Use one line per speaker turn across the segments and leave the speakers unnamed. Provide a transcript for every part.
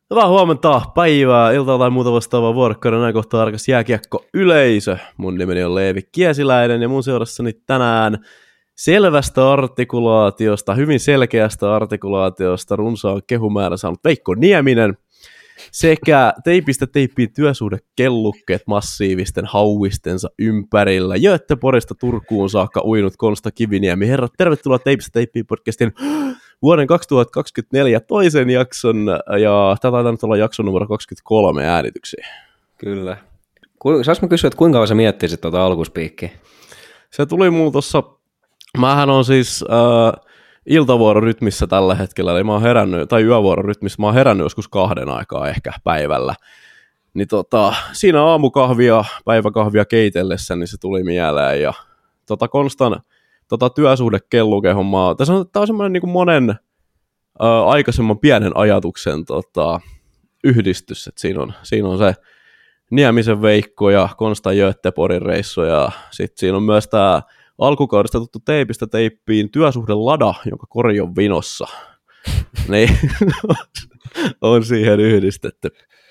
Hyvää huomenta, päivää, iltaa tai muuta vastaavaa vuorokauden näin kohtaa arkas jääkiekko yleisö. Mun nimeni on Leevi Kiesiläinen ja mun seurassani tänään selvästä artikulaatiosta, hyvin selkeästä artikulaatiosta runsaan kehumäärä saanut Veikko Nieminen sekä teipistä teippiin työsuhdekellukkeet massiivisten hauistensa ympärillä. Göteborgista Turkuun saakka uinut Konsta Kiviniemi. Herrat, tervetuloa Teipistä teippiin podcastin vuoden 2024 toisen jakson, ja tämä taitaa nyt olla jakson numero 23 äänityksiä.
Kyllä. Saanko mä kysyä, että kuinka kauan sä miettisit tuota alkuspiikkiä?
Se tuli mulla tossa, mähän on siis iltavuororytmissä tällä hetkellä, eli mä oon herännyt, tai yövuororytmissä, mä oon herännyt joskus 2 aikaa ehkä päivällä. Niin siinä aamukahvia, päiväkahvia keitellessä, niin se tuli mieleen, ja Konstan työsuhdekellukehommaa. Tämä on semmoinen niin kuin monen aikaisemman pienen ajatuksen yhdistys, että siinä on se Niemisen Veikko ja Konstan Göteborgin reissu, ja sitten siinä on myös tämä alkukaudesta tuttu teipistä teippiin työsuhdelada, jonka kori on vinossa. Niin, on siihen yhdistetty.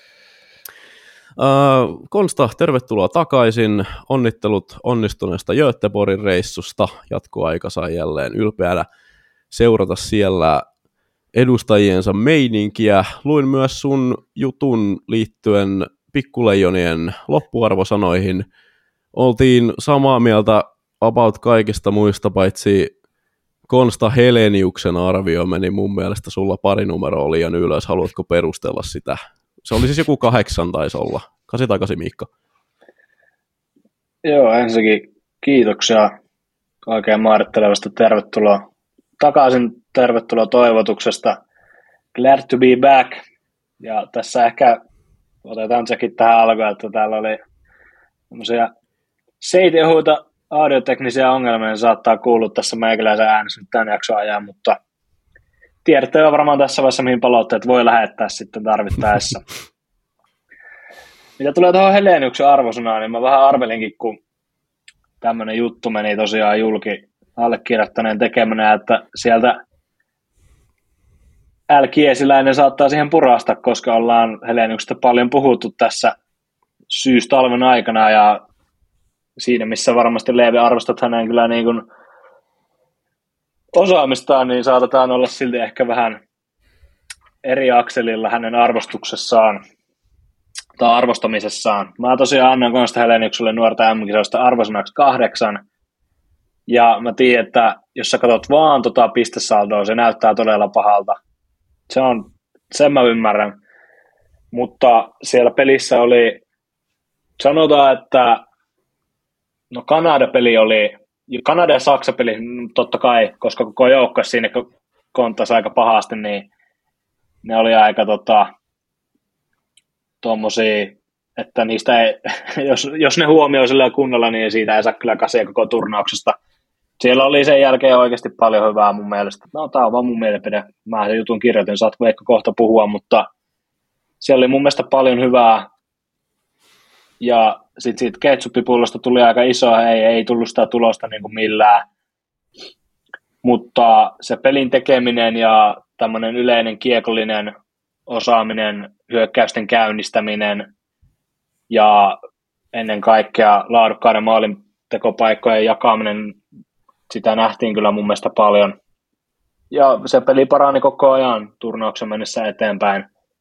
Konsta, tervetuloa takaisin. Onnittelut onnistuneesta Göteborgin reissusta. Jatkoaika sai jälleen ylpeänä seurata siellä edustajiensa meininkiä. Luin myös sun jutun liittyen Pikkuleijonien loppuarvosanoihin. Oltiin samaa mieltä about kaikista muista, paitsi Konsta Heleniuksen arvio meni mun mielestä sulla pari numeroa liian ylös. Haluatko perustella sitä? Se oli siis joku 8 taisi olla. 8 tai 8, Miikka.
Joo, ensinnäkin kiitoksia oikein määrittelevasta tervetuloa takaisin, tervetuloa toivotuksesta. Glad to be back. Ja tässä ehkä otetaan sekin tähän alkuun, että täällä oli tämmöisiä seitiehuita audioteknisiä ongelmia, niin saattaa kuulua tässä meikäläisen äänessä nyt tämän jakson ajan, mutta tiedätte jo varmaan tässä vaiheessa, mihin palautteet voi lähettää sitten tarvittaessa. Mitä tulee tuohon Heleniuksen arvosanaan, niin mä vähän arvelinkin, kun tämmöinen juttu meni tosiaan julki allekirjoittaneen tekemänä, että sieltä L-Kiesiläinen saattaa siihen purasta, koska ollaan Heleniuksesta paljon puhuttu tässä syystalven aikana, ja siinä missä varmasti Leevi arvostat hänen kyllä niin kuin osaamistaan, niin saatetaan olla silti ehkä vähän eri akselilla hänen arvostuksessaan tai arvostamisessaan. Mä tosiaan annan Konsta Heleniukselle nuorta M-kisoista arvosanaksi 8. Ja mä tiedän, että jos sä katsot vaan pistesaldoa, se näyttää todella pahalta. Sen mä ymmärrän. Mutta siellä pelissä oli, sanotaan, että no Kanada-peli oli, Kanada ja Saksa-peli totta kai, koska koko joukko siinä konttasi aika pahasti, niin ne oli aika tommosia, että niistä ei, jos ne huomioi sillä kunnolla, niin siitä ei saa kyllä kasia koko turnauksesta. Siellä oli sen jälkeen oikeasti paljon hyvää mun mielestä. No, tää on vaan mun mielipide. Mä sen jutun kirjoitin, saat Veikko kohta puhua, mutta siellä oli mun mielestä paljon hyvää. Ja sitten siitä ketsuppipullosta tuli aika iso, ei tullut sitä tulosta niin kuin millään. Mutta se pelin tekeminen ja tämmöinen yleinen kiekollinen osaaminen, hyökkäysten käynnistäminen ja ennen kaikkea laadukkaiden maalintekopaikkojen jakaminen, sitä nähtiin kyllä mun mielestä paljon. Ja se peli parani koko ajan turnauksen mennessä eteenpäin.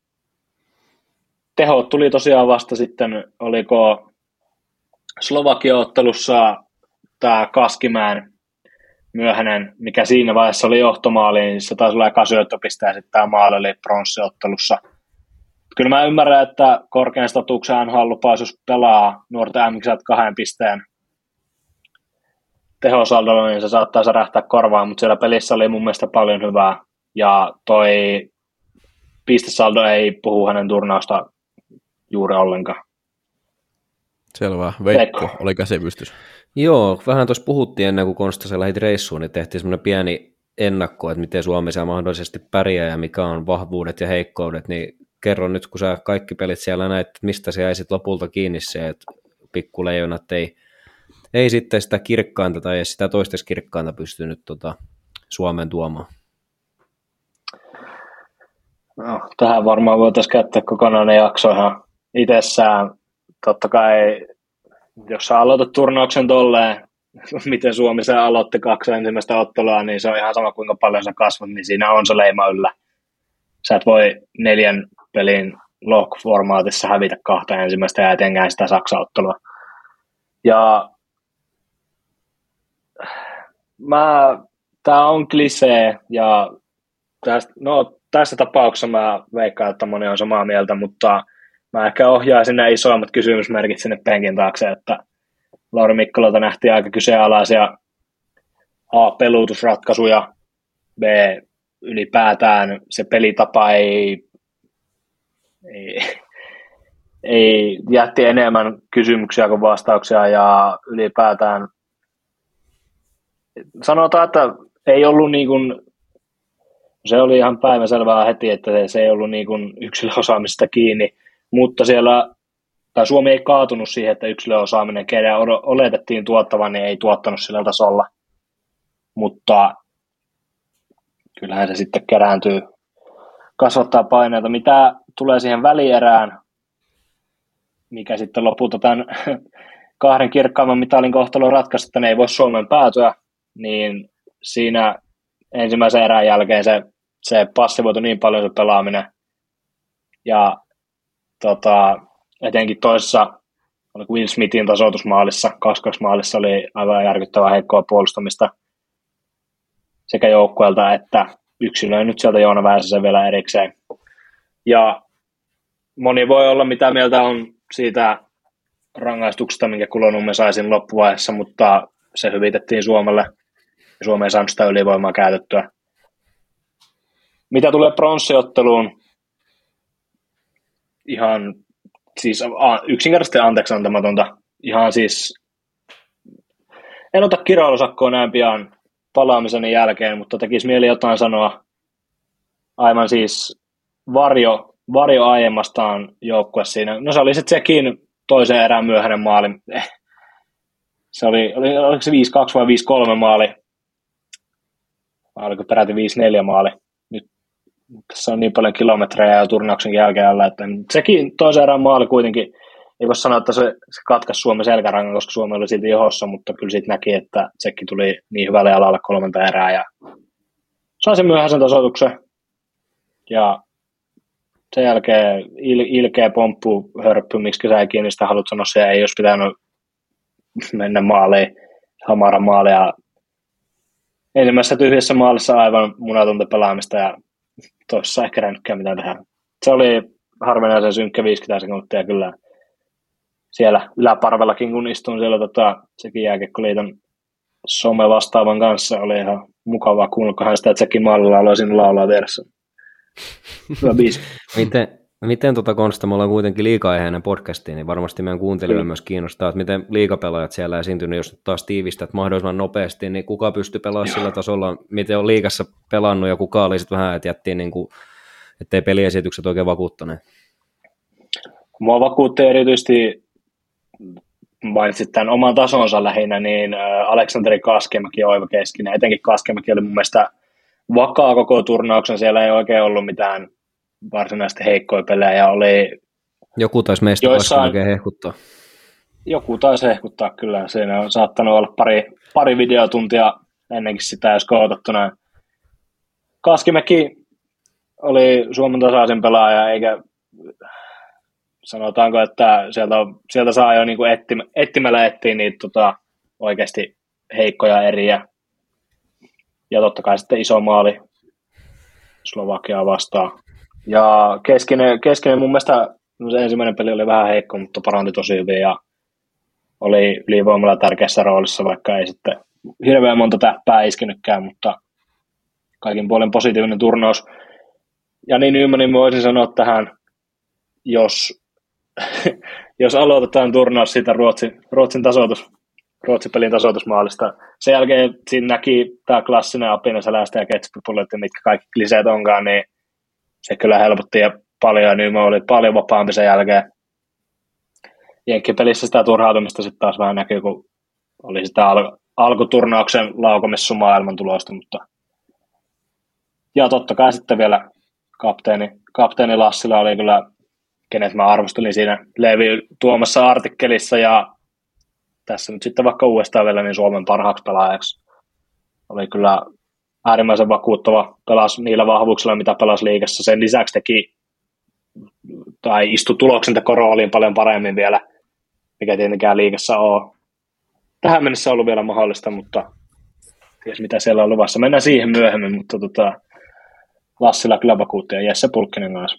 Tehot tuli tosiaan vasta sitten, oliko Slovakia-ottelussa tämä Kaskimäen myöhäinen, mikä siinä vaiheessa oli johtomaali, niin se taisi olla eka syöttöpiste ja sitten tämä maali oli pronssiottelussa. Kyllä mä ymmärrän, että korkean statuksen NHL-lupaisuus pelaa nuorten M-kisat 2 pisteen tehosaldolla, niin se saattaa särähtää korvaan, mutta siellä pelissä oli mun mielestä paljon hyvää. Ja toi pistesaldo ei puhu hänen turnausta juuri ollenkaan.
Selvä. Veikko, oli käsipystys.
Joo, vähän tuossa puhuttiin ennen kuin Konsta lähti reissuun, niin tehtiin semmoinen pieni ennakko, että miten Suomi saa mahdollisesti pärjää ja mikä on vahvuudet ja heikkoudet, niin kerro nyt, kun sä kaikki pelit siellä näet, että mistä se jäi sitten lopulta kiinni se, että pikkuleijonat ei sitten sitä kirkkainta tai sitä toistaiskirkkainta pystynyt Suomen tuomaan.
No, tähän varmaan voitaisiin käyttää kokonainen jakso ihan itsessään. Totta kai, jos sä aloitat turnauksen tolleen, miten Suomi se aloitti 2 ensimmäistä ottelua, niin se on ihan sama kuinka paljon sä kasvat, niin siinä on se leima yllä. Sä et voi 4 pelin log-formaatissa hävitä 2 ensimmäistä ja etenkään sitä Saksa-ottelua. Ja tää on klisee ja tässä tapauksessa mä veikkaan, että moni on samaa mieltä, mutta mä ehkä ohjaisin nämä isoimmat kysymysmerkit sinne penkin taakse, että Lauri Mikkolalta nähtiin aika kyseenalaisia A, peluutusratkaisuja, B, ylipäätään se pelitapa ei jätti enemmän kysymyksiä kuin vastauksia ja ylipäätään sanotaan, että ei ollut niin kuin, se oli ihan päivänselvää heti, että se ei ollut niin kuin yksilöosaamisesta kiinni, mutta Suomi ei kaatunut siihen, että yksilöosaaminen, keidän oletettiin tuottavan, niin ei tuottanut sillä tasolla, mutta kyllähän se sitten kerääntyy, kasvattaa paineita. Mitä tulee siihen välierään, mikä sitten lopulta tämän 2 kirkkaamman mitalin kohtalon ratkaisi, että ne ei voi Suomen päätyä, niin siinä ensimmäisen erän jälkeen se passivoitu niin paljon se pelaaminen. Ja etenkin toisessa Will Smithin tasoitusmaalissa, 2-2 maalissa oli aivan järkyttävää heikkoa puolustamista sekä joukkueelta että yksilöön nyt sieltä Joona Väisäsen vielä erikseen. Ja moni voi olla mitä mieltä on siitä rangaistuksesta, minkä Kulonumme sai siinä loppuvaiheessa, mutta se hyvitettiin Suomelle ja Suomi ei saanut sitä ylivoimaa käytettyä. Mitä tulee pronssiotteluun, ihan siis yksinkertaisesti anteeksi antamatonta. Ihan siis, en ota kiroilusakkoa näin pian palaamisen jälkeen, mutta tekisi mieli jotain sanoa. Aivan siis varjo aiemmastaan joukkue siinä. No se oli se Tsekin toisen erään myöhäinen maali. Se oliko se 5-2 vai 5-3 maali? Vai oliko peräti 5-4 maali? Nyt tässä on niin paljon kilometrejä ja turnauksen jälkeen alla, että Tsekin toisen erään maali kuitenkin, ei voi sanoa, että se katkaisi Suomen selkärangan, koska Suomi oli silti johossa, mutta kyllä siitä näki, että Tsekki tuli niin hyvälle alalle 3 erää ja sai sen myöhäisen tasoituksen. Ja sen jälkeen ilkeä pomppu, hörppy, miksi sä ikinä sitä haluat sanoa, se ei olisi pitänyt mennä maaliin, Hamaran maali. Ja ensimmäisessä tyhjässä maalissa aivan munatonta pelaamista ja toisessa ei kerännytkään mitään tehdä. Se oli harvinaisen synkkä 50 sekuntia kyllä. Siellä yläparvellakin, kun istun siellä sekin jääkiekkoliiton some-vastaavan kanssa, oli ihan mukavaa kuunnella sitä, että sekin maalilla aloin sinne laulaa vieressä. Hyvä biisi.
Miten Konsta, me ollaan kuitenkin liiga-aiheinen podcastiin, niin varmasti meidän kuuntelijoille myös kiinnostaa, että miten liigapelaajat siellä esiintynyt, jos taas tiivistät mahdollisimman nopeasti, niin kuka pystyy pelaamaan sillä tasolla, miten on liigassa pelannut ja kuka oli sitten vähän, että jättiin, niin kuin, ettei peliesitykset oikein vakuuttaneet?
Mua vakuutti erityisesti, mainitsit tämän oman tasonsa lähinnä, niin Aleksanteri Kaskemäki on oiva keskinen. Etenkin Kaskemäki oli mun mielestä vakaa koko turnauksen, siellä ei oikein ollut mitään varsinaisesti heikkoja pelejä.
Joku taisi meistä oikein hehkuttaa.
Joku taisi hehkuttaa, kyllä. Siinä on saattanut olla pari videotuntia ennenkin sitä, jos kootattuna. Kaskemäki oli Suomen tasaisin pelaaja, eikä sanotaanko, että sieltä saa jo niin kuin etsimällä etsiä niitä oikeasti heikkoja eriä. Ja totta kai sitten iso maali Slovakiaa vastaan. Ja keskinen mun mielestä se ensimmäinen peli oli vähän heikko, mutta paranti tosi hyvin ja oli ylivoimalla tärkeässä roolissa, vaikka ei sitten hirveän monta täppää iskenytkään, mutta kaikin puolin positiivinen turnaus. Ja niin Nymanin voisin sanoa tähän, jos aloitetaan turnaus siitä Ruotsin pelin tasoitusmaalista. Sen jälkeen siinä näki tämä klassinen apina, sälästä ja ketsuppipulletti, mitkä kaikki kliseet onkaan, niin se kyllä helpotti ja paljon, ja Nyman oli paljon vapaampi sen jälkeen. Jenkkipelissä sitä turhautumista sitten taas vähän näkyy, kun oli sitä alkuturnauksen laukomissumaailman tulosta, mutta ja totta kai sitten vielä kapteeni Lassila oli kyllä, kenet mä arvostelin siinä Leevi tuomassa artikkelissa, ja tässä nyt sitten vaikka uudestaan vielä niin Suomen parhaaksi pelaajaksi. Oli kyllä äärimmäisen vakuuttava, pelasi niillä vahvuuksilla, mitä pelasi liigassa. Sen lisäksi istui tuloksentekorooliin paljon paremmin vielä, mikä tietenkään liigassa on tähän mennessä ollut vielä mahdollista, mutta ties mitä siellä on luvassa. Mennään siihen myöhemmin, mutta Lassila kyllä vakuutti ja Jesse Pulkkinen kanssa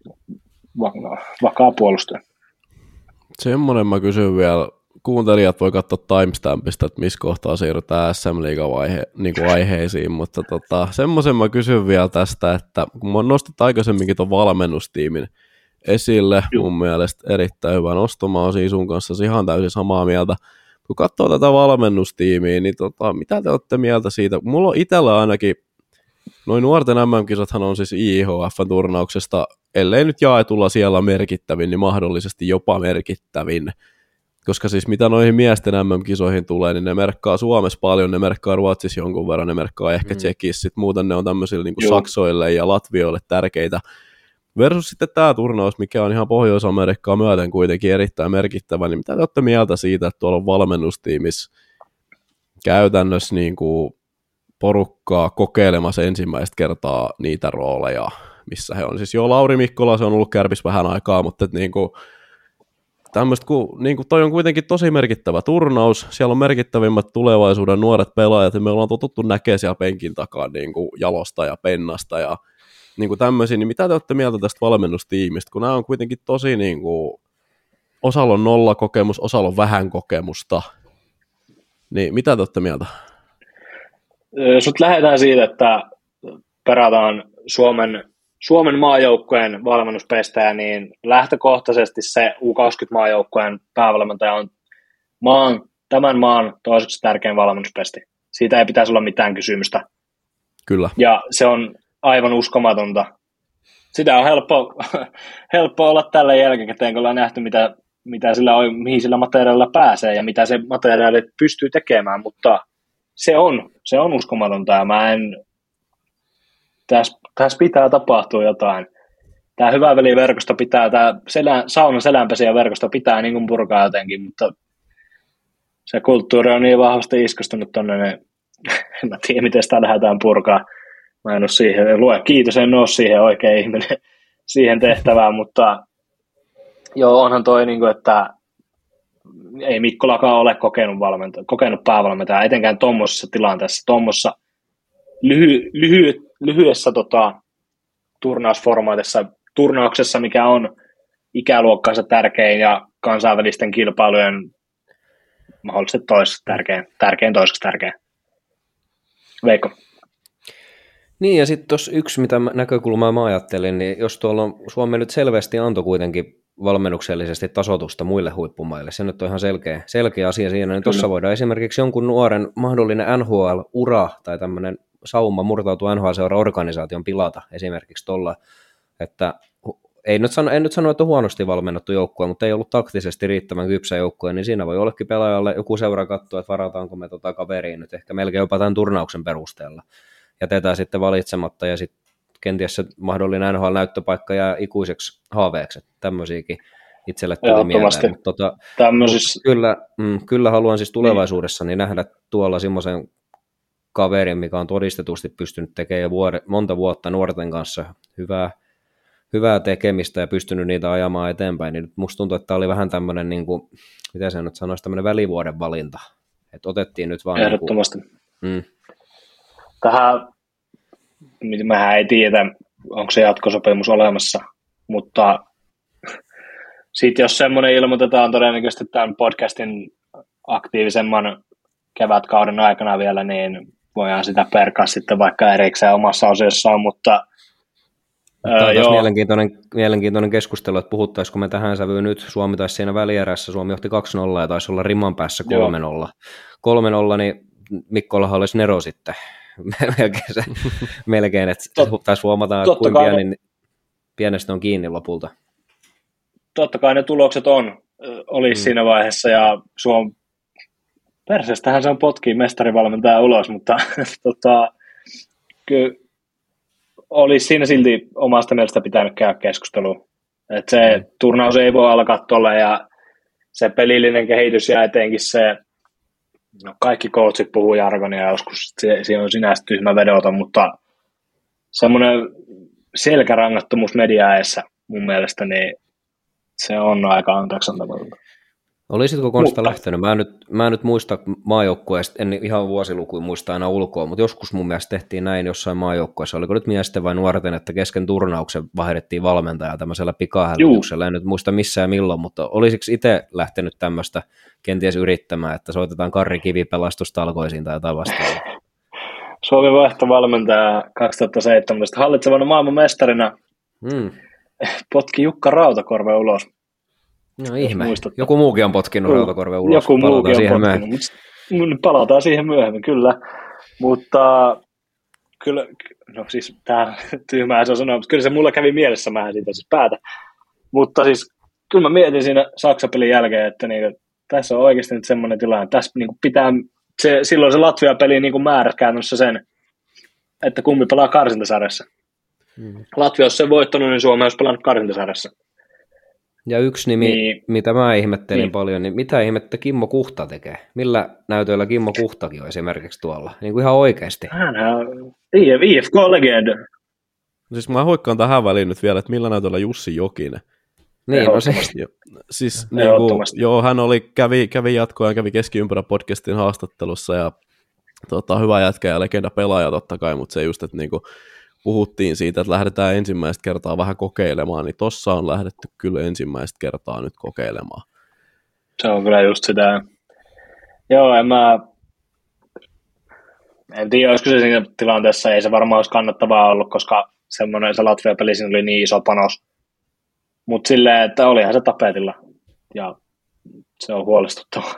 vakaa puolustaja.
Semmoinen mä kysyn vielä, kuuntelijat voi katsoa timestampista, että missä kohtaa siirrytään SM-liiga aiheisiin, mutta semmoisen mä kysyn vielä tästä, että kun mä nostit aikaisemminkin ton valmennustiimin esille, mun mielestä erittäin hyvä nosto, mä oon sun kanssa ihan täysin samaa mieltä. Kun katsoo tätä valmennustiimiä, niin mitä te olette mieltä siitä? Mulla on itsellä ainakin, noin nuorten MM-kisathan on siis IIHF-turnauksesta, ellei nyt jaetulla siellä merkittävin, niin mahdollisesti jopa merkittävin. Koska siis mitä noihin miesten MM-kisoihin tulee, niin ne merkkaa Suomessa paljon, ne merkkaa Ruotsissa jonkun verran, ne merkkaa ehkä Tsekissä, sit muuten ne on tämmöisille niin kuin Saksoille ja Latvioille tärkeitä. Versus sitten tämä turnaus, mikä on ihan Pohjois-Amerikkaa myöten kuitenkin erittäin merkittävä, niin mitä te olette mieltä siitä, että tuolla on valmennustiimissä käytännössä niin kuin porukkaa kokeilemassa ensimmäistä kertaa niitä rooleja, missä he on. Siis Lauri Mikkola, se on ollut Kärpissä vähän aikaa, mutta niinku tämmöistä, niinku toi on kuitenkin tosi merkittävä turnaus, siellä on merkittävimmät tulevaisuuden nuoret pelaajat, ja me ollaan totuttu näkemään siellä penkin takaa niinku Jalosta ja Pennasta ja niinku tämmöisiä, niin mitä te olette mieltä tästä valmennustiimistä, kun nämä on kuitenkin tosi niinku, osalla on nolla kokemus, osalla on vähän kokemusta, niin mitä te olette mieltä?
Sut lähdetään siitä, että perataan Suomen maajoukkueen valmennuspestejä, niin lähtökohtaisesti se U20-maajoukkueen päävalmentaja on tämän maan toiseksi tärkein valmennuspesti. Siitä ei pitäisi olla mitään kysymystä.
Kyllä.
Ja se on aivan uskomatonta. Sitä on helppo olla tällä jälkikäteen, kun ollaan nähty, mitä sillä on, mihin sillä materiaalilla pääsee ja mitä se materiaali pystyy tekemään, mutta se on uskomatonta ja tässä pitää tapahtua jotain. Tämä hyvä veliverkosto pitää, tämä saunan selänpesiä verkosto pitää niin kuin purkaa jotenkin, mutta se kulttuuri on niin vahvasti iskostunut tuonne, en mä tiedä miten sitä lähdetään purkaa. Mä en ole siihen, kiitos, en ole siihen oikein ihminen siihen tehtävään, mutta joo, onhan toi niin kuin, että ei Mikkolakaan ole kokenut päävalmentaja, etenkään tuommoisessa tilanteessa, tuommoisessa lyhyessä turnauksessa, mikä on ikäluokkaansa tärkein ja kansainvälisten kilpailujen mahdollisesti toiseksi tärkein. Veikko?
Niin, ja sitten tuossa yksi, mitä näkökulmaa mä ajattelin, niin jos tuolla on, Suomi nyt selvästi antoi kuitenkin valmennuksellisesti tasoitusta muille huippumaille, se nyt on ihan selkeä asia siinä, niin tuossa voidaan esimerkiksi jonkun nuoren mahdollinen NHL-ura tai tämmöinen sauma murtautua NHL-seura-organisaation pilata esimerkiksi tuolla, että en nyt sano, että on huonosti valmennettu joukkue, mutta ei ollut taktisesti riittävän kypsä joukkue, niin siinä voi ollekin pelaajalle joku seura katsoa, että varataanko me kaveriin nyt ehkä melkein jopa tämän turnauksen perusteella. Jätetään sitten valitsematta ja sitten kenties se mahdollinen NHL-näyttöpaikka jää ikuiseksi haaveeksi, että tämmöisiäkin itselle tuli mieleen. Mutta kyllä haluan siis tulevaisuudessa niin nähdä tuolla semmoisen kaverin, mikä on todistetusti pystynyt tekemään jo monta vuotta nuorten kanssa hyvää tekemistä ja pystynyt niitä ajamaan eteenpäin, niin musta tuntuu, että tämä oli vähän tämmöinen, niin kuin, mitä se nyt sanoisi, tämmöinen välivuoden valinta, että otettiin nyt vaan
ehdottomasti. Tähän, mehän ei tiedä, onko se jatkosopimus olemassa, mutta sitten jos semmoinen ilmoitetaan todennäköisesti tämän podcastin aktiivisemman kevätkauden aikana vielä, niin voidaan sitä perkaa sitten vaikka erikseen omassa osiossaan, mutta
tämä on mielenkiintoinen keskustelu, että puhuttaisiko me tähän sävyyn nyt. Suomi taisi siinä välierässä, Suomi johti 2-0 ja taisi olla riman päässä 3-0. 3-0, niin Mikkolahan olisi Nero sitten. melkein, että taisi huomata, kuinka pienestä on kiinni lopulta.
Totta kai ne tulokset olisi siinä vaiheessa, ja perseestähän se on potkii mestarivalmentaja ulos, mutta kyllä olisi siinä silti omasta mielestä pitänyt käydä keskustelua. Että se turnaus ei voi alkaa tuolla ja se pelillinen kehitys ja etenkin se, no kaikki coachit puhuu jargonia joskus, siinä on sinänsä tyhmä vedota, mutta semmoinen selkärangattomuus mediaessa mun mielestä, niin se on aika anteeksiantamatonta.
Olisitko Konsta lähtenyt? Mä en nyt muista maajoukkueesta, en ihan vuosilukuja muista aina ulkoa, mutta joskus mun mielestä tehtiin näin jossain maajoukkueessa. Oliko nyt miesten vai nuorten, että kesken turnauksen vaihdettiin valmentajaa tämmöisellä pikahälytyksellä. En nyt muista missään milloin, mutta olisiko itse lähtenyt tämmöistä kenties yrittämään, että soitetaan Karri Kivi pelastustalkoisiin tai jotain vastaavaa?
Suomi vaihtovalmentaja 2017 hallitsevana maailman mestarina potki Jukka Rautakorve ulos.
No ihme. Joku muukin on potkinut Rautakorven ulos.
Joku muukin on potkinut. Palataan siihen myöhemmin, kyllä. Mutta kyllä, no siis tämä tyhmää se on sanoa, mutta kyllä se mulla kävi mielessä, mä en siitä siis päätä. Mutta siis kyllä mä mietin siinä Saksa-pelin jälkeen, että niin, tässä on oikeasti nyt semmoinen tilanne. Tässä niin pitää, silloin se Latvia-peli niin määrä käytännössä sen, että kumpi pelaa karsintasarjassa. Latvia olisi sen voittanut, niin Suomi olisi pelannut karsintasarjassa.
Ja yksi nimi, mitä mä ihmettelin paljon, niin mitä ihmettä Kimmo Kuhta tekee? Millä näytöillä Kimmo Kuhtakin on esimerkiksi tuolla? Niin kuin ihan oikeasti.
Hänhän on IFK-legenda.
Siis mä hoikkaan tähän väliin nyt vielä, että millä näytöillä Jussi Jokinen.
Niin, no se.
Siis hän kävi jatkoa, kävi Keskiympärä podcastin haastattelussa ja hyvä jätkä ja legenda pelaaja totta kai, mutta se just, että niinku puhuttiin siitä, että lähdetään ensimmäistä kertaa vähän kokeilemaan, niin tossa on lähdetty kyllä ensimmäistä kertaa nyt kokeilemaan.
Se on kyllä just sitä. Joo, en tiedä, olisiko se siinä tilanteessa, ei se varmaan olisi kannattavaa ollut, koska semmoinen se Latvia-peli siinä oli niin iso panos. Mutta silleen, että olihan se tapetilla ja se on huolestuttavaa.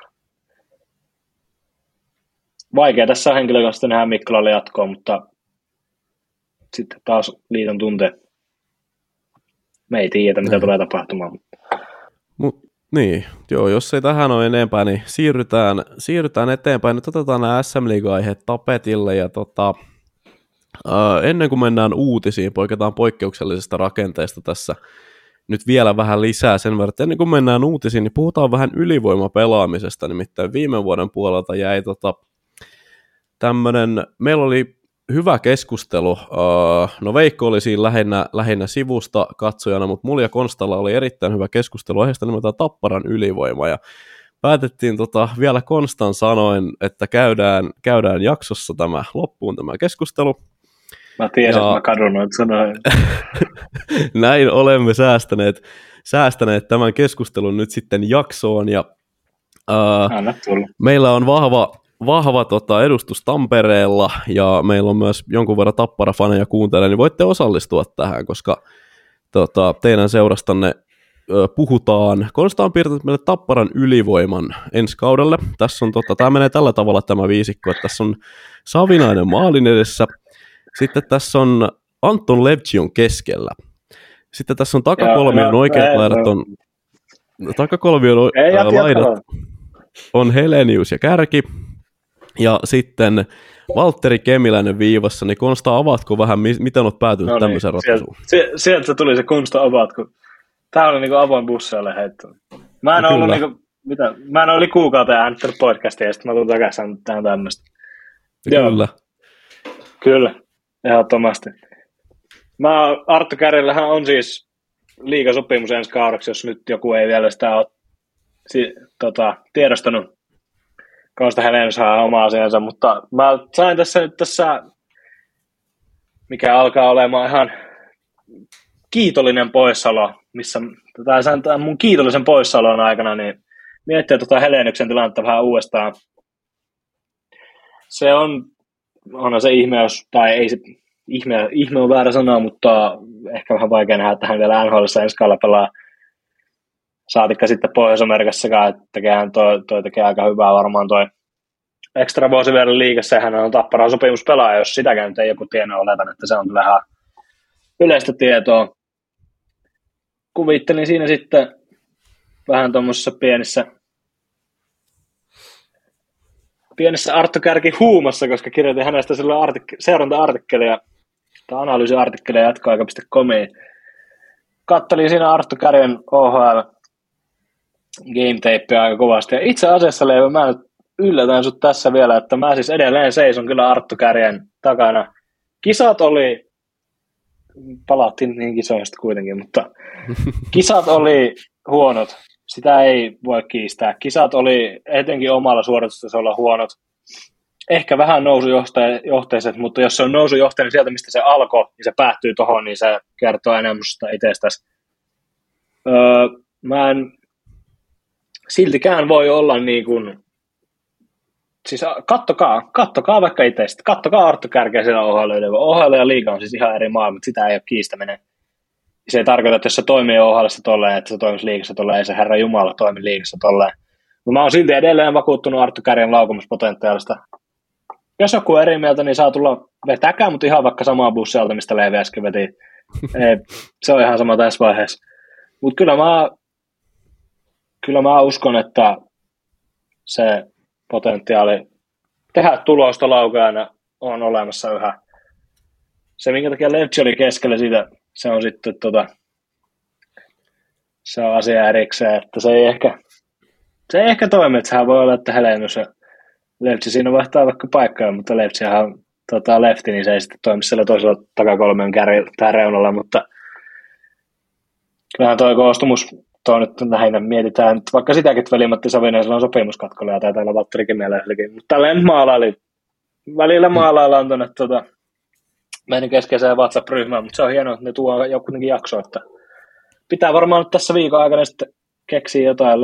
Vaikea tässä on henkilökohtaisesti nähdä Mikkolalle jatkoa, mutta sitten taas liiton tunteet. Me ei tiedä, mitä tulee tapahtumaan.
Niin, joo, jos ei tähän ole enempää, niin siirrytään eteenpäin. Nyt otetaan nämä SM Liiga-aiheet tapetille. Ja ennen kuin mennään uutisiin, poiketaan poikkeuksellisesta rakenteesta tässä nyt vielä vähän lisää sen verran. Ennen kuin mennään uutisiin, niin puhutaan vähän ylivoimapelaamisesta. Nimittäin viime vuoden puolelta jäi tämmöinen, meillä oli hyvä keskustelu. No Veikko oli siinä lähinnä sivusta katsojana, mutta mulla ja Konstalla oli erittäin hyvä keskustelu aiheesta nimeltään Tapparan ylivoima. Ja päätettiin vielä Konstan sanoen, että käydään jaksossa loppuun tämä keskustelu.
Mä tiedän, että mä kadun noita sanoja.
Näin olemme säästäneet tämän keskustelun nyt sitten jaksoon. Ja, meillä on vahva edustus Tampereella ja meillä on myös jonkun verran Tappara-faneja kuuntelemaan, niin voitte osallistua tähän, koska teidän seurastanne puhutaan. Konsta on piirtänyt meille Tapparan ylivoiman ensi kaudelle. Tässä on tämä menee tällä tavalla tämä viisikko, että tässä on Savinainen maalin edessä, sitten tässä on Anton Levtsion keskellä, sitten tässä on takakolmion oikeat laidat on takakolmion laidat on Helenius ja Kärki. Ja sitten Valtteri Kemiläinen viivassa, niin Konsta, avaatko vähän, miten olet päätynyt tämmöiseen ratkaisuun?
Sieltä se tuli se Konsta, avaatko. Tämä oli niinku avoin busseille heitto. Mä en ollut kuukauteen äänittänyt podcastia, ja sitten mä tulin takaisin tähän tämmöistä. Kyllä, ehdottomasti. Arttu Kärjellähän on siis liigasopimus ensi kaudeksi, jos nyt joku ei vielä sitä ole tiedostanut. Konsta Helenius saa oma asiansa, mutta mä sain tässä, mikä alkaa olemaan ihan kiitollinen poissaolo, sain mun kiitollisen poissaolon aikana, niin miettiä Heleniuksen tilannetta vähän uudestaan. Se onhan se ihme, tai ei se, ihme on väärä sana, mutta ehkä vähän vaikea nähdä, että hän vielä NHL:ssä ensi kaudella pelaa. Saatikka sitten Pohjois-Amerikassakaan, että toi tekee aika hyvää varmaan toi ekstra vuosi vielä liigassa, ja hän on Tapparan sopimuspelaaja, jos sitäkään nyt ei joku tiennyt, oletan, että se on kyllä ihan yleistä tietoa. Kuvittelin siinä sitten vähän tuommoisessa pienessä Arttu Kärki huumassa, koska kirjoitin hänestä silloin seuranta-artikkelia sitä analyysiartikkeleja jatkoaika.comiin. Kattelin siinä Arttu Kärjen OHL game tapea aika kovasti. Ja itse asiassa, Leivä, mä nyt yllätän sut tässä vielä, että mä siis edelleen seison kyllä Arttu Kärjen takana. Kisat oli, palattiin niin kisoista kuitenkin, mutta kisat oli huonot. Sitä ei voi kiistää. Kisat oli etenkin omalla suoritustasolla huonot. Ehkä vähän nousujohteiset, mutta jos se on nousujohteinen sieltä, mistä se alkoi, niin se päättyy tohon, niin se kertoo enemmän itsestäsi. Mä en siltikään voi olla niin kuin, siis kattokaa vaikka itsestä, kattokaa Arttu Kärkeä siellä OHL ja liiga on siis ihan eri maailma, mutta sitä ei ole kiistäminen. Se ei tarkoita, että jos se toimii OHL:ssa tolleen, että se toimisi liigassa tolleen, ei se Herra Jumala toimi liigassa tolleen. Mutta mä oon silti edelleen vakuuttunut Arttu Kärjen laukumispotentiaalista. Jos joku eri mieltä, niin saa tulla vetäkään, mutta ihan vaikka samaa bussealta, mistä Leevi äsken veti. Se on ihan sama tässä vaiheessa. Mutta kyllä mä uskon, että se potentiaali tehdä tulosta laukeana on olemassa yhä. Se, minkä takia Levtsi oli keskellä siitä, se on sitten se on asia erikseen, että se ei ehkä toimi, että sehän voi olla, että Helenius ja Levtsi siinä vaihtaa vaikka paikkaa, mutta Levtsihän on lefti, niin se ei sitten toimi siellä toisella takakolmen reunalla, mutta kyllähän toi koostumus, nyt lähinnä mietitään, että vaikka sitäkin, että Veli-Matti Savinaisella on sopimuskatkolla ja taitaa olla Valtteri mielelläkin, mutta tälleen välillä maalaillaan tuonne meidän keskeiseen WhatsApp-ryhmään, mutta se on hienoa, että ne tuo jo kuitenkin jakso, että pitää varmaan nyt tässä viikon aikana sitten keksiä jotain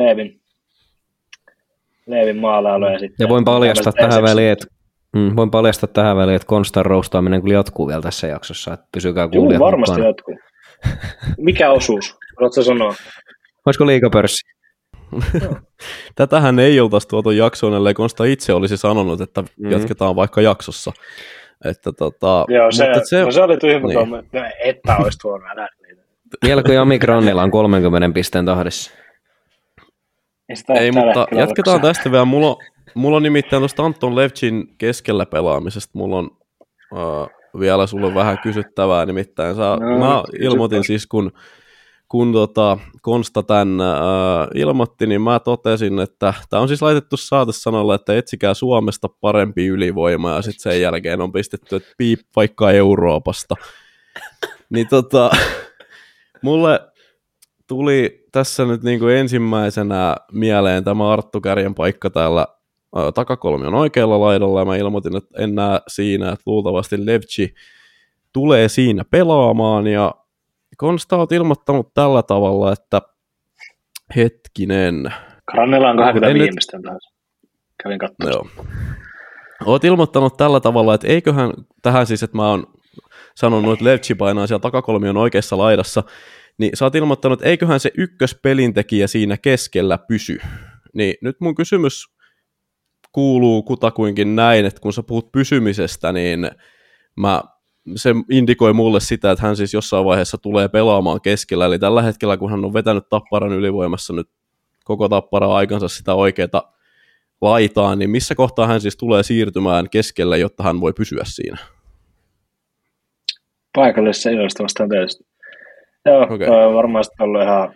Leevin maalailuja sitten.
Ja voin paljastaa tähän väliin, että Konstan roustaaminen kyllä jatkuu vielä tässä jaksossa, että pysykää kuulijat mukaan.
Varmasti jatkuu. Mikä osuus? Haluatko sanoa?
Olisiko liigapörssi?
Tätähän ei oltaisi tuotu jaksoon, ellei Konsta itse olisi sanonut, että jatketaan vaikka jaksossa. Että
joo, se oli tyhmä kommentti. Että olisi tuonut älä niitä.
Mielko Jami Grannilla on 30 pisteen tahdissa?
Ei, mutta jatketaan tästä vielä. Mulla on nimittäin tuosta Anton Levtsin keskellä pelaamisesta. Mulla on vielä sulle vähän kysyttävää. Nimittäin mä ilmoitin siis, kun Konsta tämän ilmoitti, niin mä totesin, että tämä on siis laitettu saatesanoilla, että etsikää Suomesta parempi ylivoima, ja sitten sen jälkeen on pistetty, että piip vaikka Euroopasta. Niin mulle tuli tässä nyt niin kuin ensimmäisenä mieleen tämä Arttu Kärjen paikka täällä takakolmion oikealla laidalla, ja mä ilmoitin, että en näe siinä, että luultavasti Levtsi tulee siinä pelaamaan, ja Konsta olet ilmoittanut tällä tavalla, että hetkinen.
Grannilla on 25 pisteen taas. Kävin katsomaan.
Joo. Olet ilmoittanut tällä tavalla, että eiköhän tähän siis, että mä oon sanonut, että Levtsi painaa siellä takakolmion oikeassa laidassa, niin sä oot ilmoittanut, että eiköhän se ykköspelintekijä siinä keskellä pysy. Niin nyt mun kysymys kuuluu kutakuinkin näin, että kun sä puhut pysymisestä, niin se indikoi mulle sitä, että hän siis jossain vaiheessa tulee pelaamaan keskellä, eli tällä hetkellä, kun hän on vetänyt Tapparan ylivoimassa nyt koko Tapparan aikansa sitä oikeata laitaan, niin missä kohtaa hän siis tulee siirtymään keskelle, jotta hän voi pysyä siinä?
Paikallisessa iloista vastaan tietysti. Joo, okay. Toi on varmaan sitten ollut ihan...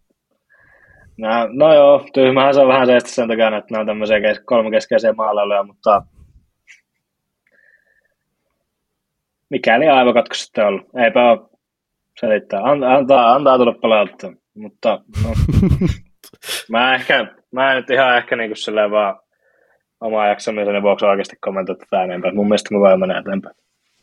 No joo, tyhmähän se on vähän seistä sen takia, että nämä on tämmöisiä kolmekeskeisiä maalailuja, mutta mikäli aivokatko sitten ollut. Eipä ole selittää. Antaa tulla palauttaa. Mutta no, mä en nyt ihan ehkä niinku silleen vaan omaa jaksamiseni vuoksi oikeasti kommentoida tätä enempää. Mun mielestä me voi mennä eteenpäin.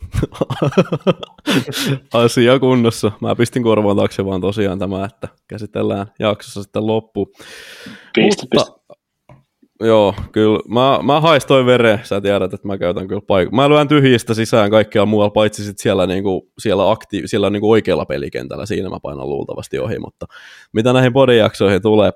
Asia kunnossa. Mä pistin korvaan taakse vaan tosiaan tämä, että käsitellään jaksossa sitten loppuun.
Piste.
Joo, kyllä. Mä haistoin veren. Sä tiedät, että mä käytän kyllä paikkaa. Mä lyön tyhjistä sisään kaikkea muualla, paitsi sit siellä siellä niinku oikealla pelikentällä. Siinä mä painan luultavasti ohi, mutta mitä näihin podijaksoihin tulee.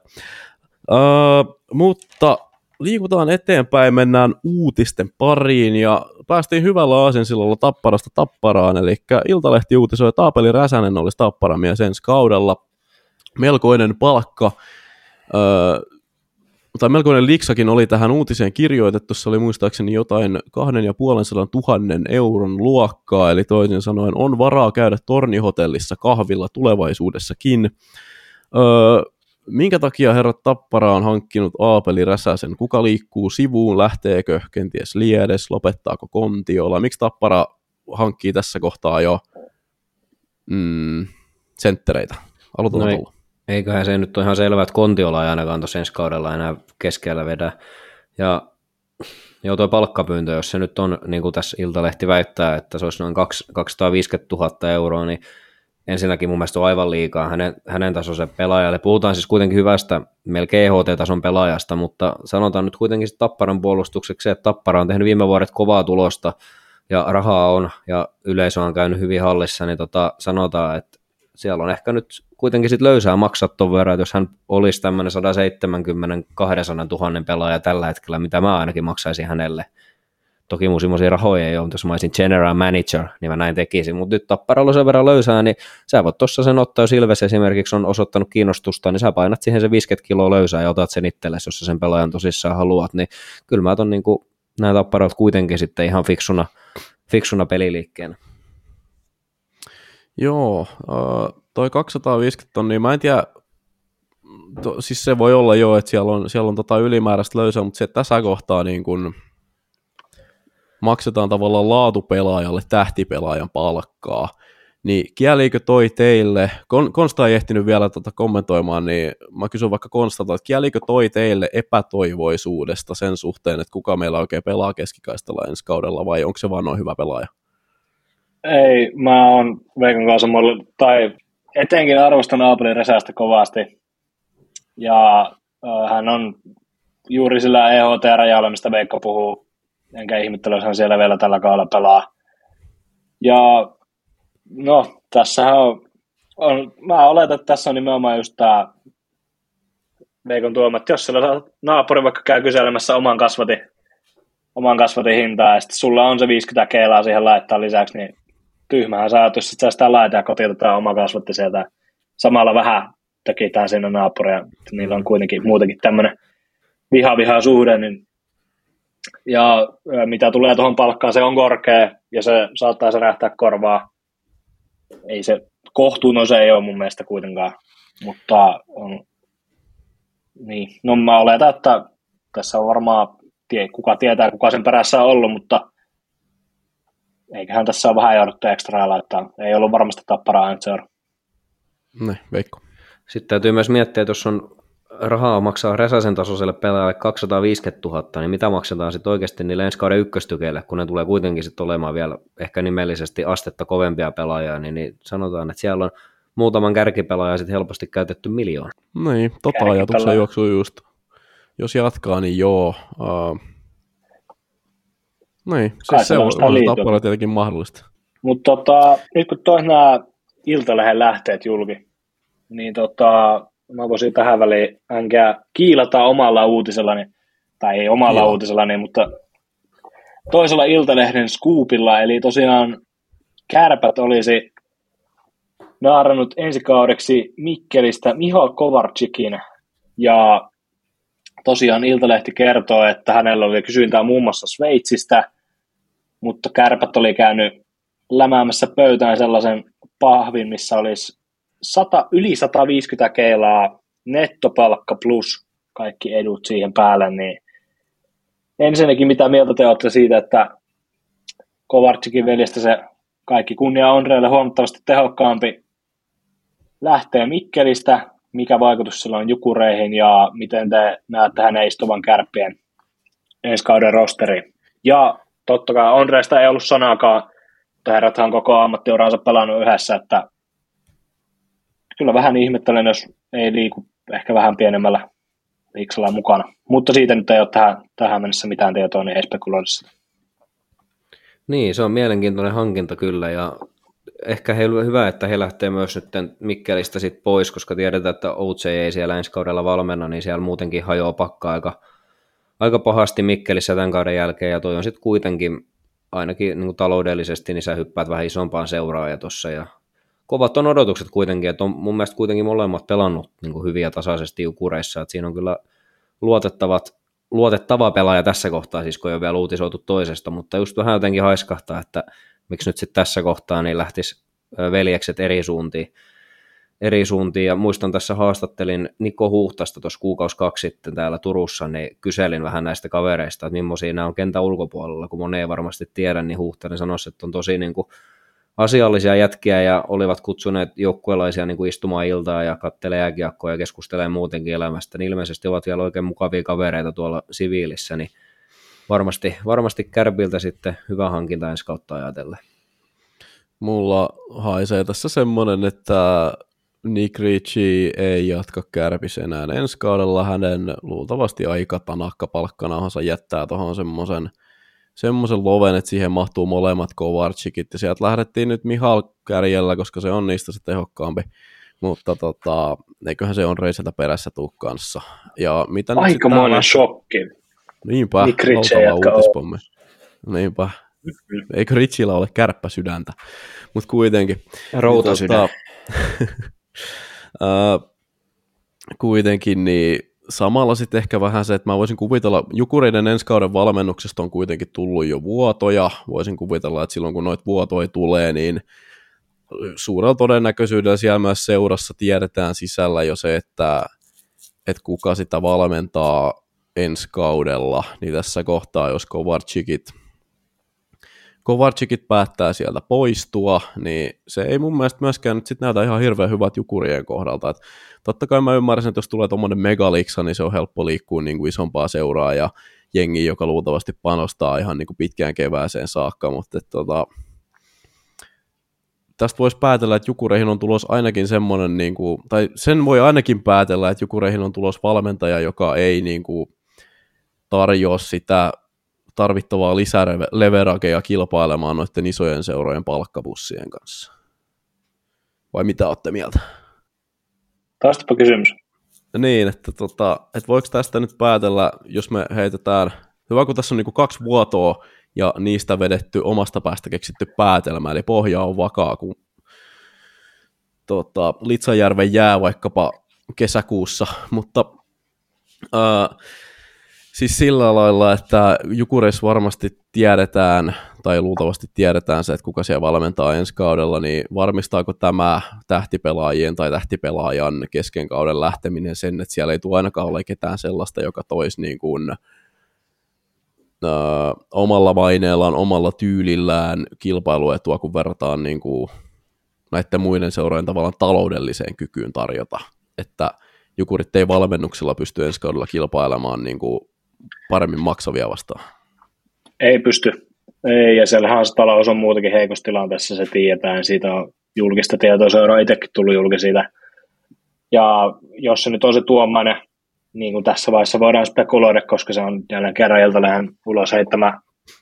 Mutta liikutaan eteenpäin, mennään uutisten pariin ja päästiin hyvällä aasinsillolla Tapparasta Tapparaan, eli Iltalehti uutisoi, että Taapeli Räsänen olisi Tapparamies ensi kaudella. Melkoinen palkka. tai melkoinen liksakin oli tähän uutiseen kirjoitettu, se oli muistaakseni jotain 250 000 euron luokkaa, eli toisin sanoen on varaa käydä tornihotellissa kahvilla tulevaisuudessakin. Minkä takia herrat Tappara on hankkinut Aapeli Räsäsen? Kuka liikkuu sivuun, lähteekö kenties Liedes, lopettaako Kontiola? Miksi Tappara hankkii tässä kohtaa jo senttereitä? Aloitetaan tuolla.
Eiköhän se nyt ole ihan selvä, että Kontiola ei ainakaan tuossa ensi kaudella enää keskellä vedä. Ja tuo palkkapyyntö, jos se nyt on, niin kuin tässä Iltalehti väittää, että se olisi noin 250 000 euroa, niin ensinnäkin mun mielestä on aivan liikaa hänen tasoisen pelaajalle. Puhutaan siis kuitenkin hyvästä, melkein EHT-tason pelaajasta, mutta sanotaan nyt kuitenkin Tapparan puolustukseksi, että Tappara on tehnyt viime vuodet kovaa tulosta, ja rahaa on, ja yleisö on käynyt hyvin hallissa, niin sanotaan, että siellä on ehkä nyt kuitenkin sit löysää maksaa ton verran, että jos hän olisi tämmöinen 170-200 000 pelaaja tällä hetkellä, mitä mä ainakin maksaisin hänelle. Toki mun semmoisia rahoja ei ole, mutta jos mä olisin general manager, niin mä näin tekisin. Mutta nyt Tapparalla on sen verran löysää, niin sä voit tuossa sen ottaa, jos Ilves esimerkiksi on osoittanut kiinnostusta, niin sä painat siihen se 50 kiloa löysää ja otat sen itsellesi, jos sä sen pelaajan tosissaan haluat. Niin kyllä mä ton niinku, näin Tapparat kuitenkin sitten ihan fiksuna peliliikkeenä.
Joo, toi 250 tonnia, mä en tiedä, siis se voi olla jo, että siellä on ylimääräistä löysää, mutta se, että tässä kohtaa niin kun maksetaan tavallaan laatupelaajalle tähtipelaajan palkkaa, niin kieliikö toi teille, Konsta ei ehtinyt vielä kommentoimaan, niin mä kysyn vaikka Konstalta, että kieliikö toi teille epätoivoisuudesta sen suhteen, että kuka meillä oikein pelaa keskikaistalla ensi kaudella, vai onko se vaan noin hyvä pelaaja?
Ei, mä oon Veikon kanssa, tai etenkin arvostan Aapeli Räsästä kovasti, ja hän on juuri sillä EHT-rajalla, mistä Veikko puhuu, enkä ihmettele, jos hän siellä vielä tällä kaudella pelaa. Ja no, tässähän mä oletan, että tässä on nimenomaan just tää Veikon tuoma, että jos siellä naapuri vaikka käy kyselemässä oman kasvatin hintaa, ja sitten sulla on se 50 keilaa siihen laittaa lisäksi, niin tyhmähän sä oot, jos sit sä sitä laita ja kotiutetaan oma kasvatti sieltä. Samalla vähän tekitään siinä naapuria, niillä on kuitenkin muutenkin tämmöinen viha suhde, niin ja mitä tulee tuohon palkkaan, se on korkea ja se saattaa särähtää korvaa. Ei se kohtuun se ei ole mun mielestä kuitenkaan, mutta niin. No mä oletan, että tässä on varmaan kuka tietää, kuka sen perässä on ollut, mutta eiköhän tässä ole vähän jouduttu ekstraa laittaa. Ei ollut varmasti Tapparaa Antseura.
Ne, Veikko.
Sitten täytyy myös miettiä, että jos on rahaa maksaa Räsäsen tasoiselle pelaajalle 250 000, niin mitä maksetaan sitten oikeasti niille ensi kauden ykköstykeille, kun ne tulee kuitenkin sitten olemaan vielä ehkä nimellisesti astetta kovempia pelaajia, niin sanotaan, että siellä on muutaman kärkipelaajan sitten helposti käytetty miljoona.
Niin, ajatuksen juoksuu just. Jos jatkaa, niin joo. Niin, siis se on Tappara tietenkin mahdollista.
Mutta nyt kun tois nämä Iltalehden lähteet julki, niin mä voisin tähän väliin kiilata omalla uutisellani, tai ei omalla uutisellani, mutta toisella Iltalehden scoopilla, eli tosiaan Kärpät olisi naarannut ensi kaudeksi Mikkelistä Miho Kovarczykin, ja tosiaan Iltalehti kertoo, että hänellä oli kysyntää muun muassa Sveitsistä, mutta Kärpät oli käynyt lämäämässä pöytään sellaisen pahvin, missä olisi yli 150 keilaa nettopalkka plus kaikki edut siihen päälle, niin ensinnäkin mitä mieltä te olette siitä, että Kovarczykin veljestä se kaikki kunnia Ondreille huomattavasti tehokkaampi lähtee Mikkelistä, mikä vaikutus sillä on Jukureihin ja miten te näette hänen istuvan Kärppien ensi kauden rosteriin. Ja totta kai Ondreista ei ollut sanaakaan, mutta herrathan koko ammattiuransa pelannut yhdessä, että kyllä vähän ihmettelen, jos ei liiku ehkä vähän pienemmällä liiksella mukana. Mutta siitä nyt ei ole tähän mennessä mitään tietoa, niin ei spekuloida sitä.
Niin, se on mielenkiintoinen hankinta kyllä, ja ehkä hyvä, että he lähtee myös nyt Mikkelistä sit pois, koska tiedetään, että OJ ei siellä ensi kaudella valmenna, niin siellä muutenkin hajoaa pakka aika pahasti Mikkelissä tämän kauden jälkeen, ja toi on sitten kuitenkin ainakin niin kuin taloudellisesti, niin sä hyppäät vähän isompaan seuraaja tuossa, ja kovat on odotukset kuitenkin, että on mun mielestä kuitenkin molemmat pelannut niin kuin hyviä tasaisesti Jukureissa, että siinä on kyllä luotettava pelaaja tässä kohtaa, siis kun ei ole vielä uutisoitu toisesta, mutta just vähän jotenkin haiskahtaa, että miksi nyt sitten tässä kohtaa niin lähtisi veljekset eri suuntiin, ja muistan tässä haastattelin Niko Huhtasta tuossa 1-2 kuukausi sitten täällä Turussa, niin kyselin vähän näistä kavereista, että millaisia nämä on kentän ulkopuolella, kun moni ei varmasti tiedä, niin Huhtanen sanoi, että on tosi niin kuin asiallisia jätkiä ja olivat kutsuneet joukkuelaisia niin kuin istumaan iltaa ja katselemaan jääkiekkoa ja keskustelemaan muutenkin elämästä, niin ilmeisesti ovat vielä oikein mukavia kavereita tuolla siviilissä, niin varmasti Kärpiltä sitten hyvä hankinta ensi kautta ajatellen.
Mulla haisee tässä semmoinen, että Nick Ritchie ei jatka Kärpissä enää ensi kaudella. Hänen luultavasti aika tanakka palkkanahansa jättää tuohon semmoisen loven, että siihen mahtuu molemmat Kovarčikit, ja sieltä lähdettiin nyt Mihal kärjellä, koska se on niistä se tehokkaampi, mutta eiköhän se on reiseltä perässä tuu kanssa. Ja mitä
aikamoinen shokki.
Niinpä, valtava uutispommi. Niinpä. Eikö Richillä ole kärppäsydäntä, mutta kuitenkin.
Routasydän.
Kuitenkin, niin samalla sitten ehkä vähän se, että mä voisin kuvitella, Jukureiden ensi kauden valmennuksesta on kuitenkin tullut jo vuotoja, voisin kuvitella, että silloin kun noita vuotoja tulee, niin suurella todennäköisyydellä siellä myös seurassa tiedetään sisällä jo se, että kuka sitä valmentaa ensi kaudella, niin tässä kohtaa, jos Kovarčikit päättää sieltä poistua, niin se ei mun mielestä myöskään nyt sit näytä ihan hirveän hyvät Jukurien kohdalta. Et totta kai mä ymmärrän, että jos tulee tommonen megaliksa, niin se on helppo liikkua niin kuin isompaa seuraa ja jengi, joka luultavasti panostaa ihan niin kuin pitkään kevääseen saakka, mutta tästä voisi päätellä, että Jukureihin on tulos ainakin semmoinen, niin kuin, tai sen voi ainakin päätellä, että Jukureihin on tulos valmentaja, joka ei niin kuin tarjoa sitä tarvittavaa lisäleveragea kilpailemaan noiden isojen seurojen palkkabussien kanssa. Vai mitä olette mieltä?
Taastapa kysymys.
Niin, että voiko tästä nyt päätellä, jos me heitetään, hyvä kun tässä on niinku 2 vuotoa ja niistä vedetty omasta päästä keksitty päätelmä, eli pohja on vakaa, kun Litsajärven jää vaikkapa kesäkuussa, mutta siis sillä lailla, että Jukureissa varmasti tiedetään, tai luultavasti tiedetään se, että kuka siellä valmentaa ensi kaudella, niin varmistaako tämä tähtipelaajien tai tähtipelaajan kesken kauden lähteminen sen, että siellä ei tule ainakaan ole ketään sellaista, joka toisi niin kuin, omalla maineellaan, omalla tyylillään kilpailuetua, kun verrataan niin kuin näiden muiden seurojen tavallaan taloudelliseen kykyyn tarjota, että Jukurit ei valmennuksella pysty ensi kaudella kilpailemaan niin kuin paremmin maksavia vastaan.
Ei pysty. Ei, ja siellähän se talous on muutenkin heikossa tilanteessa, se tiedetään. Siitä on julkista tietoa, se on itsekin tullut julki siitä. Ja jos se nyt on se Tuomainen, niin kuin tässä vaiheessa voidaan spekuloida, koska se on jälleen kerran Iltalehden ulos heittämä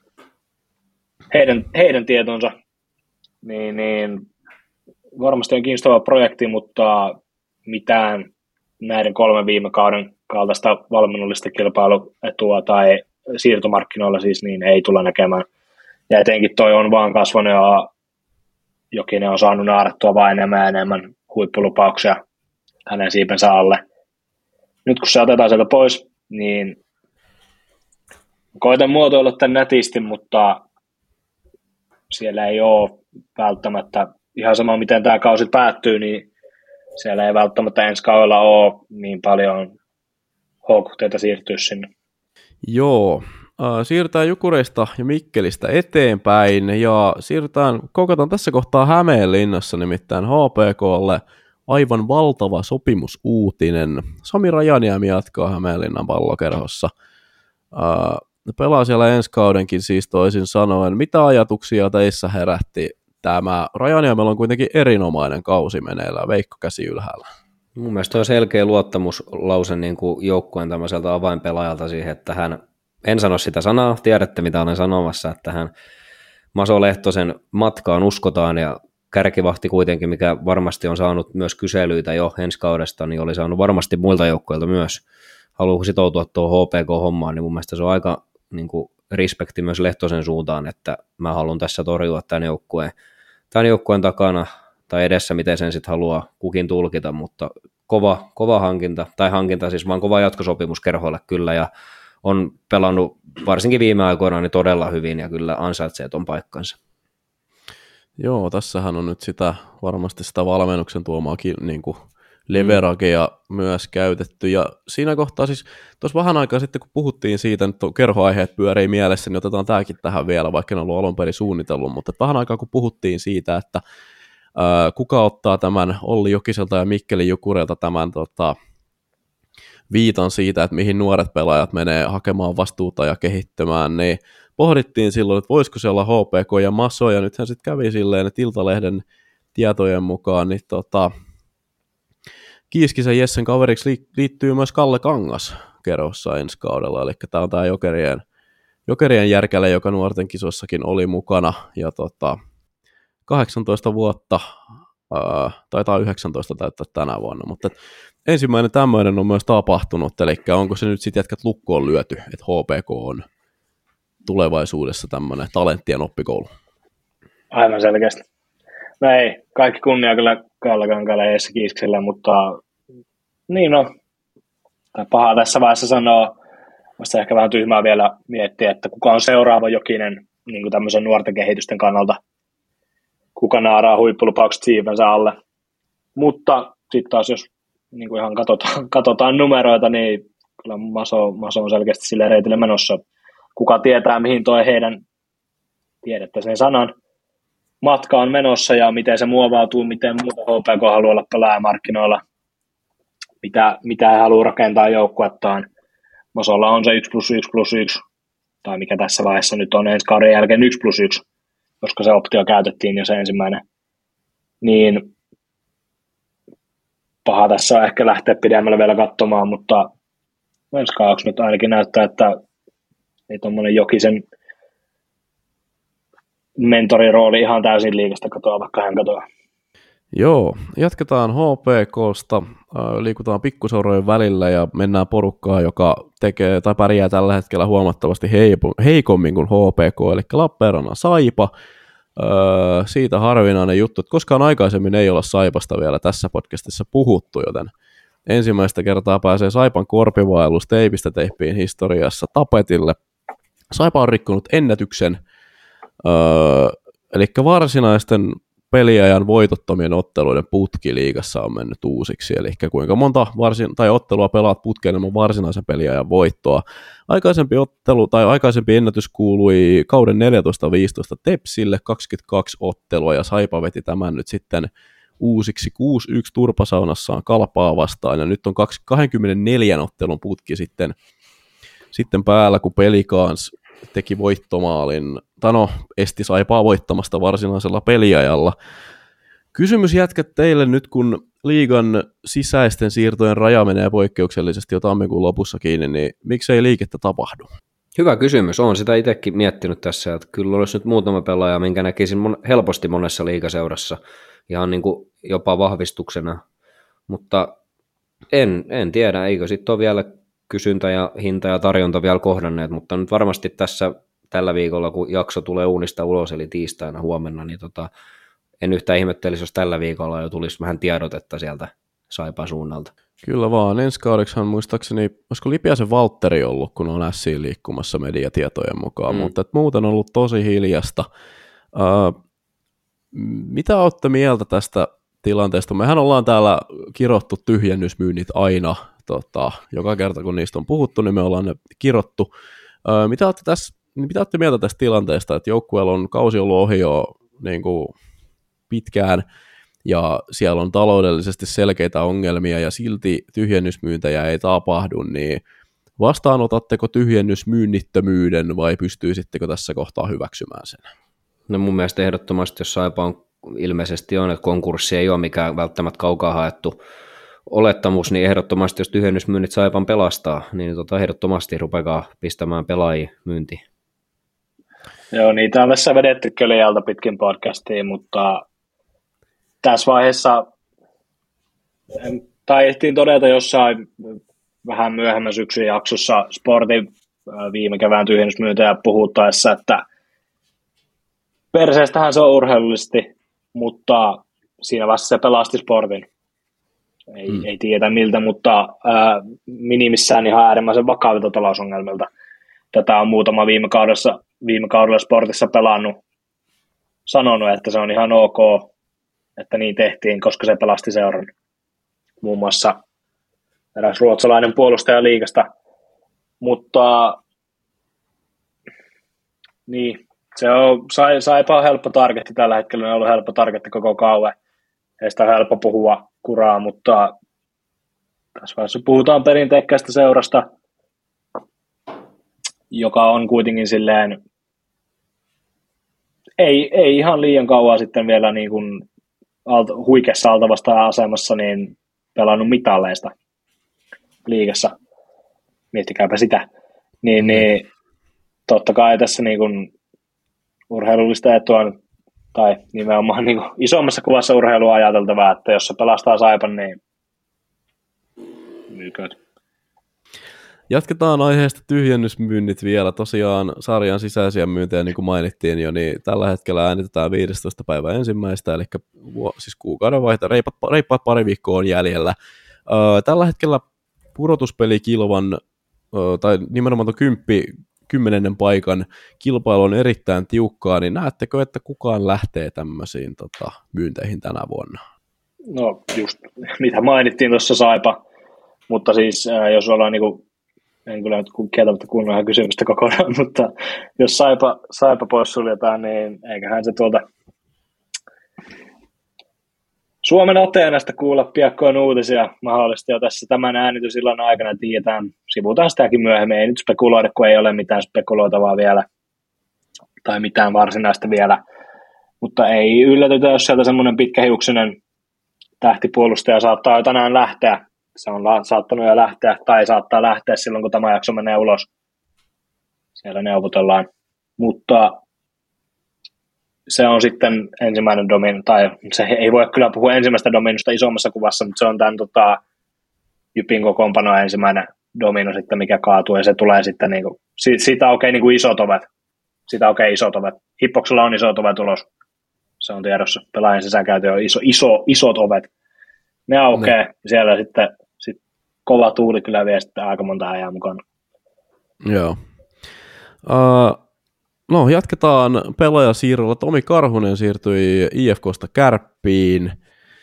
heidän tietonsa, niin varmasti on kiinnostava projekti, mutta mitään näiden 3 viime kauden kaltaista valmennollista kilpailuetua tai siirtomarkkinoilla siis niin ei tule näkemään. Ja etenkin toi on vaan kasvanut ja Jokinen on saanut naarattua vain enemmän huippulupauksia hänen siipensä alle. Nyt kun se otetaan sieltä pois, niin koitan muotoilla tämän nätisti, mutta siellä ei ole välttämättä, ihan sama miten tämä kausi päättyy, niin siellä ei välttämättä ensi kaudella ole niin paljon houkutteita siirtyä sinne.
Joo, siirrytään Jukureista ja Mikkelistä eteenpäin ja kokotaan tässä kohtaa Hämeenlinnassa nimittäin HPK:lle aivan valtava sopimusuutinen. Sami Rajaniemi jatkaa Hämeenlinnan Pallokerhossa. Pelaa siellä ensi kaudenkin siis toisin sanoen. Mitä ajatuksia teissä herätti tämä? Rajaniemellä on kuitenkin erinomainen kausi meneillään, Veikko käsi ylhäällä.
Mun mielestä on selkeä luottamuslause niin kuin joukkueen tämmöiseltä avainpelaajalta siihen, että hän, en sano sitä sanaa, tiedätte mitä olen sanomassa, että hän Maso Lehtosen matkaan uskotaan ja kärkivahti kuitenkin, mikä varmasti on saanut myös kyselyitä jo ensi kaudesta, niin oli saanut varmasti muilta joukkueilta myös haluaa sitoutua tuohon HPK-hommaan, niin mun mielestä se on aika niin kuin respekti myös Lehtosen suuntaan, että mä haluan tässä torjua tämän joukkueen takana tai edessä, miten sen sitten haluaa kukin tulkita, mutta kova hankinta siis vaan kova jatkosopimus Kerholle kyllä, ja on pelannut varsinkin viime aikoina niin todella hyvin, ja kyllä ansaitsee ton paikkansa.
Joo, tässähän on nyt varmasti sitä valmennuksen tuomaakin niin kuin leveragea myös käytetty, ja siinä kohtaa siis, tuossa vähän aikaa sitten, kun puhuttiin siitä, nyt kerhoaiheet pyörii mielessä, niin otetaan tämäkin tähän vielä, vaikka en ollut alun perin suunnitellut, mutta vähän aikaa kun puhuttiin siitä, että kuka ottaa tämän Olli Jokiselta ja Mikkeli Jukureilta tämän viitan siitä, että mihin nuoret pelaajat menee hakemaan vastuuta ja kehittymään, niin pohdittiin silloin, että voisiko se olla HPK ja Maso, ja nythän sitten kävi silleen, että Iltalehden tietojen mukaan, niin Kiiskisen Jessen kaveriksi liittyy myös Kalle Kangas Kerhossa ensi kaudella, eli tämä on tämä Jokerien järkäle, joka nuorten kisoissakin oli mukana, ja 18 vuotta, taitaa 19 täyttää tänä vuonna, mutta ensimmäinen tämmöinen on myös tapahtunut, eli onko se nyt sitten jätkät lukkoon lyöty, että HPK on tulevaisuudessa tämmöinen talenttien oppikoulu?
Aivan selkeästi. No ei, kaikki kunnia kyllä Kalle Kankaalle ja Jesse Kiiskiselle, mutta niin no, paha tässä vaiheessa sanoa, vasta ehkä vähän tyhmää vielä miettiä, että kuka on seuraava Jokinen niin kuin tämmöisen nuorten kehitysten kannalta, kuka naaraa huippulupaukset siivensä alle. Mutta sitten taas, jos niin kuin ihan katsotaan numeroita, niin kyllä Maso on selkeästi sille reitille menossa. Kuka tietää, mihin toi heidän, tiedätte sen sanan, matka on menossa ja miten se muovautuu, miten muuta HPK haluaa olla pelaajamarkkinoilla, mitä he haluaa rakentaa joukkuettaan. Masolla on se 1+1+1, tai mikä tässä vaiheessa nyt on ensi kauden jälkeen 1+1, koska se optio käytettiin jo se ensimmäinen. Niin paha tässä on ehkä lähteä pidemmälle vielä katsomaan, mutta ensi kaudeksi nyt ainakin näyttää, että ei tuommoinen Jokisen mentorirooli ihan täysin liikasta katoa, vaikka hän katoaa.
Joo, jatketaan HPKsta, liikutaan pikkuseurojen välillä ja mennään porukkaan, joka tekee tai pärjää tällä hetkellä huomattavasti heikommin kuin HPK, eli Lappeenrannan Saipa. Siitä harvinainen juttu, että koskaan aikaisemmin ei olla Saipasta vielä tässä podcastissa puhuttu, joten ensimmäistä kertaa pääsee Saipan korpivaellus teipistä teippiin historiassa tapetille. Saipa on rikkonut ennätyksen, eli varsinaisten peliajan voitottomien otteluiden putki liigassa on mennyt uusiksi, eli kuinka monta ottelua pelaat putkeen ilman varsinaisen peliajan voittoa. Aikaisempi ennätys kuului kauden 14-15 Tepsille, 22 ottelua, ja Saipa veti tämän nyt sitten uusiksi 6-1 Turpasaunassaan Kalpaa vastaan, ja nyt on 24 ottelun putki sitten päällä, kun Pelikans teki voittomaalin, esti Saipaa voittamasta varsinaisella peliajalla. Kysymys jätkät teille nyt, kun liigan sisäisten siirtojen raja menee poikkeuksellisesti jo tammikuun lopussa kiinni, niin miksei liikettä tapahdu?
Hyvä kysymys, olen sitä itsekin miettinyt tässä, että kyllä olisi nyt muutama pelaaja, minkä näkisin helposti monessa liigaseurassa, ihan niin kuin jopa vahvistuksena, mutta en tiedä, eikö sitten ole vielä kysyntä ja hinta ja tarjonta vielä kohdanneet, mutta nyt varmasti tässä tällä viikolla, kun jakso tulee uunista ulos, eli tiistaina huomenna, niin en yhtään ihmettelisi, jos tällä viikolla jo tulisi vähän tiedotetta sieltä Saipan suunnalta.
Kyllä vaan, ensi kaudeksihan muistaakseni, olisiko Lipiäisen Valtteri ollut, kun on Siin liikkumassa mediatietojen mukaan, mutta muuten on ollut tosi hiljasta. Mitä olette mieltä tästä tilanteesta? Mehän ollaan täällä kirottu tyhjennysmyynnit aina, joka kerta kun niistä on puhuttu, niin me ollaan ne kirottu. Mitä olette mieltä tästä tilanteesta, että joukkueella on kausi ollut ohi jo niin kuin pitkään, ja siellä on taloudellisesti selkeitä ongelmia, ja silti tyhjennysmyyntejä ei tapahdu, niin vastaanotatteko tyhjennysmyynnittömyyden, vai pystyisittekö tässä kohtaa hyväksymään sen?
No mun mielestä ehdottomasti, jos Saipa on ilmeisesti on, että konkurssi ei ole mikään välttämättä kaukaa haettu olettamus, niin ehdottomasti, jos tyhjennysmyynnit Saipan pelastaa, niin ehdottomasti rupekaa pistämään pelaajia myyntiin.
Joo, niitä on tässä vedetty köliältä pitkin podcastiin, mutta tässä vaiheessa taidettiin todeta jossain vähän myöhemmän syksyn jaksossa Sportin viime kevään tyhjennysmyyntejä puhuttaessa, että perseestähän se on urheilullisesti, mutta siinä vaiheessa se pelasti Sportin. Ei tiedä miltä, mutta minimissään ihan äärimmäisen vakavilta talousongelmilta. Tätä on muutama viime kaudella Sportissa pelannut, sanonut, että se on ihan ok, että niin tehtiin, koska se pelasti seuran. Muun muassa eräs ruotsalainen puolustaja liigasta, mutta niin, se on, Saipa on helppo targetti tällä hetkellä, ne on ollut helppo targetti koko kauan. Heistä on helppo puhua kuraa, mutta tässä vaiheessa puhutaan perinteikkäästä seurasta, joka on kuitenkin silleen, ei ihan liian kauan sitten vielä niin kuin huikeassa altavasta asemassa niin pelannut mitalleista liigassa. Miettikääpä sitä. Niin, totta kai tässä niin kuin urheilullista etua, tai nimenomaan niin kuin isommassa kuvassa urheilua ajateltavaa, että jos se pelastaa Saipan, niin myyköt.
Jatketaan aiheesta tyhjennysmyynnit vielä. Tosiaan sarjan sisäisiä myyntejä, niin kuin mainittiin jo, niin tällä hetkellä äänitetään 15. päivä ensimmäistä, eli siis kuukauden vaihto, reippaat pari viikkoa on jäljellä. Tällä hetkellä pudotuspelikilvan, tai nimenomaan 10. paikan kilpailu on erittäin tiukkaa, niin näettekö, että kukaan lähtee tämmöisiin myynteihin tänä vuonna?
No just, mitä mainittiin tuossa Saipa, mutta siis jos ollaan niinku, en kyllä nyt kieltämättä kunnon kysymystä kokonaan, mutta jos Saipa pois suljetaan, niin eiköhän se tuolta Suomen Ateenasta kuulla piakkoin uutisia mahdollisesti jo tässä tämän äänitysillan aikana tiedetään. Sivutaan sitäkin myöhemmin, ei nyt spekuloida, kun ei ole mitään spekuloitavaa vielä tai mitään varsinaista vielä, mutta ei yllätytä, jos sieltä semmoinen pitkähiuksinen tähtipuolustaja saattaa jo tänään lähteä. Se on saattanut jo lähteä tai saattaa lähteä silloin, kun tämä jakso menee ulos. Siellä neuvotellaan, mutta se on sitten ensimmäinen domino, tai se ei voi kyllä puhua ensimmäistä dominosta isommassa kuvassa, mutta se on tämän Jypin kokoonpano ensimmäinen domino sitten, mikä kaatuu, ja se tulee sitten niinku, siitä aukeaa niinku isot ovet. Siitä aukeaa isot ovet. Hippoksella on isot ovet ulos. Se on tiedossa. Pelaajan sisäänkäynti on isot ovet. Ne aukeaa, ja siellä sitten kova tuuli kyllä vie sitten aika monta ajaa mukana.
Joo. No, jatketaan pelaajasiirrolla. Tomi Karhunen siirtyi IFK:sta Kärppiin.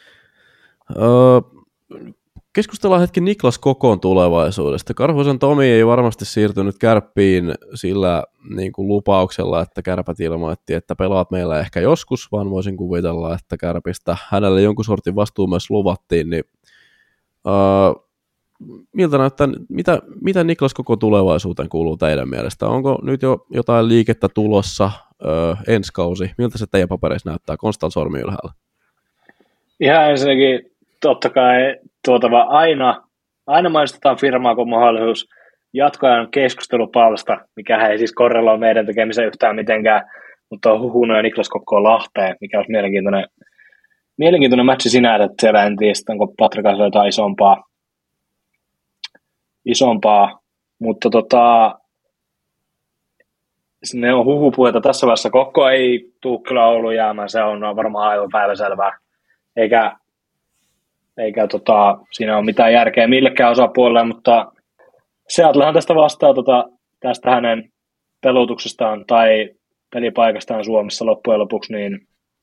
Keskustellaan hetki Niklas Kokon tulevaisuudesta. Karhusen Tomi ei varmasti siirtynyt Kärppiin sillä niin kuin lupauksella, että Kärpät ilmoitti, että pelaat meillä ehkä joskus, vaan voisin kuvitella, että Kärpistä hänelle jonkun sortin vastuu myös luvattiin. Niin, miltä näyttää, mitä Niklas Kokon tulevaisuuteen kuuluu teidän mielestä? Onko nyt jo jotain liikettä tulossa ensi kausi? Miltä se teidän papereissa näyttää? Konstan sormi ylhäällä.
Ihan ensinnäkin totta kai tuotava aina mainistetaan firmaa, kun mahdollisuus jatkoajan keskustelupalsta, mikä ei siis korreloi meidän tekemiseen yhtään mitenkään, mutta on huhunut ja Niklas Kokko Lahteen, mikä olisi mielenkiintoinen matchi sinä, että siellä en tiedä, onko Patrikassa jotain isompaa, mutta ne on huhupuheita tässä vaiheessa. Kokko ei tule kyllä Ouluun jäämään, se on varmaan aivan päiväselvää, eikä siinä ole mitään järkeä millekään osapuolelle, mutta Seattlehan tästä vastaa tästä hänen pelutuksestaan tai pelipaikastaan Suomessa loppujen lopuksi, niin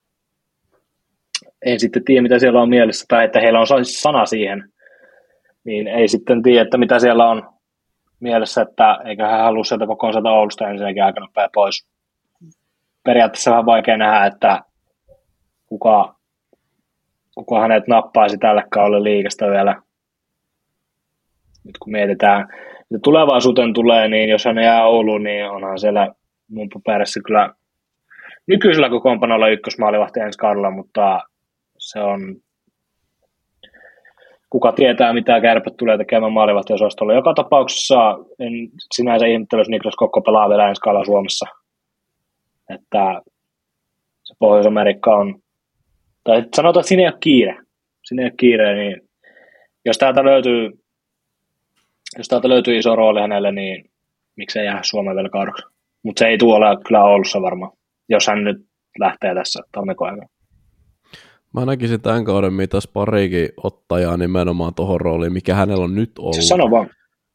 en sitten tiedä, mitä siellä on mielessä, tai että heillä on sana siihen, niin ei sitten tiedä, että mitä siellä on mielessä, että eikä hän halua sieltä kokoon sieltä Oulusta ensinnäkin aika nopea pois. Periaatteessa vähän vaikea nähdä, että kuka hänet nappaisi tälle kaudelle liigasta vielä. Nyt kun mietitään, että tulevaisuuteen tulee, niin jos hän jää Ouluun, niin onhan siellä mun paperissa kyllä nykyisellä kokoonpanolla ykkösmaalivahti ensi kaudella, mutta se on, kuka tietää, mitä Kärpät tulee tekemään maalivahtiosastolla. Joka tapauksessa en sinänsä ihmettele, jos Niklas Kokko pelaa vielä ensi kaudella Suomessa. Että se Pohjois-Amerikka on, tai sanotaan, että siinä ei ole kiire. Niin jos täältä löytyy iso rooli hänelle, niin miksei jää Suomen vielä kaudeksi. Mutta se ei tule ole kyllä Oulussa varmaan, jos hän nyt lähtee tässä tammikuun aikana.
Mä näkisin tämän kauden mitäs parikin ottajaa nimenomaan tuohon rooliin, mikä hänellä on nyt ollut.
Sano vaan.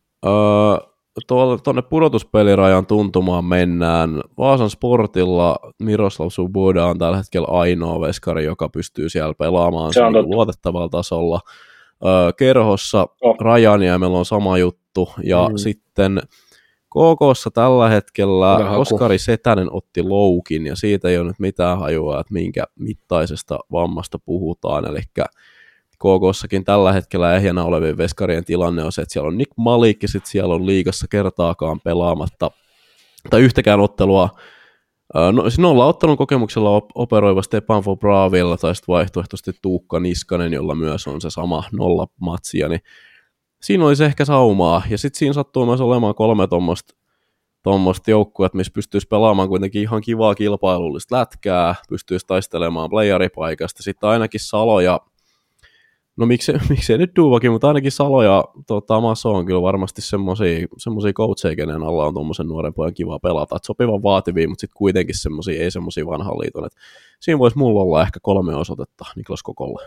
Tuonne pudotuspelirajan tuntumaan mennään. Vaasan Sportilla Miroslav Suboda on tällä hetkellä ainoa veskari, joka pystyy siellä pelaamaan niin luotettavalla tasolla. Kerhossa Rajaniemellä on sama juttu, ja sitten KK:ssa tällä hetkellä Oskari Setänen otti loukin, ja siitä ei ole nyt mitään hajua, että minkä mittaisesta vammasta puhutaan, eli KK:ssakin tällä hetkellä ehjänä olevien veskarien tilanne on se, että siellä on Nick Malik, ja sitten siellä on liigassa kertaakaan pelaamatta, tai yhtäkään ottelua. Siinä ollaan ottanut kokemuksella operoiva Stepan Fobravilla, tai sitten vaihtoehtoisesti Tuukka Niskanen, jolla myös on se sama 0 matsia, niin siinä olisi ehkä saumaa, ja sitten siinä sattuu myös olemaan 3 tuommoista joukkuetta, missä pystyisi pelaamaan kuitenkin ihan kivaa kilpailullista lätkää, pystyisi taistelemaan playeripaikasta, sitten ainakin Salo ja, no miksei nyt Duvakin, mutta ainakin Salo ja Maso on kyllä varmasti semmosia coacheja, kenen alla on tuommoisen nuoren pojan kiva pelata, että sopivan vaativia, mutta sitten kuitenkin ei semmosia vanhan liiton, että siinä voisi mulla olla ehkä 3 osoitetta Niklas Kokolle.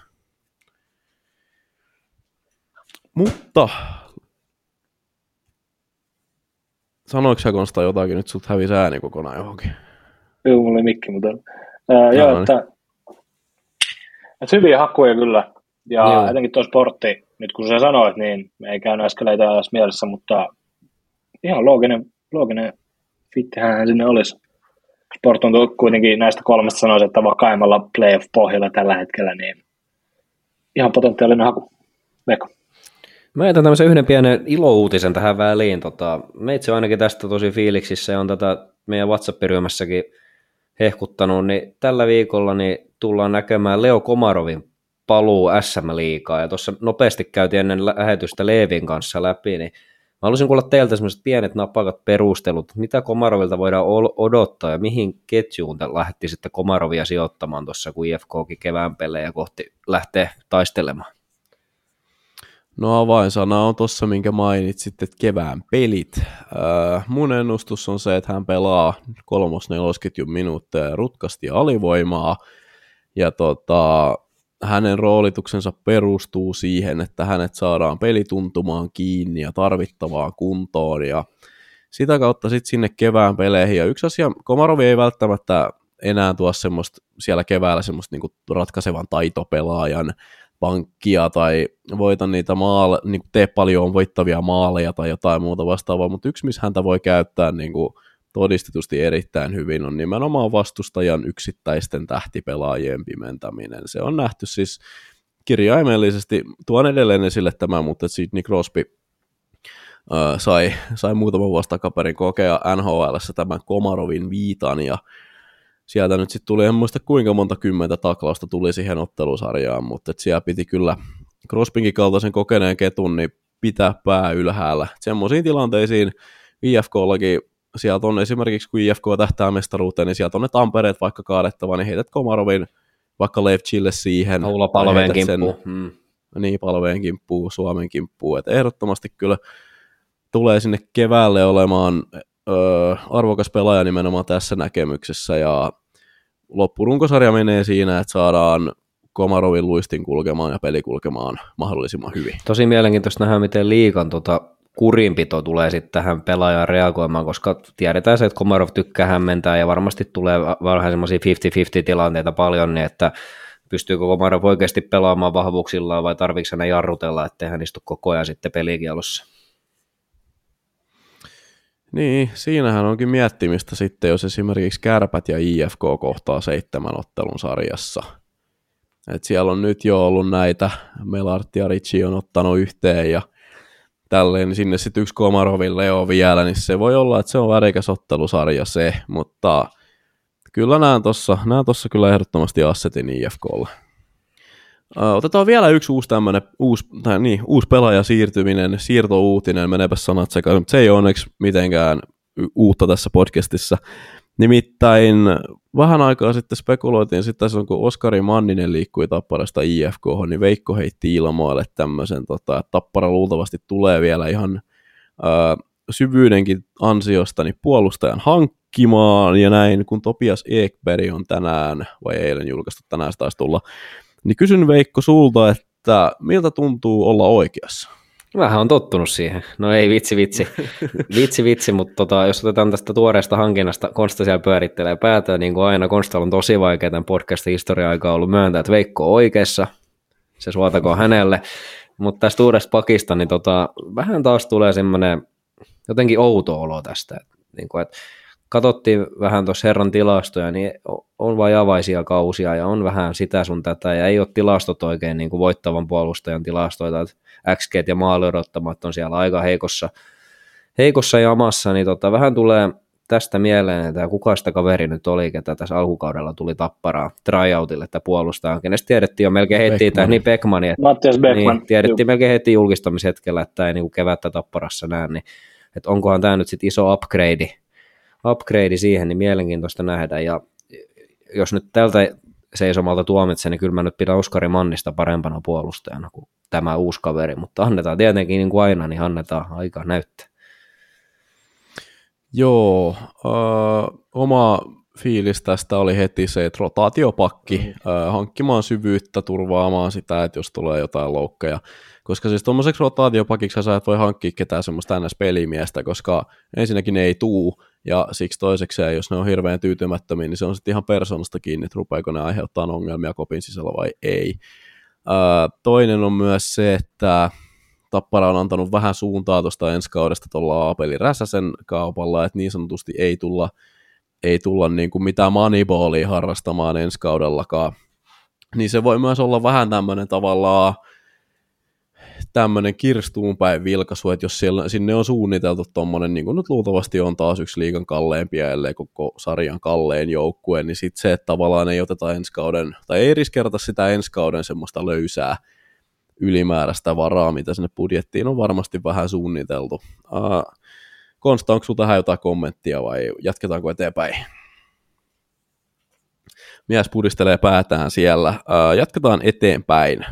Mutta sanoiko sä Konsta jotakin, nyt sut hävisi ääni kokonaan johonkin?
Joo, mulla oli mikki, mutta joo, että hyviä hakkuja kyllä, ja etenkin tuo sportti, nyt kun sä sanoit, niin me ei käynyt äskeleitä edes mielessä, mutta ihan looginen fittihän sinne olisi. Sport on kuitenkin näistä 3 sanoisin, että vakaimmalla playoff-pohjalla tällä hetkellä, niin ihan potentiaalinen haku. Veko.
Mä jätän tämmöisen yhden pienen ilouutisen tähän väliin. Meitsi on ainakin tästä tosi fiiliksissä ja on tätä meidän WhatsApp-ryhmässäkin hehkuttanut, niin tällä viikolla niin tullaan näkemään Leo Komarovin paluu SM-liigaan. Ja tuossa nopeasti käytiin ennen lähetystä Leevin kanssa läpi, niin mä haluaisin kuulla teiltä semmoiset pienet napakat perustelut, mitä Komarovilta voidaan odottaa ja mihin ketjuun lähti sitten Komarovia sijoittamaan tuossa, kun IFKkin kevään pelejä kohti lähtee taistelemaan.
No avainsana on tuossa, minkä mainitsit, että kevään pelit. Mun ennustus on se, että hän pelaa 3-4 minuutteja rutkasti alivoimaa, ja hänen roolituksensa perustuu siihen, että hänet saadaan pelituntumaan kiinni ja tarvittavaan kuntoon, ja sitä kautta sitten sinne kevään peleihin. Ja yksi asia, Komarovi ei välttämättä enää tuo semmoista siellä keväällä semmoista niinku ratkaisevan taitopelaajan pankkia tai voita niitä niin tee paljon voittavia maaleja tai jotain muuta vastaavaa, mutta yksi, missä häntä voi käyttää niin kuin todistetusti erittäin hyvin, on nimenomaan vastustajan yksittäisten tähtipelaajien pimentäminen. Se on nähty siis kirjaimellisesti, tuon edelleen esille tämä, mutta Sidney Crosby sai muutaman vuosi takaperin kokea NHL:ssä tämän Komarovin viitan, ja sieltä nyt sitten tuli, en muista kuinka monta 10 taklausta tuli siihen ottelusarjaan, mutta siellä piti kyllä Crosbynkin kaltaisen kokeneen ketun niin pitää pää ylhäällä. Semmoisiin tilanteisiin IFK:llakin, sieltä on esimerkiksi kun IFK tähtää mestaruuteen, niin sieltä on ne Tampereet vaikka kaadettava, niin heität Komarovin vaikka Levchille siihen.
Aula palveen kimppuun.
Niin, palveen kimppuun, Suomen kimppuun. Et ehdottomasti kyllä tulee sinne keväälle olemaan arvokas pelaaja nimenomaan tässä näkemyksessä, ja loppurunkosarja menee siinä, että saadaan Komarovin luistin kulkemaan ja peli kulkemaan mahdollisimman hyvin. Tosi
mielenkiintoista nähdä, miten liigan kurinpito tulee sitten tähän pelaajaan reagoimaan, koska tiedetään se, että Komarov tykkää hämmentää ja varmasti tulee vähän semmoisia 50-50 tilanteita paljon, niin että pystyykö Komarov oikeasti pelaamaan vahvuuksillaan vai tarvitseeko hänen jarrutella, ettei hän istu koko ajan sitten pelikielossa.
Niin, siinähän onkin miettimistä sitten, jos esimerkiksi Kärpät ja IFK kohtaa 7 ottelun sarjassa. Et siellä on nyt jo ollut näitä, Melart ja Ritchie on ottanut yhteen ja tälleen, niin sinne sitten yksi Komarovin Leo vielä, niin se voi olla, että se on värikäs ottelusarja se, mutta kyllä näen tossa kyllä ehdottomasti assetin IFK:lla. Otetaan vielä yksi uusi pelaaja siirtouutinen, menepä sanat sekaan, mutta se ei ole onneksi mitenkään uutta tässä podcastissa. Nimittäin vähän aikaa sitten spekuloitiin, sitten kun Oskari Manninen liikkui Tapparasta IFK:hon, niin Veikko heitti ilmoille tämmöisen, että Tappara luultavasti tulee vielä ihan syvyydenkin ansiosta niin puolustajan hankkimaan, ja näin kun Topias Ekberg on tänään, vai eilen julkaistu, tänään se taisi tulla, Niin kysyn Veikko sulta, että miltä tuntuu olla oikeassa?
Vähän on tottunut siihen. No ei vitsi, mutta jos otetaan tästä tuoreesta hankinnasta, Konsta siellä pyörittelee päätä, niin kuin aina Konstalla on tosi vaikea tämän podcastin historia-aikaa ollut myöntää, että Veikko on oikeassa, se suotakoon hänelle, mutta tästä uudesta pakista, niin vähän taas tulee semmoinen jotenkin outo olo tästä, että katsottiin vähän tuossa herran tilastoja, niin on vajavaisia kausia ja on vähän sitä sun tätä ja ei ole tilastot oikein niin kuin voittavan puolustajan tilastoita, että XG ja maali odottamat on siellä aika heikossa jamassa, niin vähän tulee tästä mieleen, että kuka sitä kaveri nyt oli, ketä tässä alkukaudella tuli Tapparaa tryoutille, että puolustaja, kenestä tiedettiin jo melkein heti, Beckman,
Mattias Beckman.
Niin, tiedettiin melkein heti julkistamishetkellä, että ei niin kuin kevättä Tapparassa näe, niin että onkohan tämä nyt sitten iso upgrade siihen, niin mielenkiintoista nähdä, ja jos nyt tältä seisomalta tuomitsen, niin kyllä mä nyt pidän Oskari Mannista parempana puolustajana kuin tämä uusi kaveri, mutta annetaan tietenkin niin kuin aina, niin annetaan aikaa näyttää.
Joo, oma fiilis tästä oli heti se, että rotaatiopakki hankkimaan syvyyttä, turvaamaan sitä, että jos tulee jotain loukkeja, koska siis tuommoiseksi rotaatiopakiksi sä et voi hankkia ketään semmoista NS-pelimiestä, koska ensinnäkin ne ei tuu, ja siksi toisekseen, jos ne on hirveän tyytymättömiä, niin se on sitten ihan persoonasta kiinni, että rupeako ne aiheuttaa ongelmia kopin sisällä vai ei. Toinen on myös se, että Tappara on antanut vähän suuntaa tuosta ensi kaudesta tuolla Aapeli Räsäsen kaupalla, että niin sanotusti ei tulla niin kuin mitään moneyballia harrastamaan ensi kaudellakaan. Niin se voi myös olla vähän tämmöinen tavallaan tämmöinen kirstuunpäin vilkaisu, että jos sinne on suunniteltu tommonen, niin kuin nyt luultavasti on taas yksi liigan kalleimpia, ellei koko sarjan kallein joukkue, niin sitten se, että tavallaan ei oteta ensi kauden, tai ei riskerata sitä ensi kauden semmoista löysää ylimääräistä varaa, mitä sinne budjettiin on varmasti vähän suunniteltu. Konsta, onko sinulla tähän jotain kommenttia vai jatketaanko eteenpäin? Mies pudistelee päätään siellä. Jatketaan eteenpäin.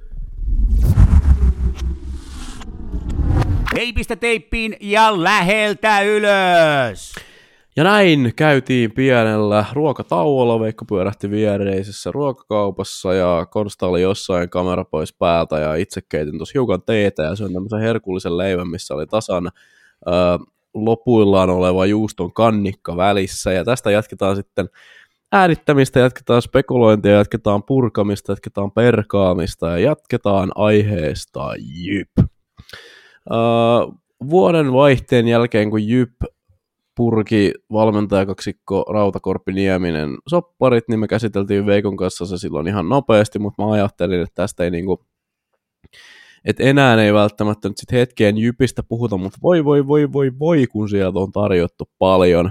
Teipistä teippiin ja läheltä ylös!
Ja näin käytiin pienellä ruokatauolla, Veikko pyörähti viereisessä ruokakaupassa ja Konsta oli jossain kamera pois päältä ja itse keitin tuossa hiukan teetä ja söin tämmöisen herkullisen leivän, missä oli tasan lopuillaan oleva juuston kannikka välissä ja tästä jatketaan sitten äänittämistä, jatketaan spekulointia, jatketaan purkamista, jatketaan perkaamista ja jatketaan aiheesta JYP. Vuoden vaihteen jälkeen, kun JYP purki valmentajakaksikko Rautakorpi-Nieminen sopparit, niin me käsiteltiin Veikon kanssa se silloin ihan nopeasti, mutta mä ajattelin, että tästä ei niinku, että enää ei välttämättä nyt sit hetkeen JYPistä puhuta, mutta voi, kun sieltä on tarjottu paljon.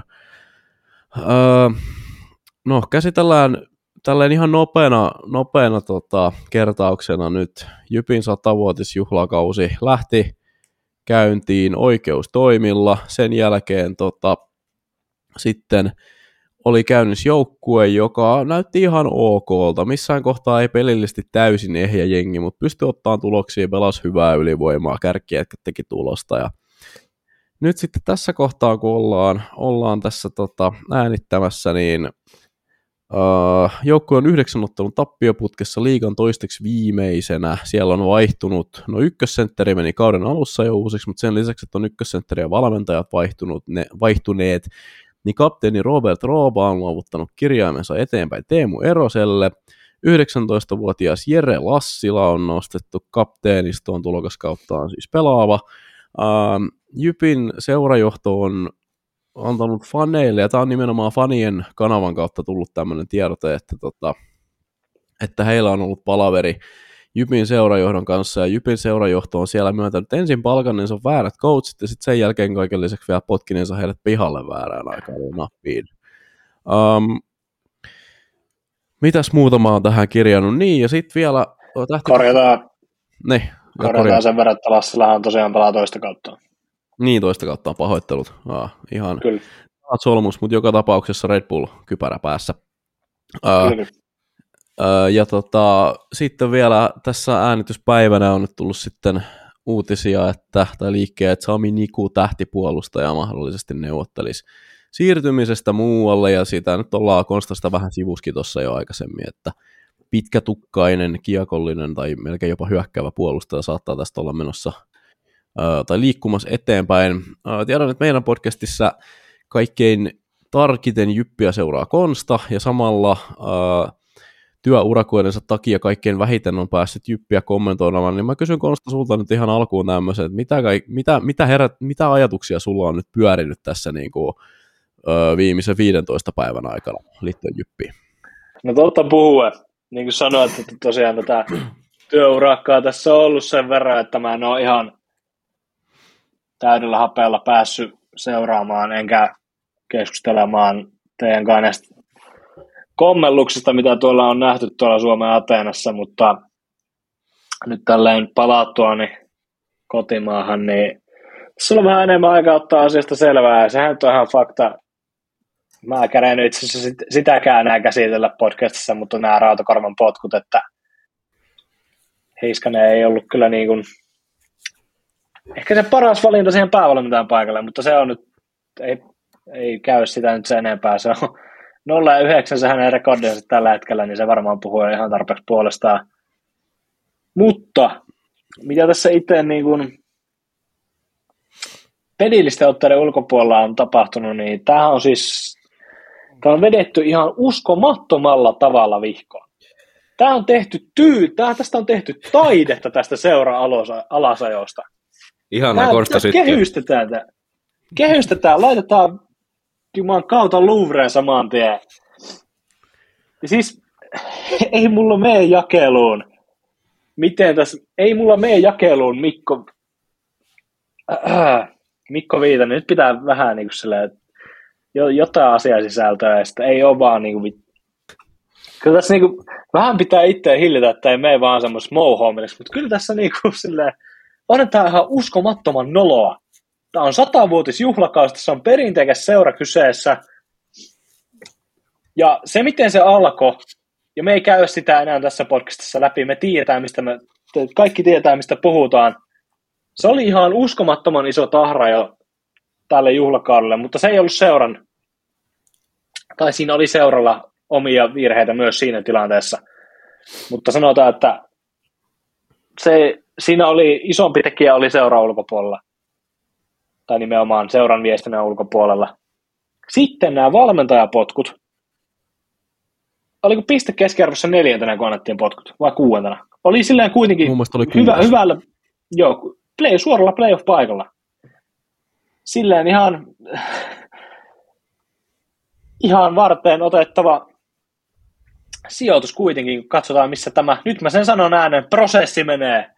No, käsitellään tälleen ihan nopeana kertauksena nyt. JYPin 100-vuotisjuhlakausi lähti käyntiin oikeustoimilla. Sen jälkeen sitten oli käynnissä joukkue, joka näytti ihan okolta. Missään kohtaa ei pelillisesti täysin ehjä jengi, mutta pystyi ottamaan tuloksia, pelasi hyvää ylivoimaa, kärkkiätkä teki tulosta. Ja nyt sitten tässä kohtaa, kun ollaan tässä äänittämässä, niin joukkue on 9 ottanut tappioputkessa liigan toisteksi viimeisenä. Siellä on vaihtunut, ykkössentteri meni kauden alussa jo uusiksi, mutta sen lisäksi, että on ykkössentteri ja valmentajat vaihtuneet, niin kapteeni Robert Rooba on luovuttanut kirjaimensa eteenpäin Teemu Eroselle. 19-vuotias Jere Lassila on nostettu kapteenistoon, tulokaskautta on siis pelaava. JYPin seurajohto on antanut faneille, ja tämä on nimenomaan fanien kanavan kautta tullut tämmöinen tiedote, että heillä on ollut palaveri JYPin seurajohdon kanssa, ja JYPin seurajohto on siellä myöntänyt ensin palkanneensa väärät coachit, ja sitten sen jälkeen kaiken lisäksi vielä potkineensa heidät pihalle väärään aikaan nappiin. Mitäs muuta mä oon tähän kirjannut? Niin, ja sitten vielä
Korjataan sen verran, että Lassilahan on tosiaan pelaa toista kautta.
Niin, toista kautta on pahoittelut. Ihan solmus, mutta joka tapauksessa Red Bull-kypärä päässä. Ja sitten vielä tässä äänityspäivänä on nyt tullut sitten uutisia, tai liikkeelle, että Sami Niku tähtipuolustaja mahdollisesti neuvottelisi siirtymisestä muualle, ja sitä nyt ollaan Konstasta vähän sivuskin tuossa jo aikaisemmin, että pitkätukkainen, kiekollinen tai melkein jopa hyökkäävä puolustaja saattaa tästä olla menossa tai liikkumassa eteenpäin. Tiedän, että meidän podcastissa kaikkein tarkiten Jyppiä seuraa Konsta, ja samalla työurakoidensa takia kaikkein vähiten on päässyt Jyppiä kommentoimaan, niin mä kysyn Konsta sulta nyt ihan alkuun tämmöisen, että mitä ajatuksia sulla on nyt pyörinyt tässä niin kuin, viimeisen 15 päivän aikana liittyen Jyppiin?
No totta puhuen, niin kuin sanoit, että tosiaan tätä työurakkaa tässä on ollut sen verran, että mä en ole ihan täydellä hapeella päässyt seuraamaan enkä keskustelemaan teidän kanssa näistä kommelluksista, mitä tuolla on nähty tuolla Suomen Ateenassa, mutta nyt tälleen palattuani kotimaahan, niin sulla on vähän enemmän aikaa ottaa asiasta selvää, ja sehän on ihan fakta. Mä en käden itse asiassa sitäkään enää käsitellä podcastissa, mutta nämä Rautakorvan potkut, että Heiskanen ei ollut kyllä niin kuin, ehkä se paras valinta siihen päävalmentajan paikalle, mutta se on nyt, ei käy sitä nyt sen enempää, se on 0-9 se hänen rekordinsa tällä hetkellä, niin se varmaan puhuu ihan tarpeeksi puolestaan. Mutta mitä tässä itse niin kuin pelillisten otteiden ulkopuolella on tapahtunut, niin tämä on vedetty ihan uskomattomalla tavalla vihkoon. Tästä on tehty taidetta tästä seura-alasajosta.
Ihanaa Konsta syttyä.
Kehystetään, laitetaan Juman kautta Louvreen saman tien. Ja siis ei mulla mene jakeluun. Ei mulla mene jakeluun Mikko Viitanen. Nyt pitää vähän niin kuin silleen, jotain asiasisältöä, ja sitten ei ole vaan niin kuin, kyllä tässä niin kuin, vähän pitää itseä hillitä, että ei mene vaan semmoista mouhoamilleksi, mutta kyllä tässä niin kuin silleen, on tämä ihan uskomattoman noloa. Tämä on 100-vuotisjuhlakausi, tässä on perinteikäs seura kyseessä, ja se miten se alkoi, ja me ei käy sitä enää tässä podcastissa läpi, kaikki tietää mistä puhutaan, se oli ihan uskomattoman iso tahra jo tälle juhlakaudelle, mutta se ei ollut seuran, tai siinä oli seuralla omia virheitä myös siinä tilanteessa, mutta sanotaan, että siinä oli isompi tekijä oli seuran ulkopuolella, tai nimenomaan seuran viestinnän ulkopuolella. Sitten nämä valmentajapotkut, oliko piste keskiarvossa 4, kun annettiin potkut, vai 6? Oli silleen kuitenkin hyvällä, joo, suoralla playoff-paikalla. Silleen ihan varteen otettava sijoitus kuitenkin, katsotaan missä tämä, nyt mä sen sanon äänen, prosessi menee.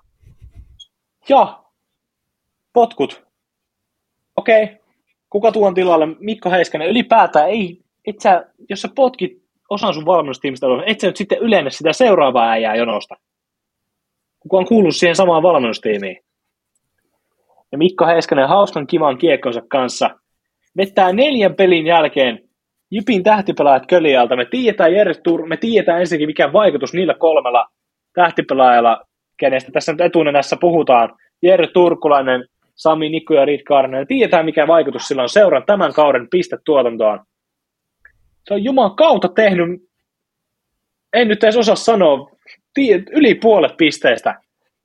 Ja potkut. Okei, kuka tuon tilalle? Mikko Heiskanen. Ylipäätään jos sä potkit osan sun valmennustiimistä, et sä nyt sitten ylennä sitä seuraavaa äijää jonosta. Kuka on kuullut siihen samaan valmennustiimiin. Ja Mikko Heiskanen hauskan kivan kiekkonsa kanssa vettää 4 pelin jälkeen Jypin tähtipelaajat Kölialta. Me tiedetään ensinnäkin mikä vaikutus niillä 3 tähtipelaajalla, kenestä tässä nyt etunenässä puhutaan. Jere Turkulainen, Sami Nikku ja Riit Kaarinen. Me tiedetään mikä vaikutus sillä on seuran tämän kauden pistetuotantoon. Se on Juman kautta tehnyt, en nyt edes osaa sanoa, yli puolet pisteistä.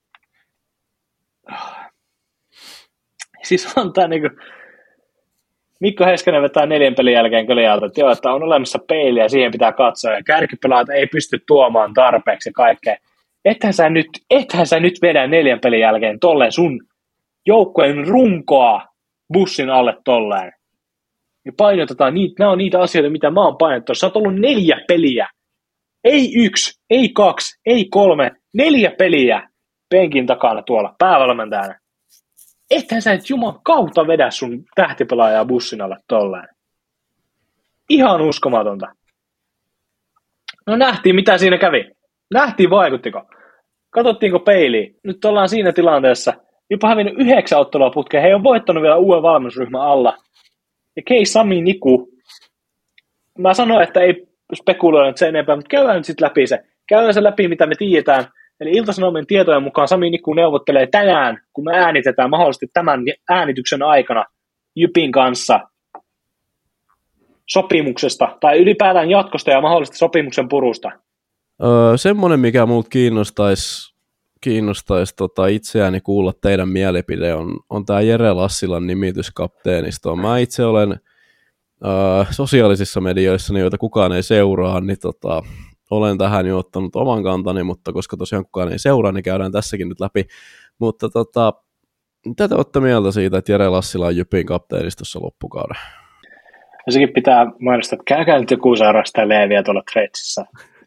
Siis on tää niinku, Mikko Heiskanen vetää 4 pelin jälkeen Kölialta, että joo, että on olemassa peiliä, siihen pitää katsoa, ja kärkipelaat ei pysty tuomaan tarpeeksi ja kaikkea. Ethän sä nyt vedä 4 pelin jälkeen tolleen sun joukkojen runkoa bussin alle tolleen. Ja painotetaan, nämä on niitä asioita, mitä mä oon painottanut. Sä oot ollut 4 peliä. Ei 1, ei 2, ei 3, 4 peliä penkin takana tuolla päävalmentajana. Ethän sä nyt Juman kautta vedä sun tähtipelaajaa bussin alle tolleen. Ihan uskomatonta. No nähtiin, mitä siinä kävi. Nähtiin, vaikuttiko. Katsottiinko peiliin. Nyt ollaan siinä tilanteessa. Jopa hävinnyt 9 ottelua putkeen. He on voittanut vielä uuden valmennusryhmän alla. Ja Kei Sami Niku. Mä sanoin, että ei spekuloida nyt sen enempää, mutta käydään nyt sitten läpi se. Käydään se läpi, mitä me tiedetään. Eli Ilta-Sanomien tietojen mukaan Sami Niku neuvottelee tänään, kun me äänitetään mahdollisesti tämän äänityksen aikana Jypin kanssa sopimuksesta, tai ylipäätään jatkosta ja mahdollisesti sopimuksen purusta.
Semmoinen, mikä multa kiinnostaisi itseäni kuulla teidän mielipide, on tämä Jere Lassilan nimitys kapteenistoon. Mä itse olen sosiaalisissa medioissa, joita kukaan ei seuraa, niin olen tähän jo ottanut oman kantani, mutta koska tosiaan kukaan ei seuraa, niin käydään tässäkin nyt läpi. Mutta mitä te olette mieltä siitä, että Jere Lassila on Jypin kapteenistossa loppukauden?
Ja sekin pitää mainostaa, että käykää nyt joku seuraa sitä Leeviä tuolla Treitsissä.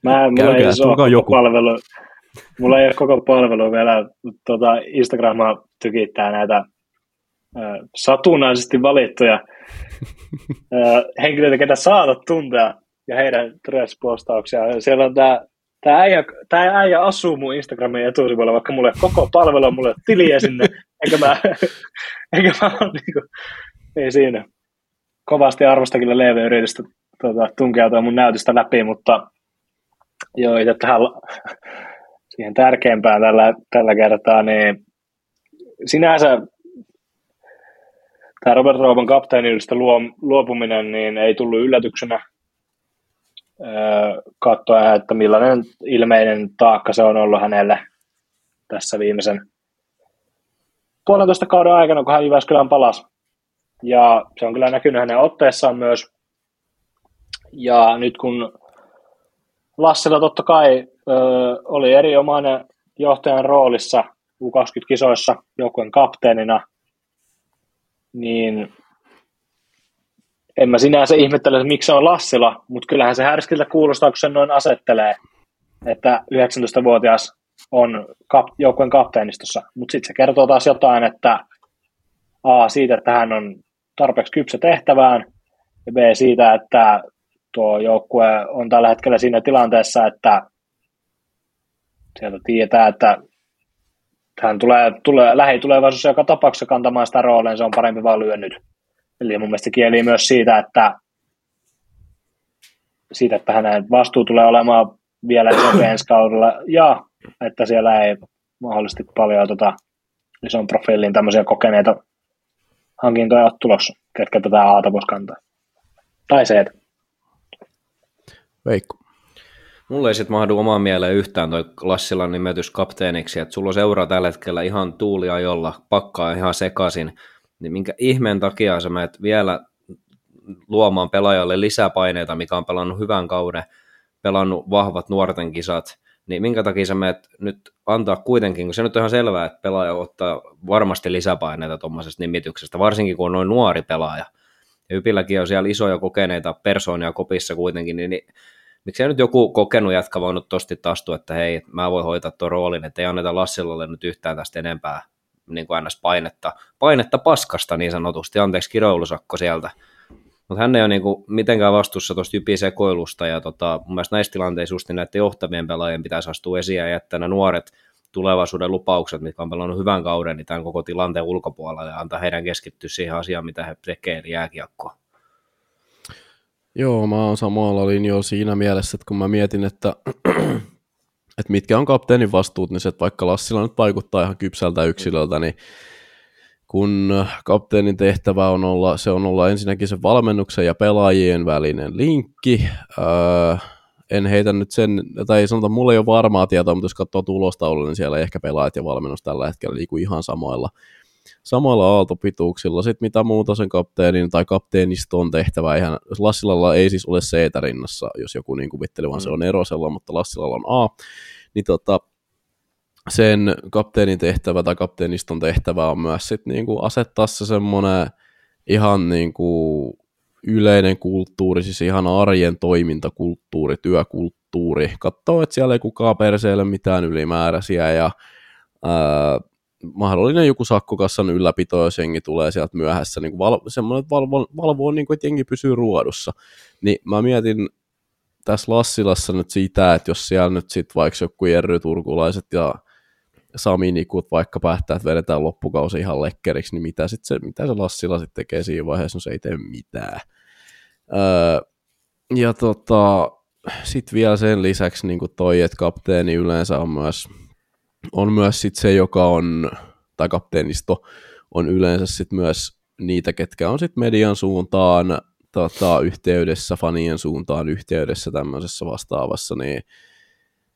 Mulla ei ole koko palvelu vielä Instagramaa tykittää näitä satunnaisesti valittuja henkilöitä, ketä saatat tuntea ja heidän Threads-postauksia. Siellä on tämä äijä asuu mun Instagramin etusivuilla, vaikka mulla ei koko palvelu, mulla ei ole tiliä sinne, eikä mä ole niinku, ei siinä. Kovasti arvostan kyllä Leeven yritystä tunkeutua mun näytöstä läpi, mutta joo, itse tähän siihen tärkeimpään tällä kertaa, niin sinänsä tämä Robert Rouban kapteeniudesta luopuminen niin ei tullut yllätyksenä katsoen, että millainen ilmeinen taakka se on ollut hänelle tässä viimeisen 1,5 kauden aikana, kun hän Jyväskylään palasi. Ja se on kyllä näkynyt hänen otteessaan myös. Ja nyt kun Lassila totta kai oli erinomainen johtajan roolissa U20-kisoissa joukkueen kapteenina, niin en mä sinänsä ihmettele, että miksi se on Lassila, mutta kyllähän se härskiltä kuulostaa, kun se noin asettelee, että 19-vuotias on joukkueen kapteenistossa. Mutta sitten se kertoo taas jotain, että A, siitä, että hän on tarpeeksi kypsä tehtävään, ja B, siitä, että tuo joukkue on tällä hetkellä siinä tilanteessa, että sieltä tiedetään, että hän tulee lähitulevaisuudessa joka tapauksessa kantamaan sitä roolia, se on parempi vaan lyönyt. Eli mun mielestä kieli myös siitä, että hänen vastuu tulee olemaan vielä ensi kaudella, ja että siellä ei mahdollisesti paljon ison profiilin tämmöisiä kokeneita hankintoja ole tulossa, ketkä tätä aata voisi kantaa. Tai se, että
Veikko.
Mulle ei sitten mahdu omaan mieleen yhtään toi Lassilan nimetys kapteeniksi, että sulla on seuraa tällä hetkellä ihan tuuliajolla, pakkaa ihan sekaisin, niin minkä ihmeen takia sä menet vielä luomaan pelaajalle lisäpaineita, mikä on pelannut hyvän kauden, pelannut vahvat nuorten kisat, niin minkä takia sä menet nyt antaa kuitenkin, kun se nyt on ihan selvää, että pelaaja ottaa varmasti lisäpaineita tuommoisesta nimityksestä, varsinkin kun on noin nuori pelaaja. Ja Ypilläkin on siellä isoja kokeneita persoonia kopissa kuitenkin, niin miksei nyt joku kokenut jätkä voinut tosti astua, että hei, mä voin hoitaa tuon roolin, että ei anneta Lassilalle nyt yhtään tästä enempää niin kuin painetta paskasta niin sanotusti, anteeksi kiroulusakko sieltä. Mutta hän ei ole niinku mitenkään vastuussa tuosta Jypin sekoilusta, ja mun mielestä näissä tilanteissa just näiden johtavien pelaajien pitäisi astua esiin ja jättää nämä nuoret tulevaisuuden lupaukset, mitkä on pelannut hyvän kauden, niin tämän koko tilanteen ulkopuolella ja antaa heidän keskittyä siihen asiaan, mitä he tekee, eli jääkiekkoa.
Joo, mä oon samalla linjoilla siinä mielessä, että kun mä mietin, että mitkä on kapteenin vastuut, niin se, että vaikka Lassila nyt vaikuttaa ihan kypsältä yksilöltä, niin kun kapteenin tehtävä on olla ensinnäkin se valmennuksen ja pelaajien välinen linkki. En heitä nyt sen, tai ei sanota, mulla ei ole varmaa tietoa, mutta jos katsoo tulostaulua, niin siellä ei ehkä pelaajat ja valmennus tällä hetkellä liiku ihan samoilla aaltopituuksilla. Sitten mitä muuta sen kapteenin tai kapteeniston tehtävä, eihän Lassilalla ei siis ole C-tä rinnassa, jos joku niin kuvitteli, vaan se on erosella, mutta Lassilalla on A, niin sen kapteenin tehtävä tai kapteeniston tehtävä on myös sit niinku asettaa se semmoinen ihan niinku yleinen kulttuuri, siis ihan arjen toimintakulttuuri, työkulttuuri. Katsoo, että siellä ei kukaan perseille mitään ylimääräisiä ja mahdollinen joku sakkokassan ylläpito, jos jengi tulee sieltä myöhässä, niin semmoinen, että valvoo, niin kuin, että jengi pysyy ruodussa. Niin mä mietin tässä Lassilassa nyt sitä, että jos siellä nyt sitten vaikka joku Jerry Turkulaiset ja Sami Nikut vaikka päättää, että vedetään loppukausi ihan lekkeriksi, niin mitä se Lassila sitten tekee siinä vaiheessa, no se ei tee mitään. Ja sitten vielä sen lisäksi niin toi, että kapteeni yleensä on myös sit se, joka on, tai kapteenisto on yleensä sit myös niitä, ketkä on sit median suuntaan yhteydessä, fanien suuntaan yhteydessä tämmöisessä vastaavassa, niin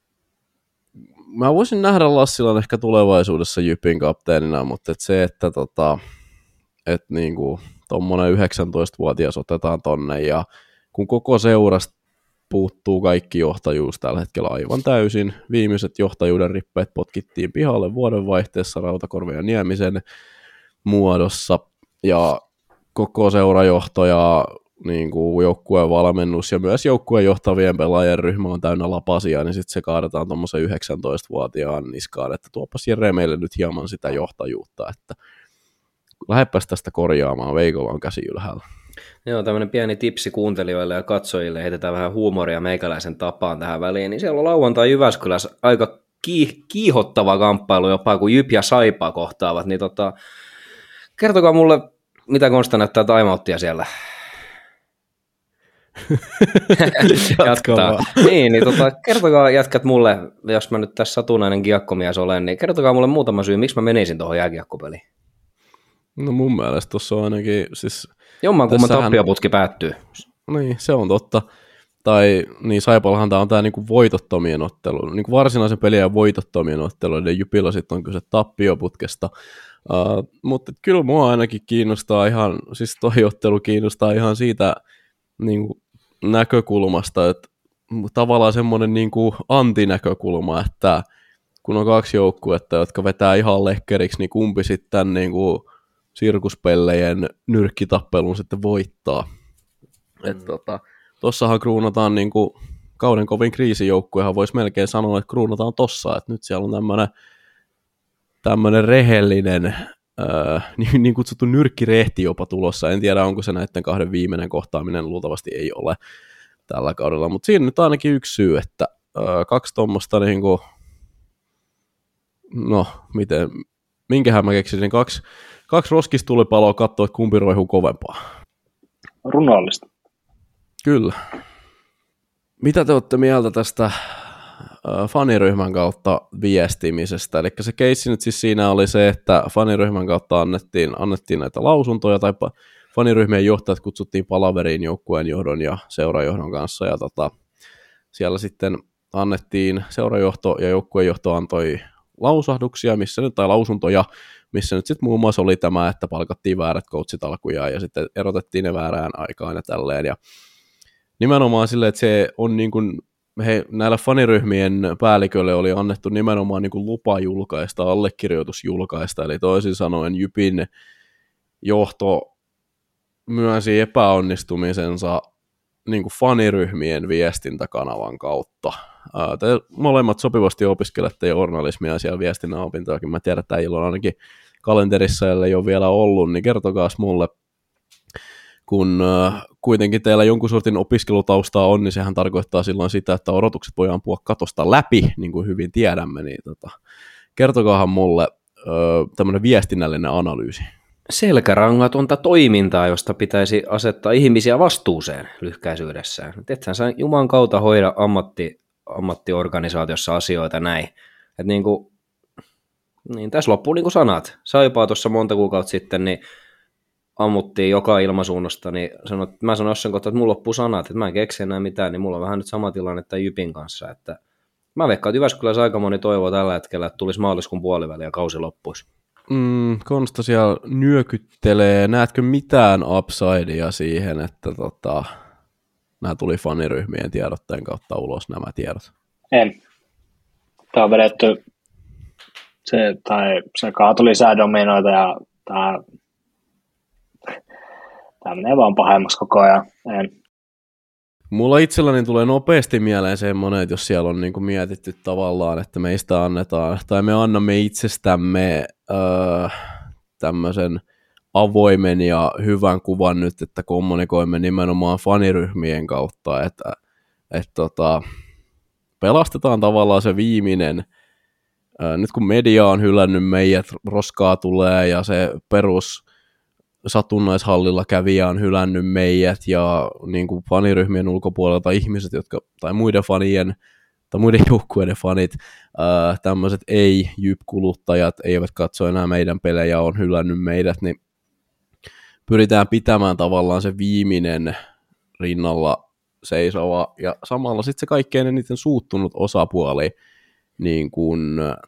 mä voisin nähdä Lassilan ehkä tulevaisuudessa Jypin kapteenina, mutta se, että niinku tommonen 19-vuotias otetaan tonne ja kun koko seurasta puuttuu kaikki johtajuus tällä hetkellä aivan täysin. Viimeiset johtajuuden rippeet potkittiin pihalle vuodenvaihteessa Rautakorven ja Niemisen muodossa ja koko seurajohto ja niin kuin joukkueen valmennus ja myös joukkueen johtavien pelaajien ryhmä on täynnä lapasia, niin sitten se kaadetaan tuommoisen 19-vuotiaan niskaan, että tuopas Jere meille nyt hieman sitä johtajuutta, että lähdepäs tästä korjaamaan, Veikolla on käsi ylhäällä.
Joo, tämmöinen pieni tipsi kuuntelijoille ja katsojille, heitetään vähän huumoria meikäläisen tapaan tähän väliin, niin siellä on lauantai Jyväskylässä aika kiihottava kamppailu jopa, kun Jyp ja Saipa kohtaavat, niin kertokaa mulle, mitä Konsta näyttää timeouttia siellä. Jatkaa. Niin, kertokaa jätkät mulle, jos mä nyt tässä satunnainen kiekkomies olen, niin kertokaa mulle muutama syy, miksi mä menisin tuohon jääkiekkopeliin.
No mun mielestä tuossa on ainakin siis...
Jommankumman tappioputki päättyy.
Niin, se on totta. Tai niin Saipallahan tämä on tämä niinku voitottomien ottelu, niinku varsinaisen pelin ja voitottomien ottelu, ja Jypillä sitten on kyse tappioputkesta. Mutta kyllä mua ainakin kiinnostaa ihan, siis toi ottelu kiinnostaa ihan siitä niinku näkökulmasta, että tavallaan semmoinen niinku antinäkökulma, että kun on kaksi joukkuetta, jotka vetää ihan lekkeriksi, niin kumpi sitten niinku sirkuspellejen nyrkkitappelun sitten voittaa. Tossahan kruunataan niinku kauden kovin kriisijoukkuehan voisi melkein sanoa, että kruunataan tossa, että nyt siellä on tämmöinen rehellinen niin kutsuttu nyrkkirehti jopa tulossa. En tiedä, onko se näiden kahden viimeinen kohtaaminen, luultavasti ei ole tällä kaudella, mutta siinä nyt ainakin yksi syy, että kaksi tuommoista niinku, no minkähän mä keksisin, kaksi roskistulipaloa katsoa, että kumpi roihuu kovempaa.
Runollista.
Kyllä. Mitä te olette mieltä tästä faniryhmän kautta viestimisestä? Eli se keissi nyt siis siinä oli se, että faniryhmän kautta annettiin näitä lausuntoja, tai faniryhmien johtajat kutsuttiin palaveriin joukkueen johdon ja seurajohdon kanssa, ja siellä sitten annettiin seurajohto ja joukkueen johto antoi lausahduksia, lausuntoja, missä nyt sitten muun muassa oli tämä, että palkattiin väärät coachit alkujaan ja sitten erotettiin ne väärään aikaan ja tälleen. Ja nimenomaan silleen, että se on niin kuin, näillä faniryhmien päälliköille oli annettu nimenomaan niin kuin lupa julkaista, allekirjoitus julkaista, eli toisin sanoen Jypin johto myönsi epäonnistumisensa niin kuin faniryhmien viestintäkanavan kautta. Te molemmat sopivasti opiskelette journalismia siellä viestinnän opintoakin. Mä tiedän, että äijillä on ainakin kalenterissa, ellei ole vielä ollut, niin kertokaas mulle, kun kuitenkin teillä jonkun sortin opiskelutaustaa on, niin sehän tarkoittaa silloin sitä, että odotukset voidaan ampua katosta läpi, niin kuin hyvin tiedämme, niin kertokaahan mulle tämmöinen viestinnällinen analyysi.
Selkärangatonta toimintaa, josta pitäisi asettaa ihmisiä vastuuseen lyhkäisyydessään. Ethän sä Jumalan kautta hoida ammattiorganisaatiossa asioita näin. Et niin tässä loppuu niin kuin sanat. Saipaa tuossa monta kuukautta sitten, niin ammuttiin joka ilmasuunnasta, niin mä sanoin jossain kohtaa, että mulla loppuu sanat, että mä en keksi enää mitään, niin mulla on vähän nyt sama tilanne tämän Jypin kanssa. Että mä veikkaan, että Jyväskylässä aika moni toivoo tällä hetkellä, että tulisi maaliskuun puoliväli ja kausi loppuisi.
Konsta siellä nyökyttelee. Näetkö mitään upsidea siihen, että nämä tuli faniryhmien tiedotteen kautta ulos nämä tiedot?
En. Tämä on vedetty, se kaatu lisää dominoita ja tämä menee vaan pahemmaksi koko ajan. En.
Mulla itselläni tulee nopeasti mieleen semmoinen, että jos siellä on niinku mietitty tavallaan, että meistä annetaan, tai me annamme itsestämme tämmöisen avoimen ja hyvän kuvan nyt, että kommunikoimme nimenomaan faniryhmien kautta, että pelastetaan tavallaan se viimeinen, nyt kun media on hylännyt meidät, roskaa tulee ja se perus satunnaishallilla kävijä on hylännyt meidät ja niin kuin faniryhmien ulkopuolelta ihmiset, tai muiden fanien tai muiden joukkueiden fanit, tämmöiset ei-Jyp-kuluttajat eivät katso enää meidän pelejä, on hylännyt meidät, niin pyritään pitämään tavallaan se viimeinen rinnalla seisova ja samalla sitten se kaikkein eniten suuttunut osapuoli niin kuin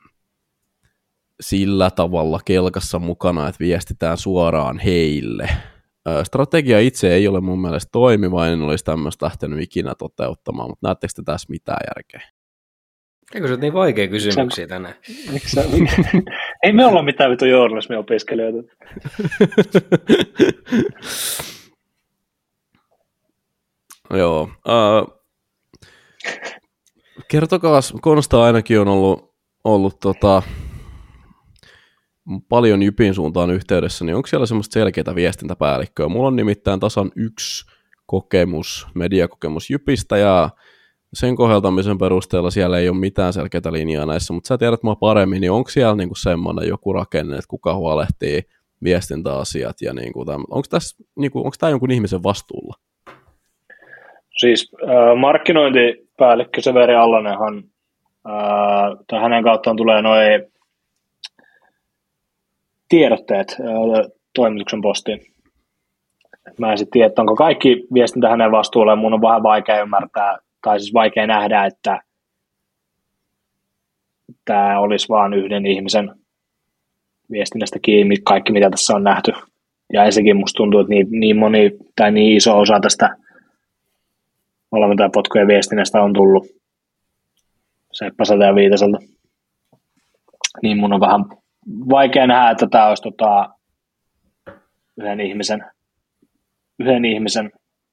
sillä tavalla kelkassa mukana, että viestitään suoraan heille. Strategia itse ei ole mun mielestä toimiva, en olisi tämmöistä lähtenyt ikinä toteuttamaan, mutta näettekö te tässä mitään järkeä?
Eikö se ole niin vaikea kysymyksiä tänään?
Ei me olla mitään vitu journalismiopiskelijoita.
Joo. Kertokaa, Konsta ainakin on ollut paljon Jypin suuntaan yhteydessä, niin onko siellä semmoista selkeää viestintäpäällikköä? Mulla on nimittäin tasan yksi mediakokemus Jypistä, ja sen koheltamisen perusteella siellä ei ole mitään selkeää linjaa näissä, mutta sä tiedät mua paremmin, niin onko siellä niinku semmoinen joku rakenne, että kuka huolehtii viestintäasiat, ja niinku onko tämä jonkun ihmisen vastuulla?
Siis markkinointipäällikkö Severi Allanenhan, tai hänen kauttaan tulee noin tiedotteet toimituksen postiin. Mä en sitten tiedä, että onko kaikki viestintä hänen vastuulleen. Mun on vähän vaikea ymmärtää, tai siis vaikea nähdä, että tämä olisi vaan yhden ihmisen viestinnästä kiinni, kaikki mitä tässä on nähty. Ja ensinnäkin musta tuntuu, että niin moni tai niin iso osa tästä valmentaja-potkujen viestinnästä on tullut Seppäseltä ja Viitaselta. Niin mun on vähän vaikea nähdä, että tämä olisi yhden ihmisen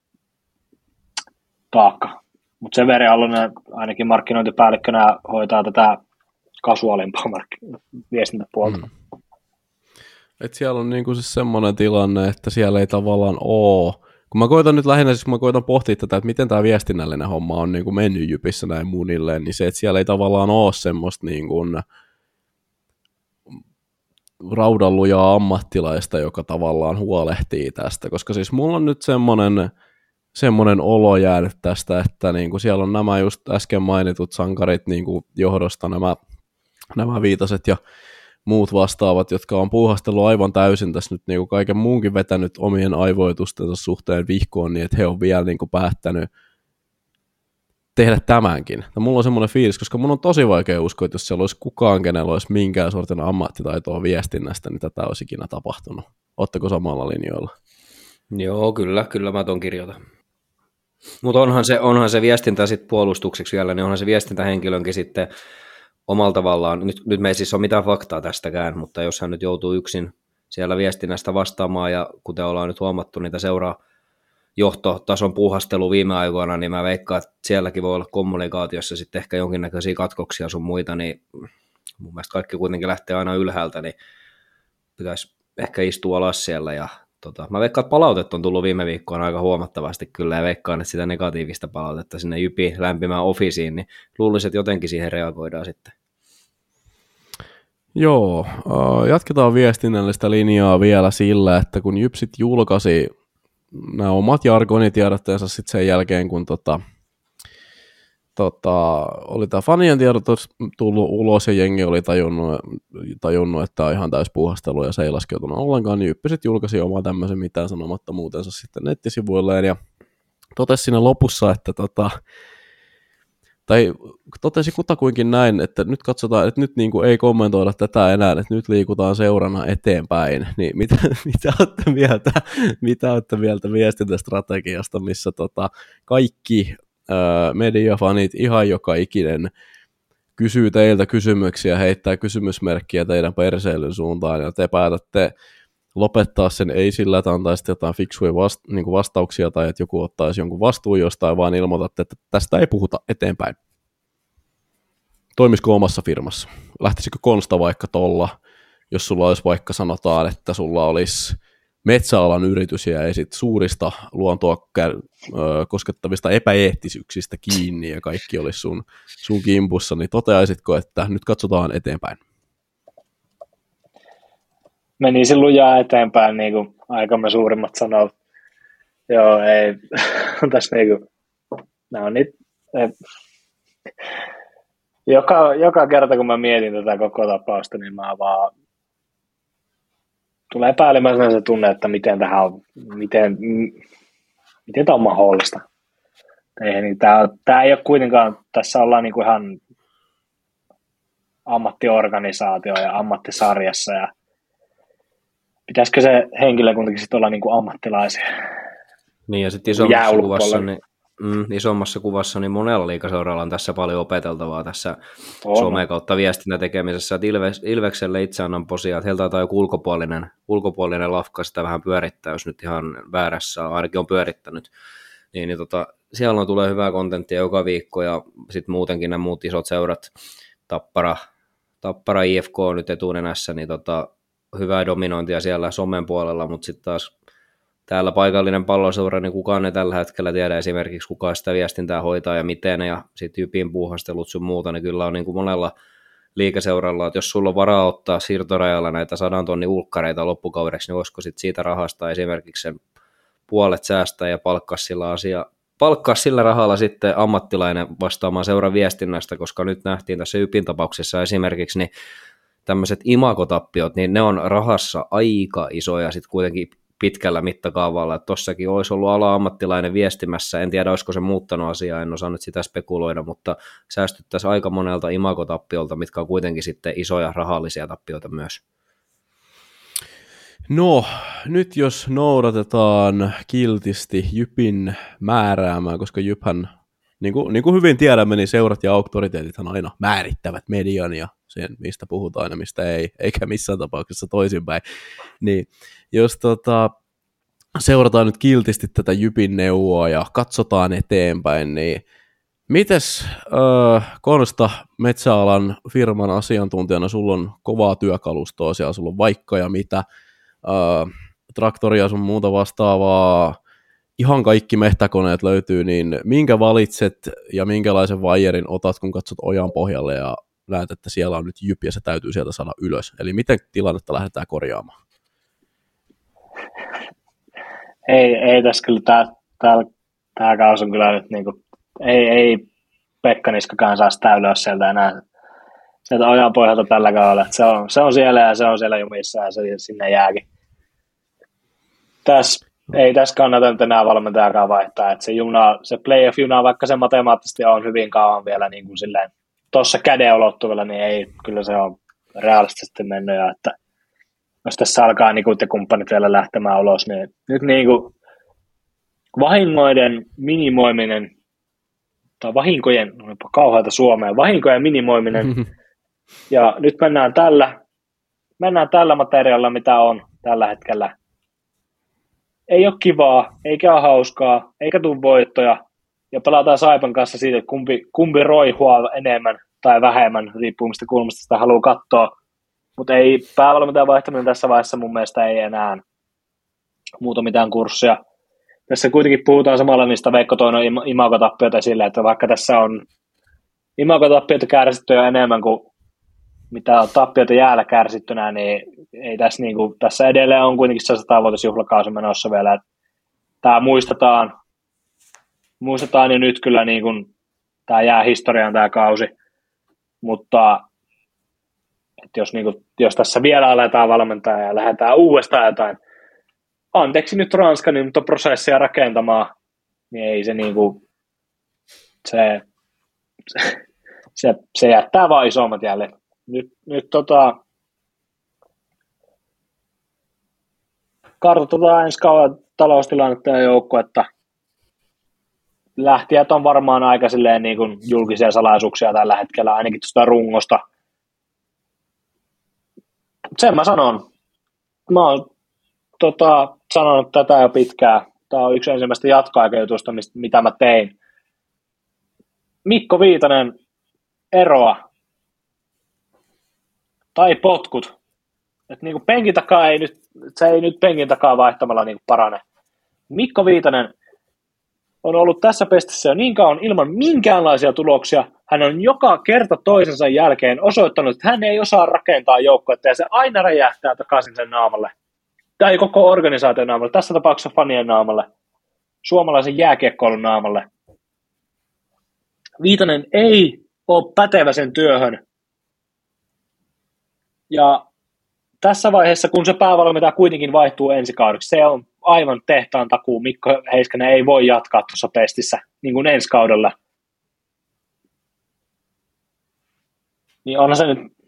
taakka. Mutta Severi Allonen ainakin markkinointipäällikkönä hoitaa tätä kasuaalimpaa viestintäpuolta.
Et siellä on niinku siis semmoinen tilanne, että siellä ei tavallaan ole. Kun mä koitan nyt lähinnä, siis mä koitan pohtia tätä, että miten tämä viestinnällinen homma on niinku mennyt Jypissä näin munilleen, niin se, että siellä ei tavallaan ole semmoista niinku raudallujaa ammattilaista, joka tavallaan huolehtii tästä, koska siis mulla on nyt semmoinen olo jäänyt tästä, että niinku siellä on nämä just äsken mainitut sankarit niinku johdosta, nämä Viitaset ja muut vastaavat, jotka on puuhastellut aivan täysin tässä nyt niinku kaiken muunkin vetänyt omien aivoitustensa suhteen vihkoon, niin että he on vielä niinku päättänyt tehdä tämänkin. Ja mulla on semmoinen fiilis, koska mun on tosi vaikea uskoa, että jos siellä olisi kukaan, kenellä olisi minkään sortin ammattitaitoa viestinnästä, niin tätä olisi ikinä tapahtunut. Ootteko samalla linjoilla?
Joo, kyllä mä ton kirjoitan. Mutta onhan se viestintä sitten puolustukseksi vielä, niin onhan se viestintähenkilönkin sitten omalla tavallaan, nyt me ei siis ole mitään faktaa tästäkään, mutta jos hän nyt joutuu yksin siellä viestinnästä vastaamaan, ja kuten ollaan nyt huomattu, niitä seuraa johtotason puuhastelu viime aikoina, niin mä veikkaan, että sielläkin voi olla kommunikaatiossa sitten ehkä jonkinnäköisiä katkoksia sun muita, niin mun mielestä kaikki kuitenkin lähtee aina ylhäältä, niin pitäisi ehkä istua alas siellä, ja mä veikkaan, että palautetta on tullut viime viikkoina aika huomattavasti kyllä, ja veikkaan, että sitä negatiivista palautetta sinne Jypi lämpimään officiin, niin luulisin, että jotenkin siihen reagoidaan sitten.
Joo, jatketaan viestinnällistä linjaa vielä sillä, että kun Jypsit julkaisi nämä omat jargonitiedotteensa sitten sen jälkeen, kun oli tämä fanien tiedotus tullut ulos ja jengi oli tajunnut että tämä on ihan täys puuhastelu ja se ei laskeutunut ollenkaan, niin Jyppi sitten julkaisi oman tämmöisen mitään sanomattomuutensa sitten nettisivuilleen ja totesi siinä lopussa, että tai totesi kutakuinkin näin, että nyt katsotaan, että nyt niin kuin ei kommentoida tätä enää, että nyt liikutaan seurana eteenpäin, niin mitä olette mieltä viestintästrategiasta, missä kaikki mediafanit, ihan joka ikinen kysyy teiltä kysymyksiä, heittää kysymysmerkkiä teidän perseilyn suuntaan, ja te päätätte lopettaa sen ei sillä, että antaisitte jotain fiksuja niin vastauksia tai että joku ottaisi jonkun vastuun jostain, vaan ilmoitatte, että tästä ei puhuta eteenpäin. Toimisiko omassa firmassa? Lähtisikö Konsta vaikka tolla, jos sulla olisi vaikka sanotaan, että sulla olisi metsäalan yritys ja esit suurista luontoa koskettavista epäeettisyyksistä kiinni ja kaikki olisi sun kimpussa, niin toteaisitko, että nyt katsotaan eteenpäin?
Menisin lujaa eteenpäin, niin kuin aikamme suurimmat sanoo. Joo, ei. Tässä niin kuin, nämä on niitä. Joka kerta, kun mä mietin tätä koko tapausta, niin mä vaan tulee päällimmäisenä se tunne, että miten tämä on mahdollista. Tämä ei ole kuitenkaan, tässä ollaan niin kuin ihan ammattiorganisaatio ja ammattisarjassa ja pitäisikö se henkilökuntakin sitten olla niin kuin ammattilaisia?
Niin ja sitten isommassa kuvassa niin monella liigaseuralla on tässä paljon opeteltavaa tässä some kautta viestinnän tekemisessä. Että Ilvekselle itse annan posia, että heiltä taitaa joku ulkopuolinen lafka sitä vähän pyörittää, jos nyt ihan väärässä ainakin on pyörittänyt. Niin, siellä tulee hyvää kontenttia joka viikko ja sitten muutenkin nämä muut isot seurat, Tappara IFK on nyt etunenässä, niin hyvää dominointia siellä somen puolella, mutta sitten taas täällä paikallinen palloseura, niin kukaan ei tällä hetkellä tiedä esimerkiksi kuka sitä viestintää hoitaa ja miten, ja sitten Jypin puuhastelut sun muuta, niin kyllä on niin kuin monella liigaseuralla, että jos sulla on varaa ottaa siirtorajalla näitä 100 000 ulkkareita loppukaudeksi, niin voisiko sitten siitä rahasta esimerkiksi sen puolet säästää ja palkkaa sillä rahalla sitten ammattilainen vastaamaan seuran viestinnästä, koska nyt nähtiin tässä Jypin tapauksessa esimerkiksi, niin tämmöiset imagotappiot, niin ne on rahassa aika isoja sitten kuitenkin pitkällä mittakaavalla, että tossakin olisi ollut ala-ammattilainen viestimässä, en tiedä olisiko se muuttanut asiaa, en osaa nyt sitä spekuloida, mutta säästyttäisiin aika monelta imagotappiolta, mitkä on kuitenkin sitten isoja rahallisia tappioita myös.
No, nyt jos noudatetaan kiltisti Jypin määräämää, koska Jyphän, niin kuin hyvin tiedämme, niin seurat ja auktoriteetithan aina määrittävät median ja sen, mistä puhutaan ja mistä ei, eikä missään tapauksessa toisinpäin. Niin, jos seurataan nyt kiltisti tätä Jypin neuvoa ja katsotaan eteenpäin, niin mites Konsta metsäalan firman asiantuntijana, sulla on kovaa työkalustoa siellä, sulla on vaikka ja mitä, traktoria sun muuta vastaavaa, ihan kaikki mehtäkoneet löytyy, niin minkä valitset ja minkälaisen vaijerin otat, kun katsot ojan pohjalle ja näet, että siellä on nyt Jyp ja se täytyy sieltä saada ylös. Eli miten tilannetta lähdetään korjaamaan?
Ei tässä kyllä, tämä kausi on kyllä nyt niinku, ei Pekka Niskakaan saa sitä ylös sieltä enää sieltä ojan pohjalta tällä kaudella. Se on siellä ja se on siellä jumissa ja se sinne jääkin. Ei tässä kannata nyt enää valmentajakaan vaihtaa, että se playoff-juna, vaikka se matemaattisesti on hyvin kauan vielä niin kuin silleen tuossa käden ulottuvilla, niin ei, kyllä se on realistisesti mennyt, ja että jos tässä alkaa Nikut ja kumppanit vielä lähtemään ulos, niin nyt niin kuin vahingoiden minimoiminen, tai vahinkojen, onpa kauheata Suomea, vahinkojen minimoiminen, ja nyt mennään tällä materiaalilla, mitä on tällä hetkellä. Ei ole kivaa, eikä ole hauskaa, eikä tule voittoja, ja pelataan Saipan kanssa siitä, että kumpi roihua enemmän tai vähemmän, riippuu mistä kulmasta sitä haluaa katsoa. Mutta ei päävalmentajan vaihtaminen tässä vaiheessa mun mielestä ei enää muuta mitään kurssia. Tässä kuitenkin puhutaan samalla niistä Veikko Toinon imagotappioita silleen, että vaikka tässä on imagotappioita kärsitty jo enemmän kuin mitä on tappioita jäällä kärsittynä, niin ei tässä, niin kuin, tässä edelleen on kuitenkin se 100-vuotisjuhlakausi menossa vielä. Tämä muistetaan jo nyt kyllä, niin kuin, tämä jää historiaan tämä kausi, mutta että jos tässä vielä aletaan valmentaa ja lähdetään uudestaan jotain, anteeksi nyt Ranska, niin mutta prosessia rakentamaan, niin ei se niin kuin, se jättää vaan isommat jälleen. Nyt kartoitetaan ensi kauden taloustilannetta ja joukkuetta. Lähtijät on varmaan aika silleen niin kuin julkisia salaisuuksia tällä hetkellä, ainakin tuosta rungosta. Sen mä sanon. Mä oon sanonut tätä jo pitkään. Tämä on yksi ensimmäistä jatkoaikajutusta, mitä mä tein. Mikko Viitanen eroa. Tai potkut. Että niinku penkin takaa se ei nyt penkin takaa vaihtamalla niinku parane. Mikko Viitanen on ollut tässä pestissä jo niin kauan ilman minkäänlaisia tuloksia. Hän on joka kerta toisensa jälkeen osoittanut, että hän ei osaa rakentaa joukkuetta ja se aina räjähtää takaisin sen naamalle. Tai koko organisaation naamalle, tässä tapauksessa fanien naamalle, suomalaisen jääkiekkoilun naamalle. Viitanen ei ole pätevä sen työhön. Ja tässä vaiheessa, kun se päävalmentaja kuitenkin vaihtuu ensi kaudeksi, se on aivan tehtaan takuu. Mikko Heiskanen ei voi jatkaa tuossa pestissä niin kuin ensi kaudella. Niin onhan se nyt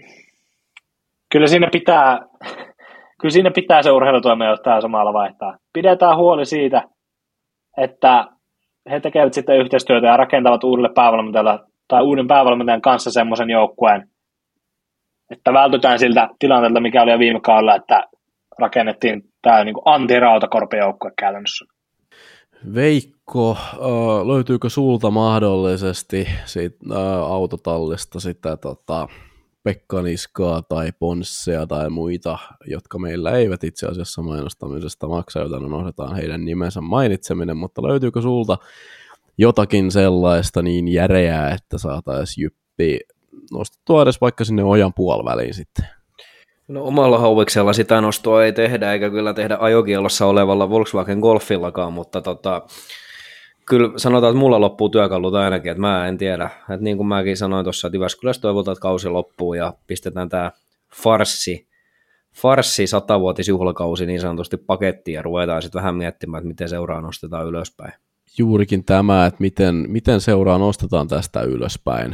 kyllä siinä pitää se urheilutoimenjohtaja samalla vaihtaa. Pidetään huoli siitä, että he tekevät sitten yhteistyötä ja rakentavat uudelle päävalmentajalle tai uuden päävalmentajan kanssa semmoisen joukkueen, että vältytään siltä tilanteelta, mikä oli jo viime kaudella, että rakennettiin tämä niin kuin anti-Rautakorpi-joukkue käytännössä.
Veikko, löytyykö sulta mahdollisesti siitä autotallista sitä Pekka Niskaa tai Ponssea tai muita, jotka meillä eivät itse asiassa mainostamisesta maksa, joten unohdetaan heidän nimensä mainitseminen, mutta löytyykö sulta jotakin sellaista niin järeää, että saataisiin Jyppi nostettua edes vaikka sinne ojan puoliväliin sitten?
No omalla hauviksella sitä nostoa ei tehdä, eikä kyllä tehdä ajokielossa olevalla Volkswagen Golfillakaan, mutta kyllä sanotaan, että mulla loppuu työkalut ainakin, että mä en tiedä. Että niin kuin mäkin sanoin tuossa, että Jyväskylässä toivotaan, että kausi loppuu ja pistetään tämä farssi 100-vuotisjuhlakausi niin sanotusti pakettiin ja ruvetaan sitten vähän miettimään, että miten seuraa nostetaan ylöspäin.
Juurikin tämä, että miten seuraa nostetaan tästä ylöspäin.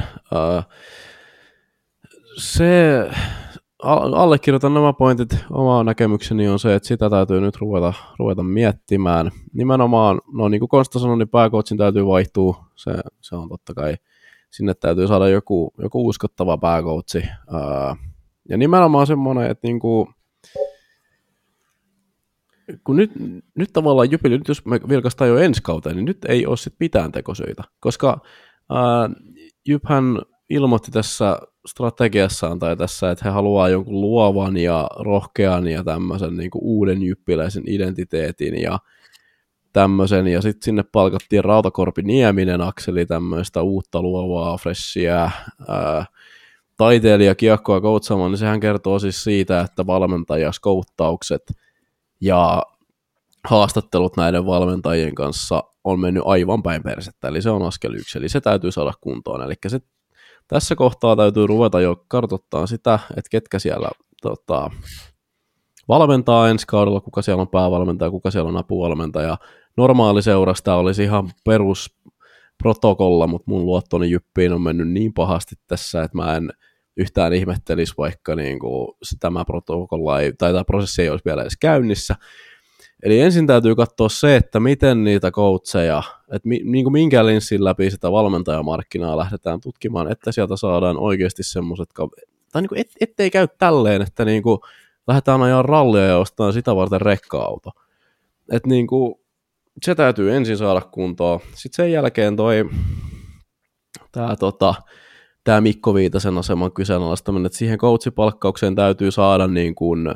Allekirjoitan nämä pointit. Oma näkemykseni on se, että sitä täytyy nyt ruveta miettimään. Nimenomaan, no niin kuin Konsta sanoi, niin pääcoachin täytyy vaihtua. Se on totta kai. Sinne täytyy saada joku uskottava pääcoachi. Ja nimenomaan semmoinen, että niinku, kun nyt tavallaan Jypille, nyt jos me vilkaistaan jo ensi kauteen, niin nyt ei ole sitten mitään tekosyitä. Koska Jyphän ilmoitti tässä strategiassaan tai tässä, että he haluaa jonkun luovan ja rohkean ja tämmöisen niin kuin uuden jyppiläisen identiteetin ja tämmöisen, ja sitten sinne palkattiin Rautakorpi Nieminen Akseli tämmöistä uutta luovaa, freshia taiteilija kiekkoa koutsaamaan, niin sehän kertoo siis siitä, että valmentajaskouttaukset ja haastattelut näiden valmentajien kanssa on mennyt aivan päin persettä, eli se on askel 1, eli se täytyy saada kuntoon, eli se tässä kohtaa täytyy ruveta jo kartoittamaan sitä, että ketkä siellä valmentaa ensi kaudella, kuka siellä on päävalmentaja, kuka siellä on apuvalmentaja. Normaaliseurasta olisi ihan perusprotokolla, mutta mun luottoni Jyppiin on mennyt niin pahasti tässä, että mä en yhtään ihmettelisi, vaikka niin kuin tämä protokolla tai tämä prosessi ei olisi vielä edes käynnissä. Eli ensin täytyy katsoa se, että miten niitä coacheja, että niin kuin minkä linssin läpi sitä valmentajamarkkinaa lähdetään tutkimaan, että sieltä saadaan oikeasti semmoiset, tai niin kuin ettei käy tälleen, että niin kuin lähdetään ajaa rallia ja ostetaan sitä varten rekka-auto. Että niin kuin se täytyy ensin saada kuntoon. Sitten sen jälkeen tämä Mikko Viitasen aseman kyseenalaistaminen, että siihen coachipalkkaukseen täytyy saada niin kuin,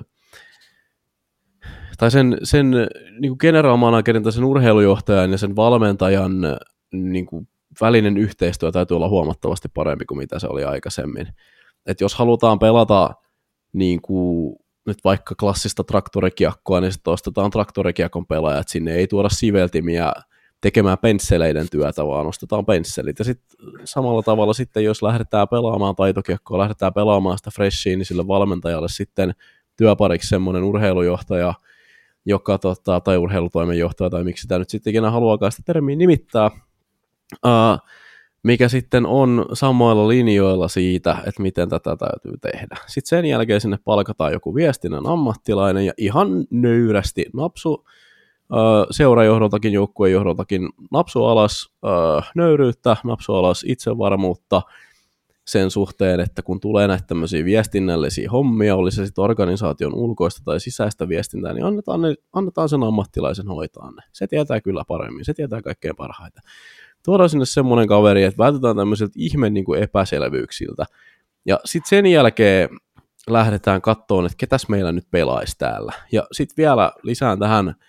tai sen niin kuin general managerin tai sen urheilujohtajan ja sen valmentajan niin kuin välinen yhteistyö täytyy olla huomattavasti parempi kuin mitä se oli aikaisemmin. Et jos halutaan pelata niin kuin nyt vaikka klassista traktorikiekkoa, niin sitten ostetaan traktorikiekon pelaajat, sinne ei tuoda siveltimiä tekemään pensseleiden työtä, vaan ostetaan pensselit. Ja sitten samalla tavalla sitten, jos lähdetään pelaamaan taitokiekkoa, lähdetään pelaamaan sitä freshia, niin sille valmentajalle sitten työpariksi semmoinen urheilujohtaja, joka, tai urheilutoimenjohtaja, tai miksi sitä nyt sitten ikinä haluaakaan sitä termiä nimittää, mikä sitten on samoilla linjoilla siitä, että miten tätä täytyy tehdä. Sitten sen jälkeen sinne palkataan joku viestinnän ammattilainen, ja ihan nöyrästi napsu seurajohdoltakin, joukkuejohdoltakin napsu alas nöyryyttä, napsu alas itsevarmuutta sen suhteen, että kun tulee näitä tämmöisiä viestinnällisiä hommia, oli se sitten organisaation ulkoista tai sisäistä viestintää, niin annetaan sen ammattilaisen hoitaa ne. Se tietää kyllä paremmin, se tietää kaikkein parhaiten. Tuodaan sinne semmoinen kaveri, että vältetään tämmöisiltä ihme niin kuin epäselvyyksiltä. Ja sitten sen jälkeen lähdetään katsomaan, että ketäs meillä nyt pelaisi täällä. Ja sitten vielä lisään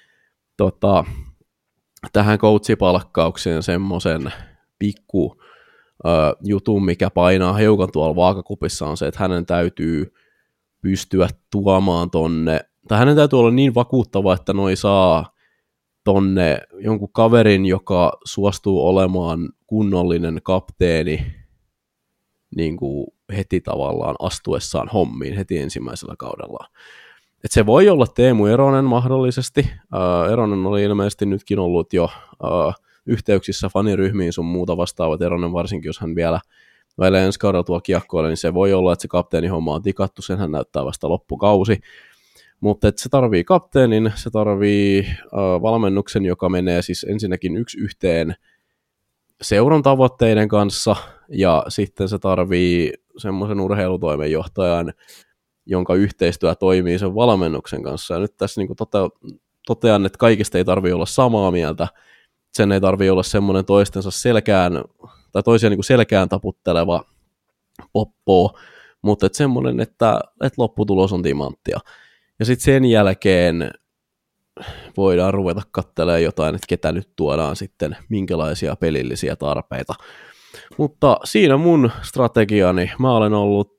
tähän coachipalkkaukseen semmoisen pikku jutun, mikä painaa hiukan tuolla vaakakupissa, on se, että hänen täytyy pystyä tuomaan tonne, tai hänen täytyy olla niin vakuuttava, että noi saa tonne jonkun kaverin, joka suostuu olemaan kunnollinen kapteeni niin kuin heti tavallaan astuessaan hommiin heti ensimmäisellä kaudella. Et se voi olla Teemu Eronen mahdollisesti. Eronen oli ilmeisesti nytkin ollut jo yhteyksissä faniryhmiin sun muuta vastaavat. Eronen varsinkin, jos hän vielä väille ensi kaudella tuolla kiekkoille, niin se voi olla, että se kapteenin homma on tikattu, senhän näyttää vasta loppukausi. Mutta se tarvii kapteenin, se tarvii valmennuksen, joka menee siis ensinnäkin 1-1 seuran tavoitteiden kanssa, ja sitten se tarvii semmoisen urheilutoimenjohtajan, jonka yhteistyö toimii sen valmennuksen kanssa. Ja nyt tässä niin totean, että kaikista ei tarvitse olla samaa mieltä, sen ei tarvitse olla semmoinen toistensa toisia niin selkään taputteleva poppo, mutta semmoinen, että lopputulos on timanttia. Ja sitten sen jälkeen voidaan ruveta katselemaan jotain, että ketä nyt tuodaan sitten, minkälaisia pelillisiä tarpeita. Mutta siinä mun strategiani. Mä olen ollut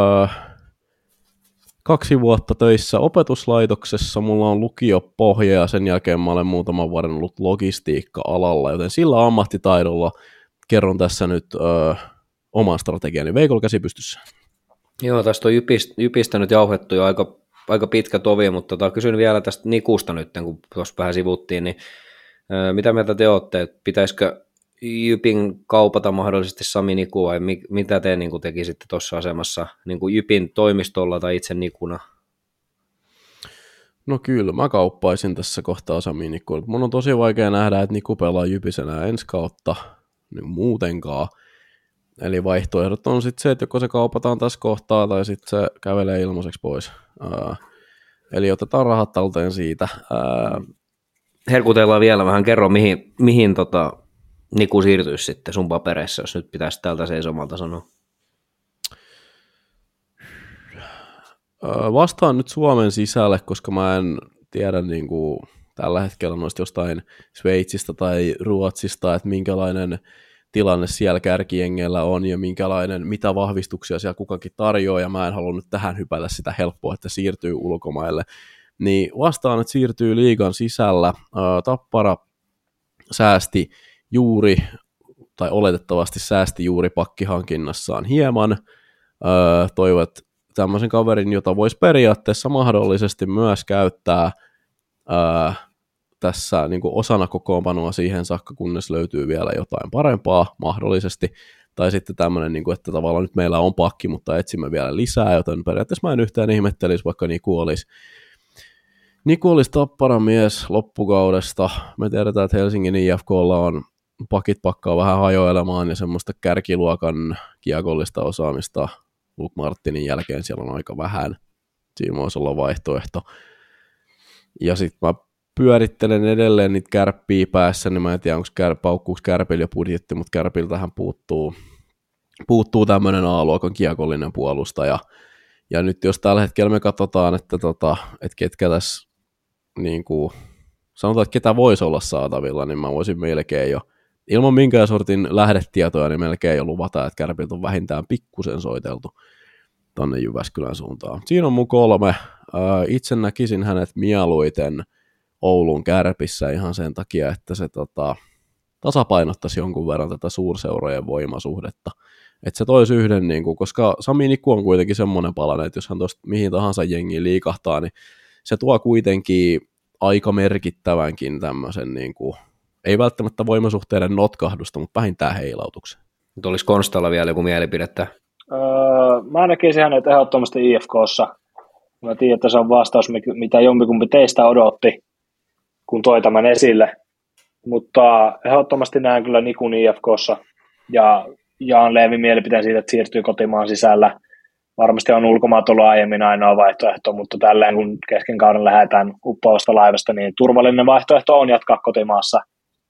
2 vuotta töissä opetuslaitoksessa, mulla on lukiopohja ja sen jälkeen mä olen muutaman vuoden ollut logistiikka-alalla, joten sillä ammattitaidolla kerron tässä nyt oman strategiani. Veikolla käsi pystyssä.
Joo, tästä on Jypistä nyt jauhettu jo aika pitkä tovi, mutta kysyn vielä tästä Nikusta nyt, kun tuossa vähän sivuttiin, niin mitä mieltä te olette, pitäisikö Jypin kaupata mahdollisesti Sami Niku vai mitä te niin tekisitte tuossa asemassa niin Jypin toimistolla tai itse Nikuna?
No kyllä, mä kauppaisin tässä kohtaa Sami Nikun. Mun on tosi vaikea nähdä, että Niku pelaa Jypisenä ensi kautta niin muutenkaan. Eli vaihtoehdot on sitten se, että joko se kaupataan tässä kohtaa tai sitten se kävelee ilmaiseksi pois. Eli otetaan rahat talteen siitä.
Herkutellaan vielä vähän, kerro mihin Niku siirtyisi sitten sun papereissa, jos nyt pitäisi tältä seisomalta sanoa.
Vastaan nyt Suomen sisälle, koska mä en tiedä niin kuin tällä hetkellä noista jostain Sveitsistä tai Ruotsista, että minkälainen tilanne siellä kärkijengeillä on ja mitä vahvistuksia siellä kukakin tarjoaa, ja mä en halua nyt tähän hypätä sitä helppoa, että siirtyy ulkomaille. Niin vastaan, että siirtyy liigan sisällä. Tappara säästi juuri, tai oletettavasti säästi juuri pakkihankinnassaan hieman. Toivat tämmöisen kaverin, jota voisi periaatteessa mahdollisesti myös käyttää tässä niin kuin osana kokoonpanoa siihen saakka, kunnes löytyy vielä jotain parempaa mahdollisesti. Tai sitten tämmöinen, niin kuin, että tavallaan nyt meillä on pakki, mutta etsimme vielä lisää, joten periaatteessa mä en yhtään ihmettelisi, vaikka Niku olisi Tapparan mies loppukaudesta. Me tiedetään, että Helsingin IFK:lla on pakit pakkaa vähän hajoilemaan ja semmoista kärkiluokan kiekollista osaamista Luke Martinin jälkeen siellä on aika vähän. Siinä voisi olla vaihtoehto. Ja sitten mä pyörittelen edelleen niitä kärppiä päässä, niin mä en tiedä, paukkuuko Kärpillä jo budjetti, mutta Kärpiltähän puuttuu tämmöinen A-luokan kiekollinen puolustaja. Ja nyt jos tällä hetkellä me katsotaan, että ketkä tässä, niin kuin, sanotaan, että ketä voisi olla saatavilla, niin mä voisin melkein jo, ilman minkään sortin lähdetietoja, niin melkein jo luvata, että Kärpiltä on vähintään pikkusen soiteltu tonne Jyväskylän suuntaan. Siinä on mun 3. Itse näkisin hänet mieluiten Oulun Kärpissä ihan sen takia, että se tasapainottaisi jonkun verran tätä suurseurojen voimasuhdetta. Että se toisi yhden, niin kuin, koska Sami Niku on kuitenkin semmoinen palanen, että jos hän tuosta mihin tahansa jengiin liikahtaa, niin se tuo kuitenkin aika merkittävänkin tämmöisen, niin kuin, ei välttämättä voimasuhteiden notkahdusta, mutta vähintään heilautuksen.
Nyt olisi Konstalla vielä joku mielipidettä.
Mä näkisin hänet ehdottomasti IFK:ssa. Mä tiedän, että se on vastaus, mitä jompikumpi teistä odotti, kun toi tämän esille. Mutta ehdottomasti näen kyllä Nikun IFK:ssa ja jaan Leevin mielipiteen siitä, että siirtyy kotimaan sisällä. Varmasti on ulkomaat ollut aiemmin ainoa vaihtoehto, mutta tälleen kun kesken kauden lähdetään uppoavasta laivasta, niin turvallinen vaihtoehto on jatkaa kotimaassa.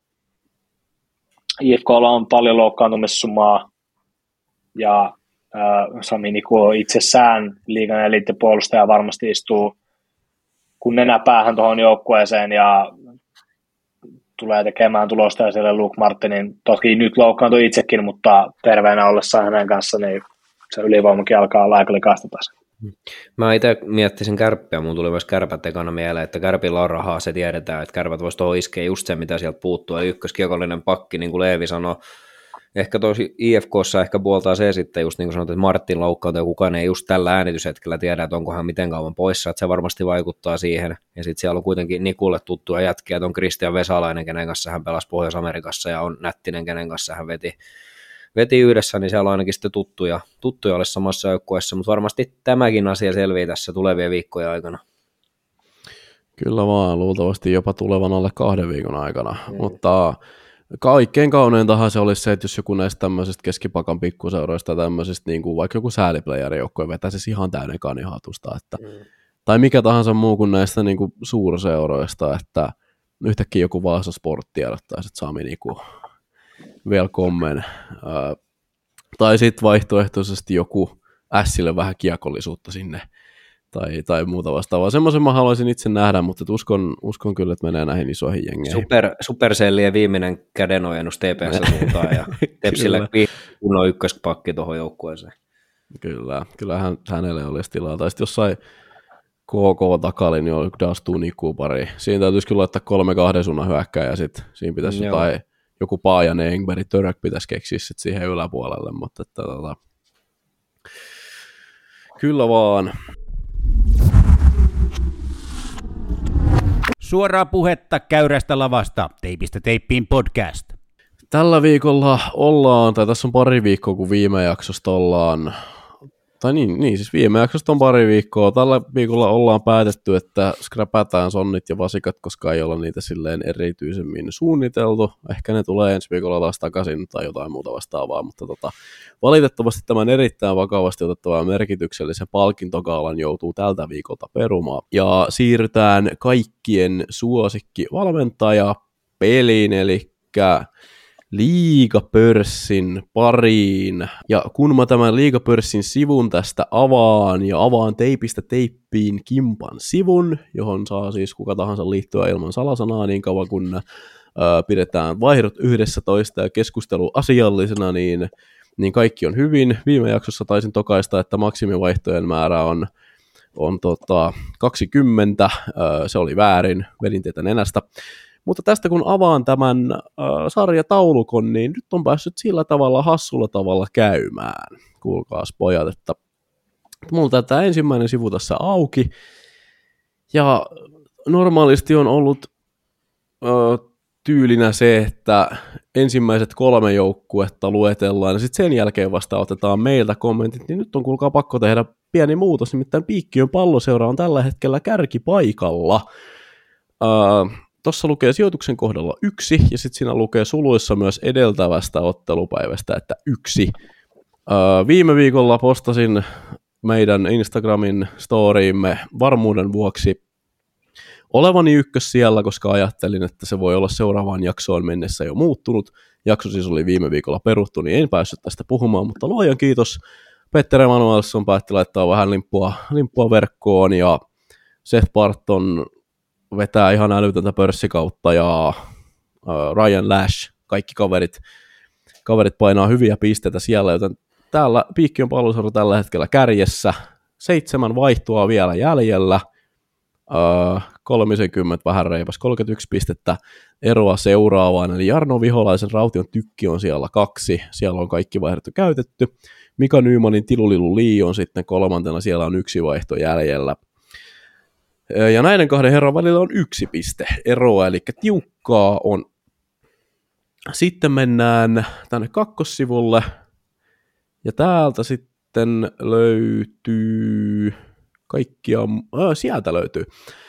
IFK:lla on paljon loukkaantumissumaa ja Sami Niku on itsessään liigan eliittipuolustaja, varmasti istuu kun nenäpäähän tuohon joukkueeseen ja tulee tekemään tulosta ja siellä Luke Martinin, toki nyt loukkaantui itsekin, mutta terveenä ollessaan hänen kanssa, niin se ylivoimakin alkaa olla aika likaista taas.
Mä itse miettisin Kärppiä, mun tuli myös Kärpät ekana mieleen, että Kärpillä on rahaa, se tiedetään, että Kärpät voisi tuohon iskeä just se, mitä sieltä puuttuu, eli ykköskiekollinen pakki, niin kuin Leevi sanoi. Ehkä tosi IFK:ssa ehkä puoltaa se sitten, just niin kuin sanoit, että Martin loukkaantui ja kukaan ei just tällä äänityshetkellä tiedä, että onko hän miten kauan poissa, että se varmasti vaikuttaa siihen. Ja sitten siellä on kuitenkin Nikulle tuttuja jätkiä, että on Kristian Vesalainen, kenen kanssa hän pelasi Pohjois-Amerikassa ja on Nättinen, kenen kanssa hän veti veti yhdessä, niin siellä on ainakin sitten tuttuja ole samassa joukkueessa, mutta varmasti tämäkin asia selviää tässä tulevien viikkojen aikana.
Kyllä vaan, luultavasti jopa tulevan alle 2 viikon aikana, mutta kaikkein kauneintahan se olisi se, että jos joku näistä tämmöisistä keskipakan pikkuseuroista tämmöisistä, niin kuin vaikka joku sääliplayer-joukkue vetäisi ihan täyden kanihatusta, että tai mikä tahansa muu kuin näistä niin kuin suurseuroista, että yhtäkkiä joku Vaasa Sport tiedottaisi, että Sami niinku velkommen. Tai sitten vaihtoehtoisesti joku Ässille vähän kiekollisuutta sinne tai muuta vastaavaa. Semmoisen mä haluaisin itse nähdä, mutta uskon kyllä, että menee näihin isoihin jengeihin.
Supercellien viimeinen kädenojennus TPS suuntaan ja Tepsillä kunnon ykköspakki tuohon joukkueeseen.
Kyllä hänelle olisi tilaa. Tai sitten jossain KK-takali, niin on Dastu Niku pari. Siinä täytyisi kyllä laittaa 3-2 suunnan hyökkää, ja sitten siinä pitäisi joku Paajanen, Engberg, Török pitäisi keksiä sit siihen yläpuolelle, mutta kyllä vaan.
Suoraa puhetta käyrästä lavasta, teipistä teippiin podcast.
Tällä viikolla ollaan, tai tässä on pari viikkoa, kun viime jaksosta ollaan, tai niin siis viime jaksosta on pari viikkoa. Tällä viikolla ollaan päätetty, että scrapataan sonnit ja vasikat, koska ei olla niitä silleen erityisemmin suunniteltu. Ehkä ne tulee ensi viikolla taas takaisin tai jotain muuta vastaavaa, mutta valitettavasti tämän erittäin vakavasti otettavan merkityksellisen palkintogaalan joutuu tältä viikolta perumaan. Ja siirrytään kaikkien suosikkivalmentaja peliin, eli Liigapörssin pariin. Ja kun mä tämän Liigapörssin sivun tästä avaan teipistä teippiin kimpan sivun, johon saa siis kuka tahansa liittyä ilman salasanaa niin kauan kun pidetään vaihdot yhdessä toista ja keskustelu asiallisena, niin kaikki on hyvin. Viime jaksossa taisin tokaista, että maksimivaihtojen määrä on 20, se oli väärin, vedin teitä nenästä. Mutta tästä kun avaan tämän sarjataulukon, niin nyt on päässyt sillä tavalla hassulla tavalla käymään. Kuulkaas pojat, että mulla tämä ensimmäinen sivu tässä auki. Ja normaalisti on ollut tyylinä se, että ensimmäiset 3 joukkuetta luetellaan ja sitten sen jälkeen vasta otetaan meiltä kommentit. Niin nyt on kuulkaa pakko tehdä pieni muutos, nimittäin Piikkiön Palloseura on tällä hetkellä kärkipaikalla. Tuossa lukee sijoituksen kohdalla 1, ja sitten siinä lukee suluissa myös edeltävästä ottelupäivästä, että 1. Viime viikolla postasin meidän Instagramin storyimme varmuuden vuoksi olevani ykkös siellä, koska ajattelin, että se voi olla seuraavaan jaksoon mennessä jo muuttunut. Jakso siis oli viime viikolla peruttu, niin en päässyt tästä puhumaan, mutta luojan kiitos. Petter Emanuelsson päätti laittaa vähän limppua verkkoon, ja Seth Barton vetää ihan älytöntä pörssikautta, ja Ryan Lash, kaikki kaverit painaa hyviä pisteitä siellä, joten täällä Piikkiön Palloseura tällä hetkellä kärjessä, 7 vaihtoa vielä jäljellä, 30 vähän reipas, 31 pistettä eroa seuraavaan, eli Jarno Viholaisen Raution Tykki on siellä 2, siellä on kaikki vaihdot käytetty, Mika Nymanin Tilulilu Lii on sitten 3, siellä on 1 vaihto jäljellä. Ja näiden 2 herran välillä on 1 piste eroa, eli tiukkaa on. Sitten mennään tänne kakkossivulle, ja täältä sitten löytyy sieltä löytyy.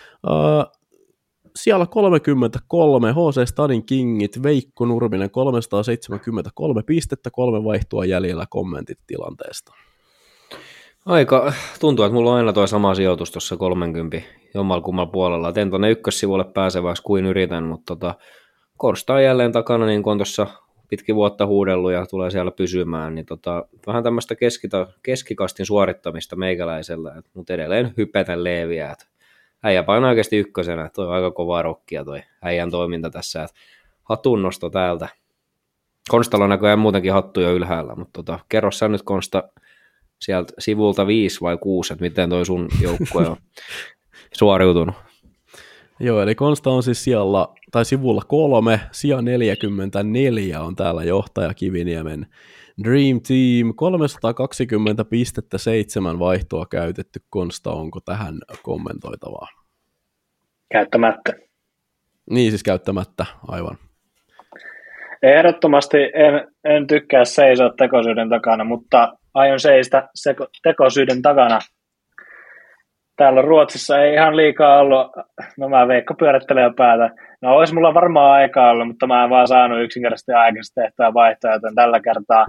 Siellä 33 HC Stadin Kingit, Veikko Nurminen 373 pistettä, 3 vaihtoa jäljellä kommentit tilanteesta.
Aika tuntuu, että mulla on aina tuo sama sijoitus tuossa 30 jommalkummalla puolella. En tuonne ykkössivulle pääseväksi kuin yritän, mutta Korsta on jälleen takana, niin kuin on tuossa pitkin vuotta huudellut ja tulee siellä pysymään, niin vähän tämmöistä keskikastin suorittamista meikäläisellä, mutta edelleen hypätä leeviä. Äijä painaa oikeasti ykkösenä, toi on aika kovaa rokkia toi äijän toiminta tässä, että hatunnosto täältä. Konstalla on näköjään muutenkin hattu jo ylhäällä, mutta kerro sä nyt Konsta sieltä sivulta 5 vai 6, että miten toi sun joukkue on suoriutunut.
Joo, eli Konsta on siis sivulla 3, sija 44 on täällä johtaja Kiviniemen Dream Team, 320 pistettä, 7 vaihtoa käytetty. Konsta, onko tähän kommentoitavaa?
Käyttämättä.
Niin, siis käyttämättä, aivan.
Ehdottomasti en tykkää seisoa tekosyyden takana, mutta aion seistä tekosyyden takana. Täällä Ruotsissa ei ihan liikaa ollut, no mä Veikko pyörittelee jo päätä. No olisi mulla varmaan aikaa ollut, mutta mä en vaan saanut yksinkertaisesti aikaisesti tehtyä vaihtoa, joten tällä kertaa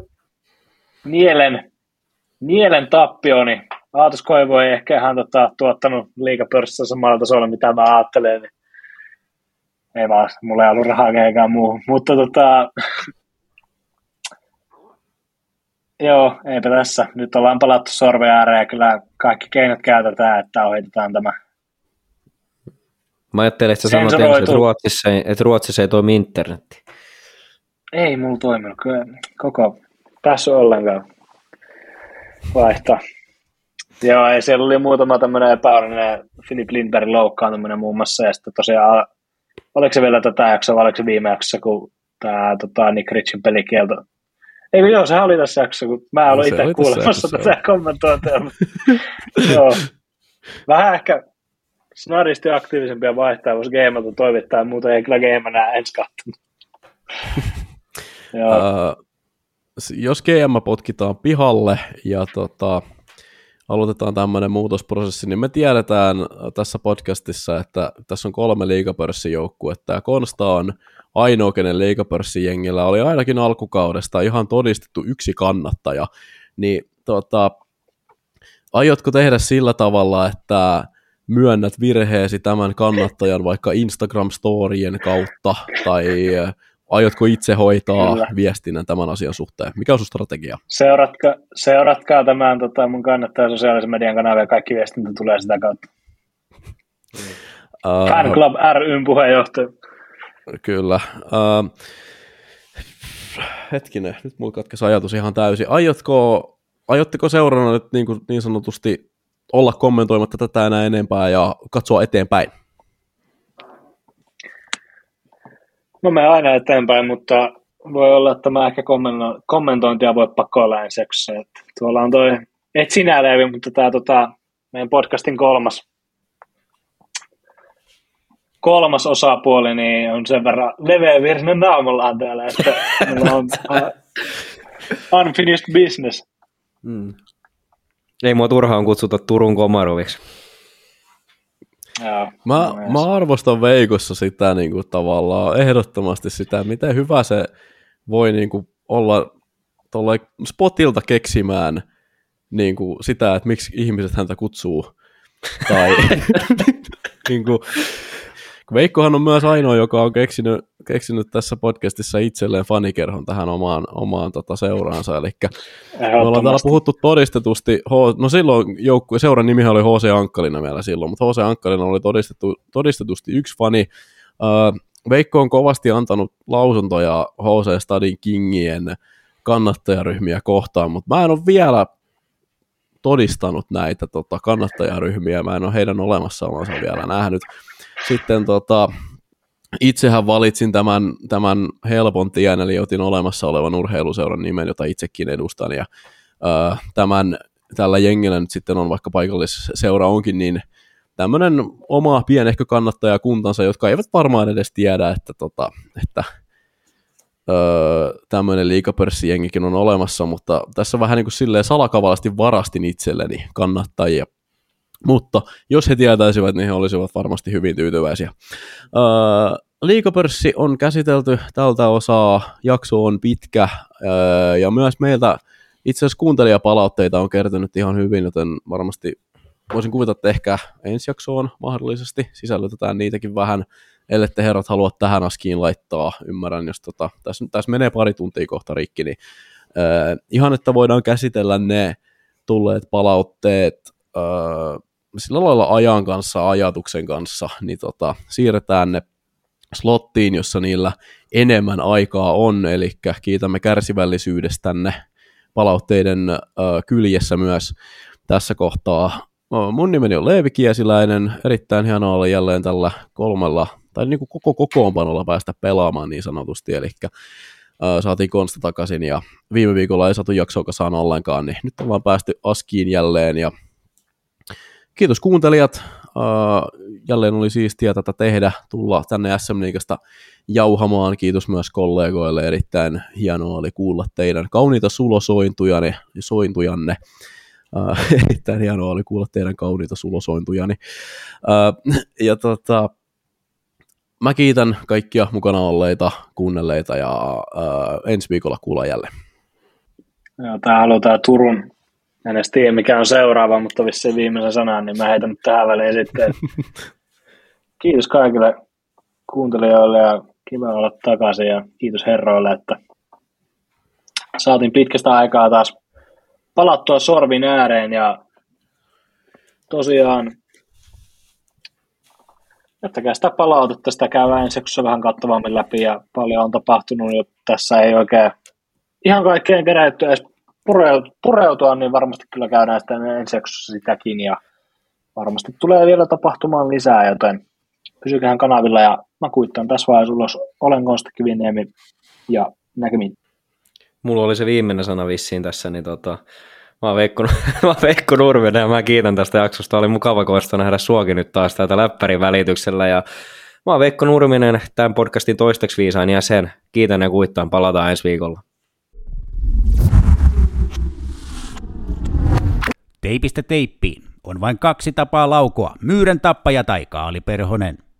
nielen tappioni. Aatos Koivu ei ehkä ihan tuottanut liigapörssissä samalla tasolla, mitä mä ajattelen. Ei vaan, mulla ei ollut rahaa keikään muuhun. Mutta joo, eipä tässä. Nyt ollaan palattu sorven ääreen ja kyllä kaikki keinot käytetään, että ohitetaan tämä.
Mä ajattelin, että sä sanot että Ruotsissa ei toimi internetti.
Ei mulla toiminut. Kyllä koko päässyt ollenkaan vaihtaa. Joo, ei siellä oli muutama tämmöinen epäonninen Filip Lindbergin loukkaantuminen muun muassa. Ja sitten tosiaan, oliko se vielä tätä jaksoa vai oliko se viime jaksossa, kun tämä Nick Richin pelikielto. Eikö joo, sehän oli tässä jaksossa, kun mä olin itse kuulemassa tätä kommentointia. Joo. Vähän ehkä snadisti aktiivisempia vaihtaa, voisi Gamelta toivittaa, ja muuta ei kyllä Game enää ensi kattonut.
Jos GM potkitaan pihalle ja aloitetaan tämmöinen muutosprosessi, niin me tiedetään tässä podcastissa, että tässä on 3 liigapörssijoukkuetta, ja Konsta on ainoa, kenen liigapörssijengillä oli ainakin alkukaudesta ihan todistettu yksi kannattaja, niin aiotko tehdä sillä tavalla, että myönnät virheesi tämän kannattajan vaikka Instagram-storien kautta, tai aiotko itse hoitaa viestinnän tämän asian suhteen? Mikä on sun strategia?
Seuratkaa tämän mun kannattaja sosiaalisen median kanavia, kaikki viestintä tulee sitä kautta. Fan Club ry:n puheenjohtaja.
Kyllä. Hetkinen, nyt mulla katkesi ajatus ihan täysin. Aiotteko seurana nyt niin sanotusti olla kommentoimatta tätä enää enempää ja katsoa eteenpäin?
Mä menen aina eteenpäin, mutta voi olla, että mä ehkä kommentointia voi pakoilla ensi. Tuolla on toi, et sinä Leevi, mutta tämä meidän podcastin kolmas osapuoli niin on sen verran leveä virne naamallaan täällä, että meillä on unfinished business.
Ei mua turhaan kutsuta Turun Komaroviksi.
Mä arvostan Veikossa sitä niin kuin, tavallaan ehdottomasti sitä, miten hyvä se voi niin kuin, olla spotilta keksimään niin kuin, sitä, että miksi ihmiset häntä kutsuu. Tai niin kuin, Veikkohan on myös ainoa, joka on keksinyt tässä podcastissa itselleen fanikerhon tähän omaan seuraansa, eli me ollaan täällä puhuttu todistetusti, no silloin seuran nimihän oli H.C. Ankkalina vielä silloin, mutta H.C. Ankkalina oli todistetusti yksi fani. Veikko on kovasti antanut lausuntoja H.C. Stadin Kingien kannattajaryhmiä kohtaan, mutta mä en ole vielä todistanut näitä kannattajaryhmiä, mä en ole heidän olemassaolonsa vielä nähnyt. Sitten itsehän valitsin tämän helpon tien, eli otin olemassa olevan urheiluseuran nimen, jota itsekin edustan, ja tällä jengillä nyt sitten on, vaikka paikallisseura onkin, niin tämmöinen oma pienehkö kannattajakuntansa, jotka eivät varmaan edes tiedä, että tämmöinen liigapörssijengikin on olemassa, mutta tässä vähän niin kuin silleen salakavalasti varastin itselleni kannattajia. Mutta jos he tietäisivät, niin he olisivat varmasti hyvin tyytyväisiä. Liigapörssi on käsitelty tältä osaa, jakso on pitkä ja myös meiltä itse asiassa kuuntelijapalautteita on kertynyt ihan hyvin, joten varmasti voisin kuvitella, että ehkä ensi jaksoon mahdollisesti sisällytetään niitäkin vähän, ellette herrat halua tähän askiin laittaa. Ymmärrän, jos tässä menee pari tuntia kohta rikki, niin ihan, että voidaan käsitellä ne tulleet palautteet sillä lailla ajan kanssa, ajatuksen kanssa, niin siirretään ne slottiin, jossa niillä enemmän aikaa on, eli kiitämme kärsivällisyydestänne palautteiden kyljessä myös tässä kohtaa. Mun nimeni on Leevi Kiesiläinen, erittäin hienoa olla jälleen tällä tai niin kuin koko kokoonpanolla päästä pelaamaan niin sanotusti, eli saatiin Konsta takaisin, ja viime viikolla ei saatu jaksoa kasaan ollenkaan, niin nyt ollaan päästy askiin jälleen, ja kiitos kuuntelijat, Jälleen oli siistiä tätä tehdä, tulla tänne SM-liigasta jauhamaan. Kiitos myös kollegoille, erittäin hienoa oli kuulla teidän kauniita sulosointujanne. Erittäin hienoa oli kuulla teidän kauniita sulosointujani. Mä kiitän kaikkia mukana olleita, kuunnelleita ja ensi viikolla kuullaan jälleen.
Joo, tää halutaan Turun. En edes tiedä, mikä on seuraava, mutta vissiin viimeisen sanan, niin mä heitän nyt tähän väliin sitten. Kiitos kaikille kuuntelijoille ja kiva olla takaisin ja kiitos herroille, että saatiin pitkästä aikaa taas palattua sorvin ääreen ja tosiaan jättäkää sitä palautetta, sitä käydään ensi jaksossa vähän kattavammin läpi ja paljon on tapahtunut jo tässä ei oikein ihan kaikkeen kerätty edes pureutua, niin varmasti kyllä käydään sitä ensi jaksossa sitäkin ja varmasti tulee vielä tapahtumaan lisää, joten pysyköhän kanavilla ja mä kuittaan tässä vaiheessa ulos. Olen Konsta Kiviniemi ja näkemiin.
Mulla oli se viimeinen sana vissiin tässä, niin mä oon Veikko Nurminen ja mä kiitän tästä jaksosta. Oli mukava Konsta nähdä suokin nyt taas täältä läppärin välityksellä ja mä oon Veikko Nurminen, tämän podcastin toisteksi viisaan jäsen. Kiitän ja kuittaan, palataan ensi viikolla.
Teipistä teippiin on vain 2 tapaa laukoa, Myyrän tappaja tai Kaali Perhonen.